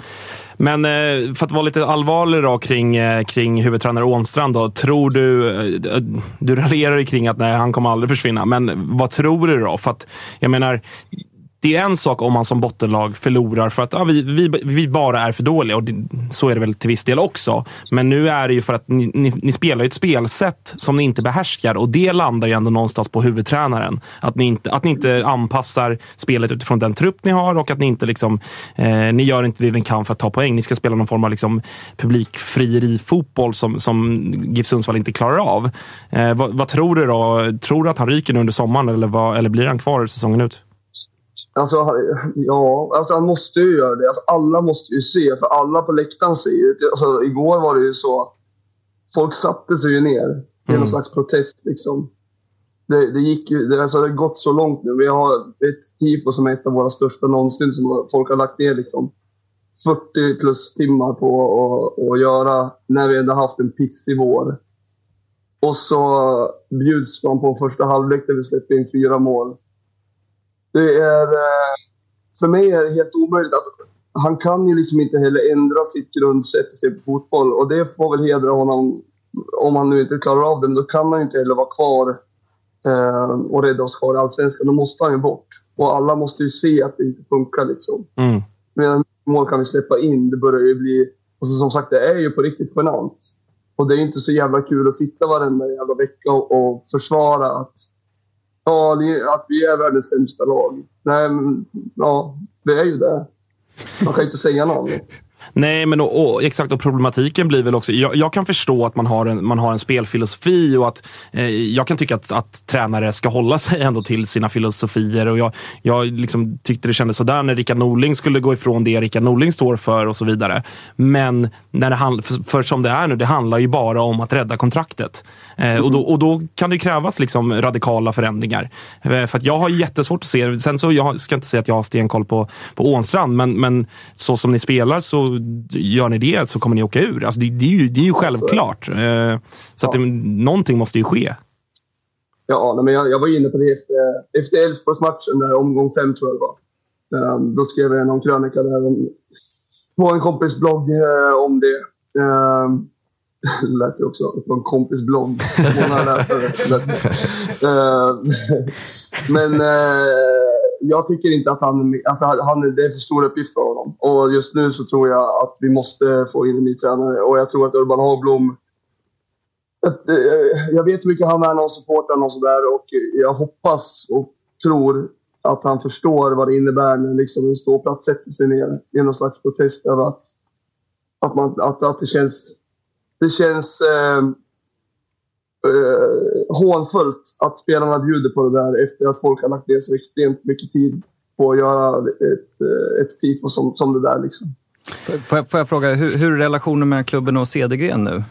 Men eh, för att vara lite allvarlig då kring, eh, kring huvudtränare Ånstrand då, tror du, eh, du raljerar ju kring att nej, han kommer aldrig försvinna, men vad tror du då? För att, jag menar, det är en sak om man som bottenlag förlorar för att ja, vi, vi, vi bara är för dåliga, och det, så är det väl till viss del också. Men nu är det ju för att ni, ni, ni spelar ett spelsätt som ni inte behärskar, och det landar ju ändå någonstans på huvudtränaren. Att ni inte, att ni inte anpassar spelet utifrån den trupp ni har, och att ni inte liksom, eh, ni gör inte det ni kan för att ta poäng. Ni ska spela någon form av liksom publikfrieri-fotboll som, som GIF Sundsvall inte klarar av. Eh, vad, vad tror du då? Tror du att han ryker nu under sommaren, eller, vad, eller blir han kvar säsongen ut? Alltså, ja, alltså han måste ju göra det. Alltså, alla måste ju se, för alla på läktaren ser ju. Alltså, igår var det ju så, folk satte sig ju ner i mm. någon slags protest liksom. Det, det gick ju, det, alltså, det har gått så långt nu. Vi har ett tifo som är ett av våra största någonsin, som folk har lagt ner liksom fyrtio plus timmar på att, att göra när vi ändå haft en pissig vår. Och så bjuds man på första halvlek där vi släpper in fyra mål. Det är, för mig är det helt omöjligt att han kan ju liksom inte heller ändra sitt grundsätt i sin fotboll, och det får väl hedra honom. Om han nu inte klarar av det, då kan han ju inte heller vara kvar eh, och rädda oss kvar i Allsvenskan. Då måste han ju bort, och alla måste ju se att det inte funkar liksom. Mm. Men mål kan vi släppa in, det börjar ju bli, alltså, som sagt, det är ju på riktigt genant, och det är inte så jävla kul att sitta varenda jävla vecka och, och försvara att ja, att vi är världens sämsta lag. Nej, men, ja, det är ju det. Man kan ju inte säga något. Nej, men och, och, exakt, och problematiken blir väl också, jag, jag kan förstå att man har en, man har en spelfilosofi, och att eh, jag kan tycka att, att tränare ska hålla sig ändå till sina filosofier, och jag, jag liksom tyckte det kändes sådär när Rickard Norling skulle gå ifrån det Rickard Norling står för och så vidare. Men när det handl- för, för som det är nu, det handlar ju bara om att rädda kontraktet. Eh, och, då, och då kan det krävas liksom radikala förändringar. Eh, för att jag har jättesvårt att se, sen så jag ska inte säga att jag har stenkoll på, på Ånstrand, men, men så som ni spelar, så gör ni det så kommer ni åka ur. Alltså det, det, är, ju, det är ju självklart. Eh, så att det, någonting måste ju ske. Ja, men jag, jag var inne på det efter, efter Elfsborgsmatchen, där omgång fem tror jag det var. Um, då skrev jag någon krönika där om, på en kompis blogg uh, om det. Um, lät det också på en kompis blogg. uh, men uh, jag tycker inte att han, alltså han, det är för stor uppgift för honom. Och just nu så tror jag att vi måste få in en ny tränare. Och jag tror att Urban Hagblom, att, uh, jag vet hur mycket han är någon supportar och sådär, och jag hoppas och tror att han förstår vad det innebär när liksom en ståplats sätter sig ner i någon slags protest över att, att, man, att, att det känns, det känns eh, eh, hånfullt att spelarna bjuder på det där efter att folk har lagt ner så extremt mycket tid på att göra ett, ett tifo som, som det där. Liksom. Får jag, får jag fråga, hur, hur är relationen med klubben och Cedergren nu?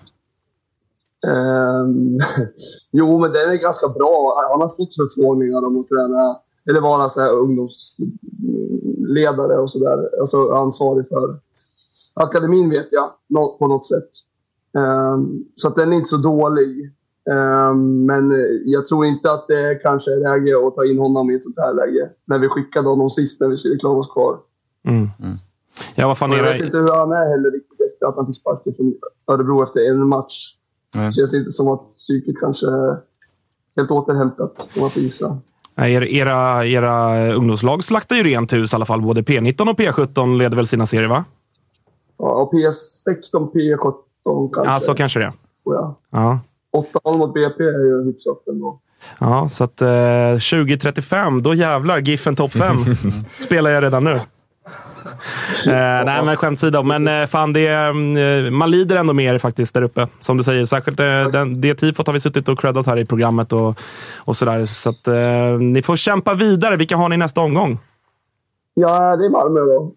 Um, jo, men den är ganska bra. Han har fått förfrågningar om att träna eller vara så här ungdomsledare och sådär. Alltså ansvarig för akademin, vet jag, på något sätt. Um, så att den är inte så dålig. Um, men jag tror inte att det kanske är läge att ta in honom i ett sånt här läge. När vi skickade honom sist när vi skulle klara oss kvar. Mm. Mm. Ja, vad fan är jag det? vet inte hur han är heller riktigt efter att han fick sparken från Örebro efter en match. Det mm. känns inte som att psyket kanske är helt återhämtat, om man får gissa. Era, era ungdomslag slaktar ju rent hus i alla fall. Både P nitton och P sjutton leder väl sina serier, va? Ja, och P sexton, P sjutton kanske. Ja, så kanske det. Ja. Ja. åtta noll mot B P är ju hyfsat ändå. Ja, så att eh, tjugo trettiofem, då jävlar, Giffen topp fem spelar jag redan nu. eh, nej, men skämtsida. Men eh, fan, det, eh, man lider ändå mer faktiskt där uppe. Som du säger, särskilt eh, den, det tifot har vi suttit och creddat här i programmet och, och sådär. Så att eh, ni får kämpa vidare. Vilka har ni nästa omgång? Ja, det är Malmö då.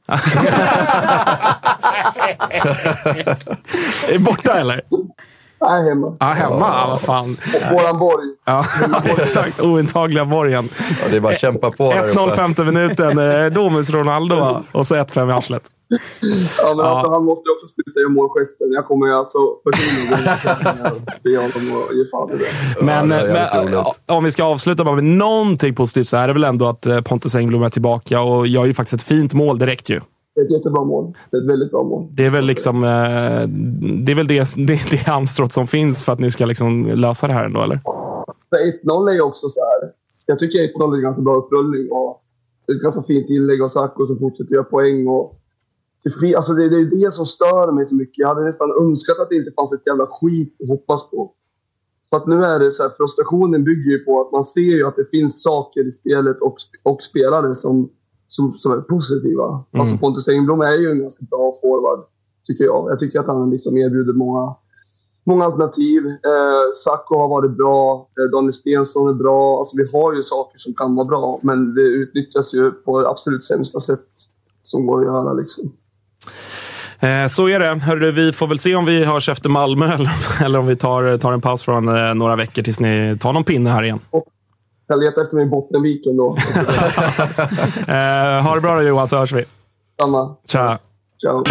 Är borta eller? Nej, hemma. Ja, hemma. Ja, vad fan. Våran borg. Ja, exakt. Ointagliga borgen. Ja, det är bara att kämpa på. ett noll femte minuten. Domus Ronaldo, va? Och så ett fem i arslet. Ja, men alltså, han måste också sluta göra målgesten. Jag kommer ju alltså personligen be honom och ge fan i det. Men, ja, det men ja, om vi ska avsluta med någonting positivt så är det väl ändå att Pontus Engblom är tillbaka och gör ju faktiskt ett fint mål direkt ju. Det är ett jättebra mål. Det är ett väldigt bra mål. Det är väl liksom det är väl det, det, det hamstrået som finns för att ni ska liksom lösa det här ändå, eller? ett noll är ju också så här. Jag tycker ett noll är en ganska bra upprullning och det är ett ganska fint inlägg av Sacco som fortsätter göra poäng. Och det, alltså det, det är det som stör mig så mycket. Jag hade nästan önskat att det inte fanns ett jävla skit att hoppas på. För att nu är det så här, frustrationen bygger ju på att man ser ju att det finns saker i spelet och, och spelare som, som, som är positiva. Mm. Alltså Pontus Engblom är ju en ganska bra forward, tycker jag. Jag tycker att han liksom erbjuder många, många alternativ. Eh, Sacco har varit bra, eh, Daniel Stensson är bra. Alltså vi har ju saker som kan vara bra, men det utnyttjas ju på det absolut sämsta sätt som går att göra liksom. Eh, så är det. Hörru, vi får väl se om vi hörs efter Malmö eller, eller om vi tar, tar en paus från eh, några veckor tills ni tar någon pinne här igen. Jag letar efter min Bottenviken då. eh, ha det bra då, Johan, så hörs vi. Samma. Tja. Ciao.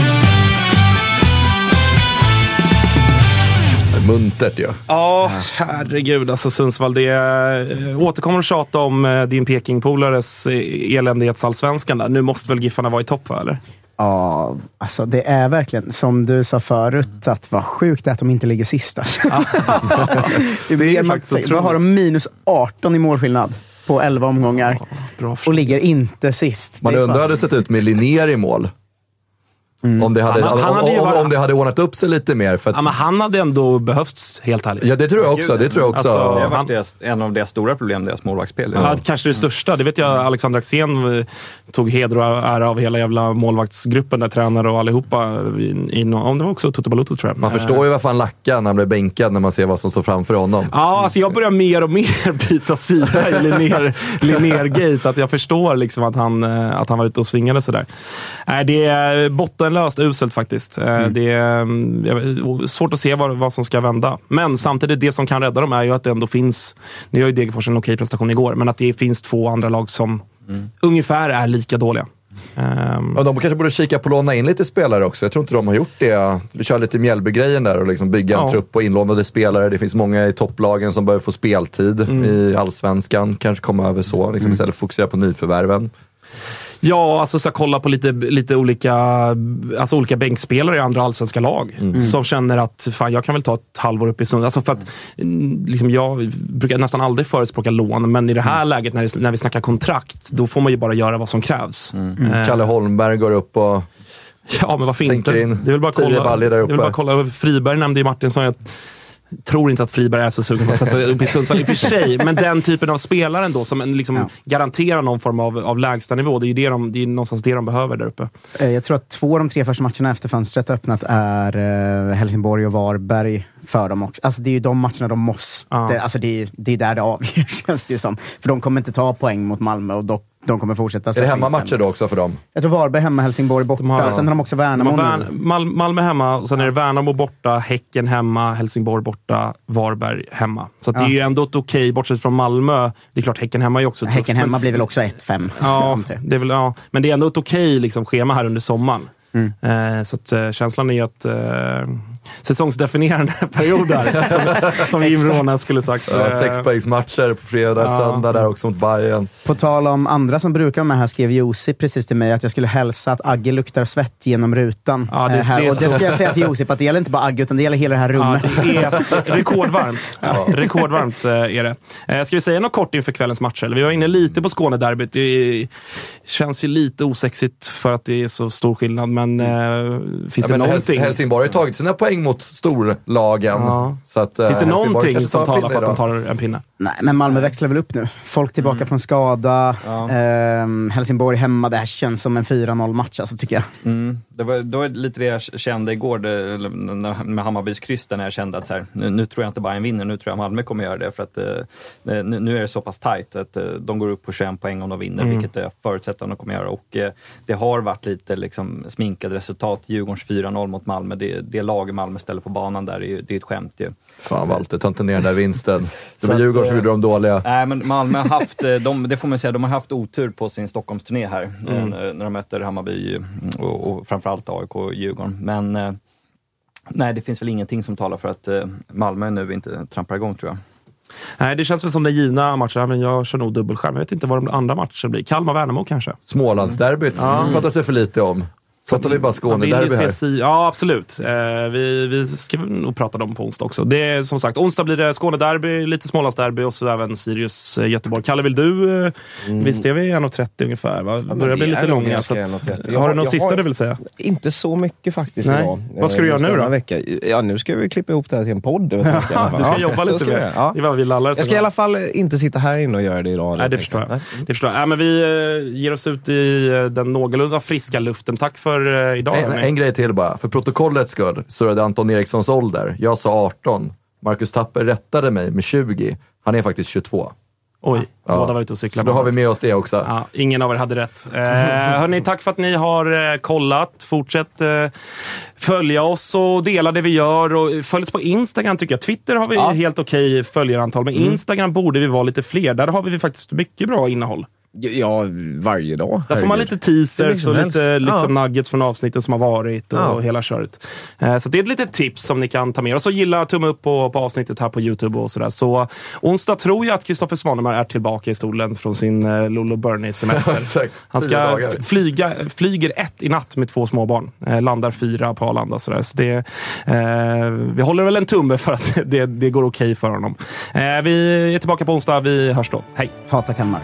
Muntert ju. Ja. Ja, herregud. Alltså Sundsvall, det äh, återkommer att tjata om äh, din Peking-polares äh, eländighetsallsvenskan där. Nu måste väl Giffarna vara i topp, va, eller? Ja, alltså det är verkligen, som du sa förut, att vad sjukt är att de inte ligger sist. Alltså. det, det är faktiskt otroligt. Vad har de? Minus arton i målskillnad på elva omgångar. Ja, bra och ligger inte sist. Man undrar hur det sett ut med Linnér i mål. Mm. Om, det hade, han, han hade om, varit, om det hade ordnat upp sig lite mer. För att, ja, men han hade ändå behövts helt ärligt. Ja, det tror jag också. Det, tror jag också. Alltså, det har varit deras, en av deras stora problem, deras målvaktsspel. Ja, kanske det största. Det vet jag, Alexander Axén tog heder och ära av hela jävla målvaktsgruppen där, tränare och allihopa. I, i, om det var också Toto Balotto, tror jag. Man förstår ju varför han lackar när han blir bänkad när man ser vad som står framför honom. Ja, alltså jag börjar mer och mer byta sida i Linnér, Linnér-gate. Att jag förstår liksom att han, att han var ute och svingade sådär. Nej, det är bottenlöst uselt faktiskt. Mm. Det är svårt att se vad, vad som ska vända. Men samtidigt, det som kan rädda dem är ju att det ändå finns, nu har ju Degerfors en okej prestation igår, men att det finns två andra lag som mm. ungefär är lika dåliga. Um, ja, de kanske borde kika på att låna in lite spelare också. Jag tror inte de har gjort det. Vi kör lite Mjällby-grejen där och liksom bygga en ja. trupp på inlånade spelare. Det finns många i topplagen som behöver få speltid mm. i allsvenskan. Kanske komma över så, liksom mm. istället för fokusera på nyförvärven. Ja, alltså så kolla på lite, lite olika, alltså olika bänkspelare i andra allsvenska lag mm. som känner att fan, jag kan väl ta ett halvår upp i Sundsvall. Alltså för att liksom, jag brukar nästan aldrig förespråka lån, men i det här mm. läget när, det, när vi snackar kontrakt, då får man ju bara göra vad som krävs. Mm. Mm. Kalle Holmberg går upp och ja, men varför inte? In det vill bara kolla. Där uppe. Det vill bara kolla. Friberg nämnde ju Martinsson. Jag tror inte att Friberg är så sugen på att sätta upp i Sundsvall i och för sig, men den typen av spelare ändå som liksom ja. garanterar någon form av, av lägsta nivå, det är ju det de, det är någonstans det de behöver där uppe. Jag tror att två av de tre första matcherna efter fönstret öppnat är uh, Helsingborg och Varberg för dem också. Alltså det är ju de matcherna de måste, ja. alltså det är, det är där det avgör, känns det ju som. För de kommer inte ta poäng mot Malmö och dock de kommer fortsätta. Är det hemmamatcher då också för dem? Jag tror Varberg hemma, Helsingborg borta. De har, sen har de också Värnamo. De Värn, Mal, Malmö hemma, och sen ja. är det Värnamo borta, Häcken hemma, Helsingborg borta, Varberg hemma. Så att ja. det är ju ändå ett okej, okay, bortsett från Malmö. Det är klart, Häcken hemma är också tufft. Häcken hemma blir väl också ett fem. Ja, det är väl, ja, men det är ändå ett okej okay, liksom, schema här under sommaren. Mm. Eh, så att, eh, känslan är att eh, säsongsdefinierande perioder som, som Jim Rona skulle sagt. Ja, sex poängsmatcher på fredag, ja. söndag där också mot Bayern. På tal om andra som brukar vara med här, skrev Josip precis till mig att jag skulle hälsa att Agge luktar svett genom rutan. Ja, det, här. Det och det ska jag säga till Josip, att det gäller inte bara Agge utan det gäller hela det här rummet. Ja, det är rekordvarmt. Ja. Rekordvarmt är det. Eh, ska vi säga något kort inför kvällens matcher? Vi var inne lite på Skånederbyt. Det känns ju lite osexigt för att det är så stor skillnad, men eh, finns ja, det men någonting? Helsingborg har tagit sina poäng mot storlagen. Ja. Så att, finns det någonting som talar för att de tar en pinne? Nej, men Malmö växlar väl upp nu. Folk tillbaka mm. från skada. Ja. Eh, Helsingborg hemma. Det här känns som en fyra noll match, alltså, tycker jag. Mm. Det var, det var lite det jag kände igår det, med Hammarbys kryss, när jag kände att så här, nu, nu tror jag inte Bayern vinner. Nu tror jag Malmö kommer göra det. För att eh, nu, nu är det så pass tajt att eh, de går upp på tjugoen poäng om de vinner. Mm. Vilket jag förutsätter att de kommer göra. Och eh, det har varit lite liksom, sminkade resultat. Djurgårdens fyra noll mot Malmö. Det, det lag Malmö ställer på banan där, det är, det är ett skämt ju. Fan Walter, ta inte ner den där vinsten. Det var Djurgården så gjorde de dåliga. Nej, men Malmö har haft, de, det får man säga, de har haft otur på sin Stockholmsturné här. Mm. När, när de möter Hammarby och, och framförallt A I K och Djurgården. Men nej, det finns väl ingenting som talar för att Malmö nu inte trampar igång, tror jag. Nej, det känns väl som den givna matchen, men jag kör nog dubbelskärm. Jag vet inte vad de andra matcher blir. Kalmar-Värnamo kanske. Smålandsderbyt. Mm. Mm. Pratas det för lite om. Pratar vi bara Skåne-derby här? Si- ja, absolut. Eh, vi, vi ska nog prata om på onsdag också. Det är som sagt, onsdag blir det Skåne-derby, lite Smålandsderby och så även Sirius eh, Göteborg. Kalle, vill du? Eh, mm. Visst är vi en och trettio ungefär, va? Ja, börjar bli lite långa. Så att, har du något sista har, du vill säga? Inte så mycket faktiskt idag. Vad ska du göra nu då? Vecka. Ja, nu ska vi klippa ihop det här till en podd. Ja, ska du ska jobba lite med. Ja. Det var vi lallar. Jag ska i alla fall inte sitta här inne och göra det idag. Nej, det förstår jag. Nej. Det förstår jag. Ja, men vi eh, ger oss ut i den någorlunda friska luften. Tack för eh, idag. En, en grej till bara. För protokollets skull så är det Anton Erikssons ålder. Jag sa arton. Marcus Tapper rättade mig med tjugo. Han är faktiskt tjugotvå. Oj, ja. Båda var ute och cykla. Så då har vi med oss det också. Ja, ingen av er hade rätt. Eh, hörni, tack för att ni har eh, kollat. Fortsätt eh, följa oss och dela det vi gör. Och följ oss på Instagram tycker jag. Twitter har vi ja. helt okej följarantal. Men mm. Instagram borde vi vara lite fler. Där har vi faktiskt mycket bra innehåll. Ja, varje dag. Där får man lite teasers och lite liksom ja. nuggets från avsnitten som har varit och ja. hela köret. Eh, så det är ett litet tips som ni kan ta med. Och så gilla, tumme upp på, på avsnittet här på YouTube och sådär. Så onsdag tror jag att Kristoffer Svanemar är tillbaka i stolen från sin eh, Lolo Bernie-semester. Han ska flyga, flyger ett i natt med två småbarn. Eh, landar fyra på Arlanda. Sådär. Så det, eh, vi håller väl en tumme för att det, det går okej för honom. Eh, vi är tillbaka på onsdag. Vi hörs då. Hej. Hata Kalmar.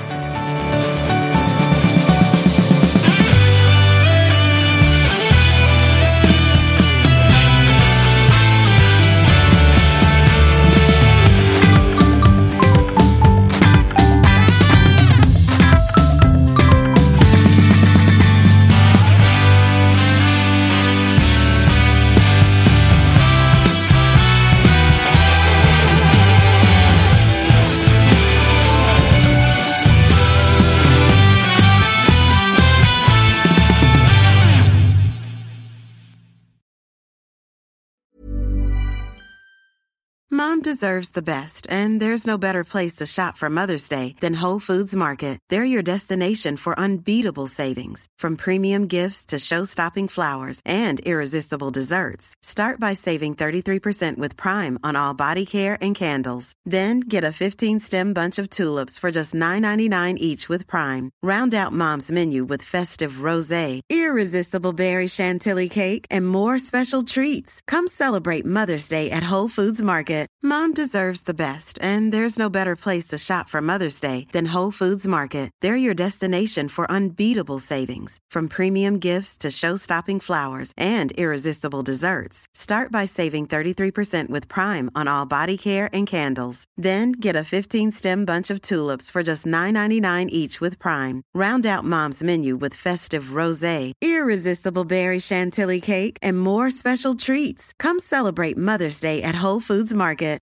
Mom deserves the best, and there's no better place to shop for Mother's Day than Whole Foods Market. They're your destination for unbeatable savings, from premium gifts to show-stopping flowers and irresistible desserts. Start by saving thirty-three percent with Prime on all body care and candles. Then get a fifteen-stem bunch of tulips for just nine ninety-nine each with Prime. Round out Mom's menu with festive rosé, irresistible berry chantilly cake, and more special treats. Come celebrate Mother's Day at Whole Foods Market. Mom deserves the best, and there's no better place to shop for Mother's Day than Whole Foods Market. They're your destination for unbeatable savings, from premium gifts to show-stopping flowers and irresistible desserts. Start by saving thirty-three percent with Prime on all body care and candles. Then get a fifteen-stem bunch of tulips for just nine ninety-nine each with Prime. Round out Mom's menu with festive rosé, irresistible berry chantilly cake, and more special treats. Come celebrate Mother's Day at Whole Foods Market.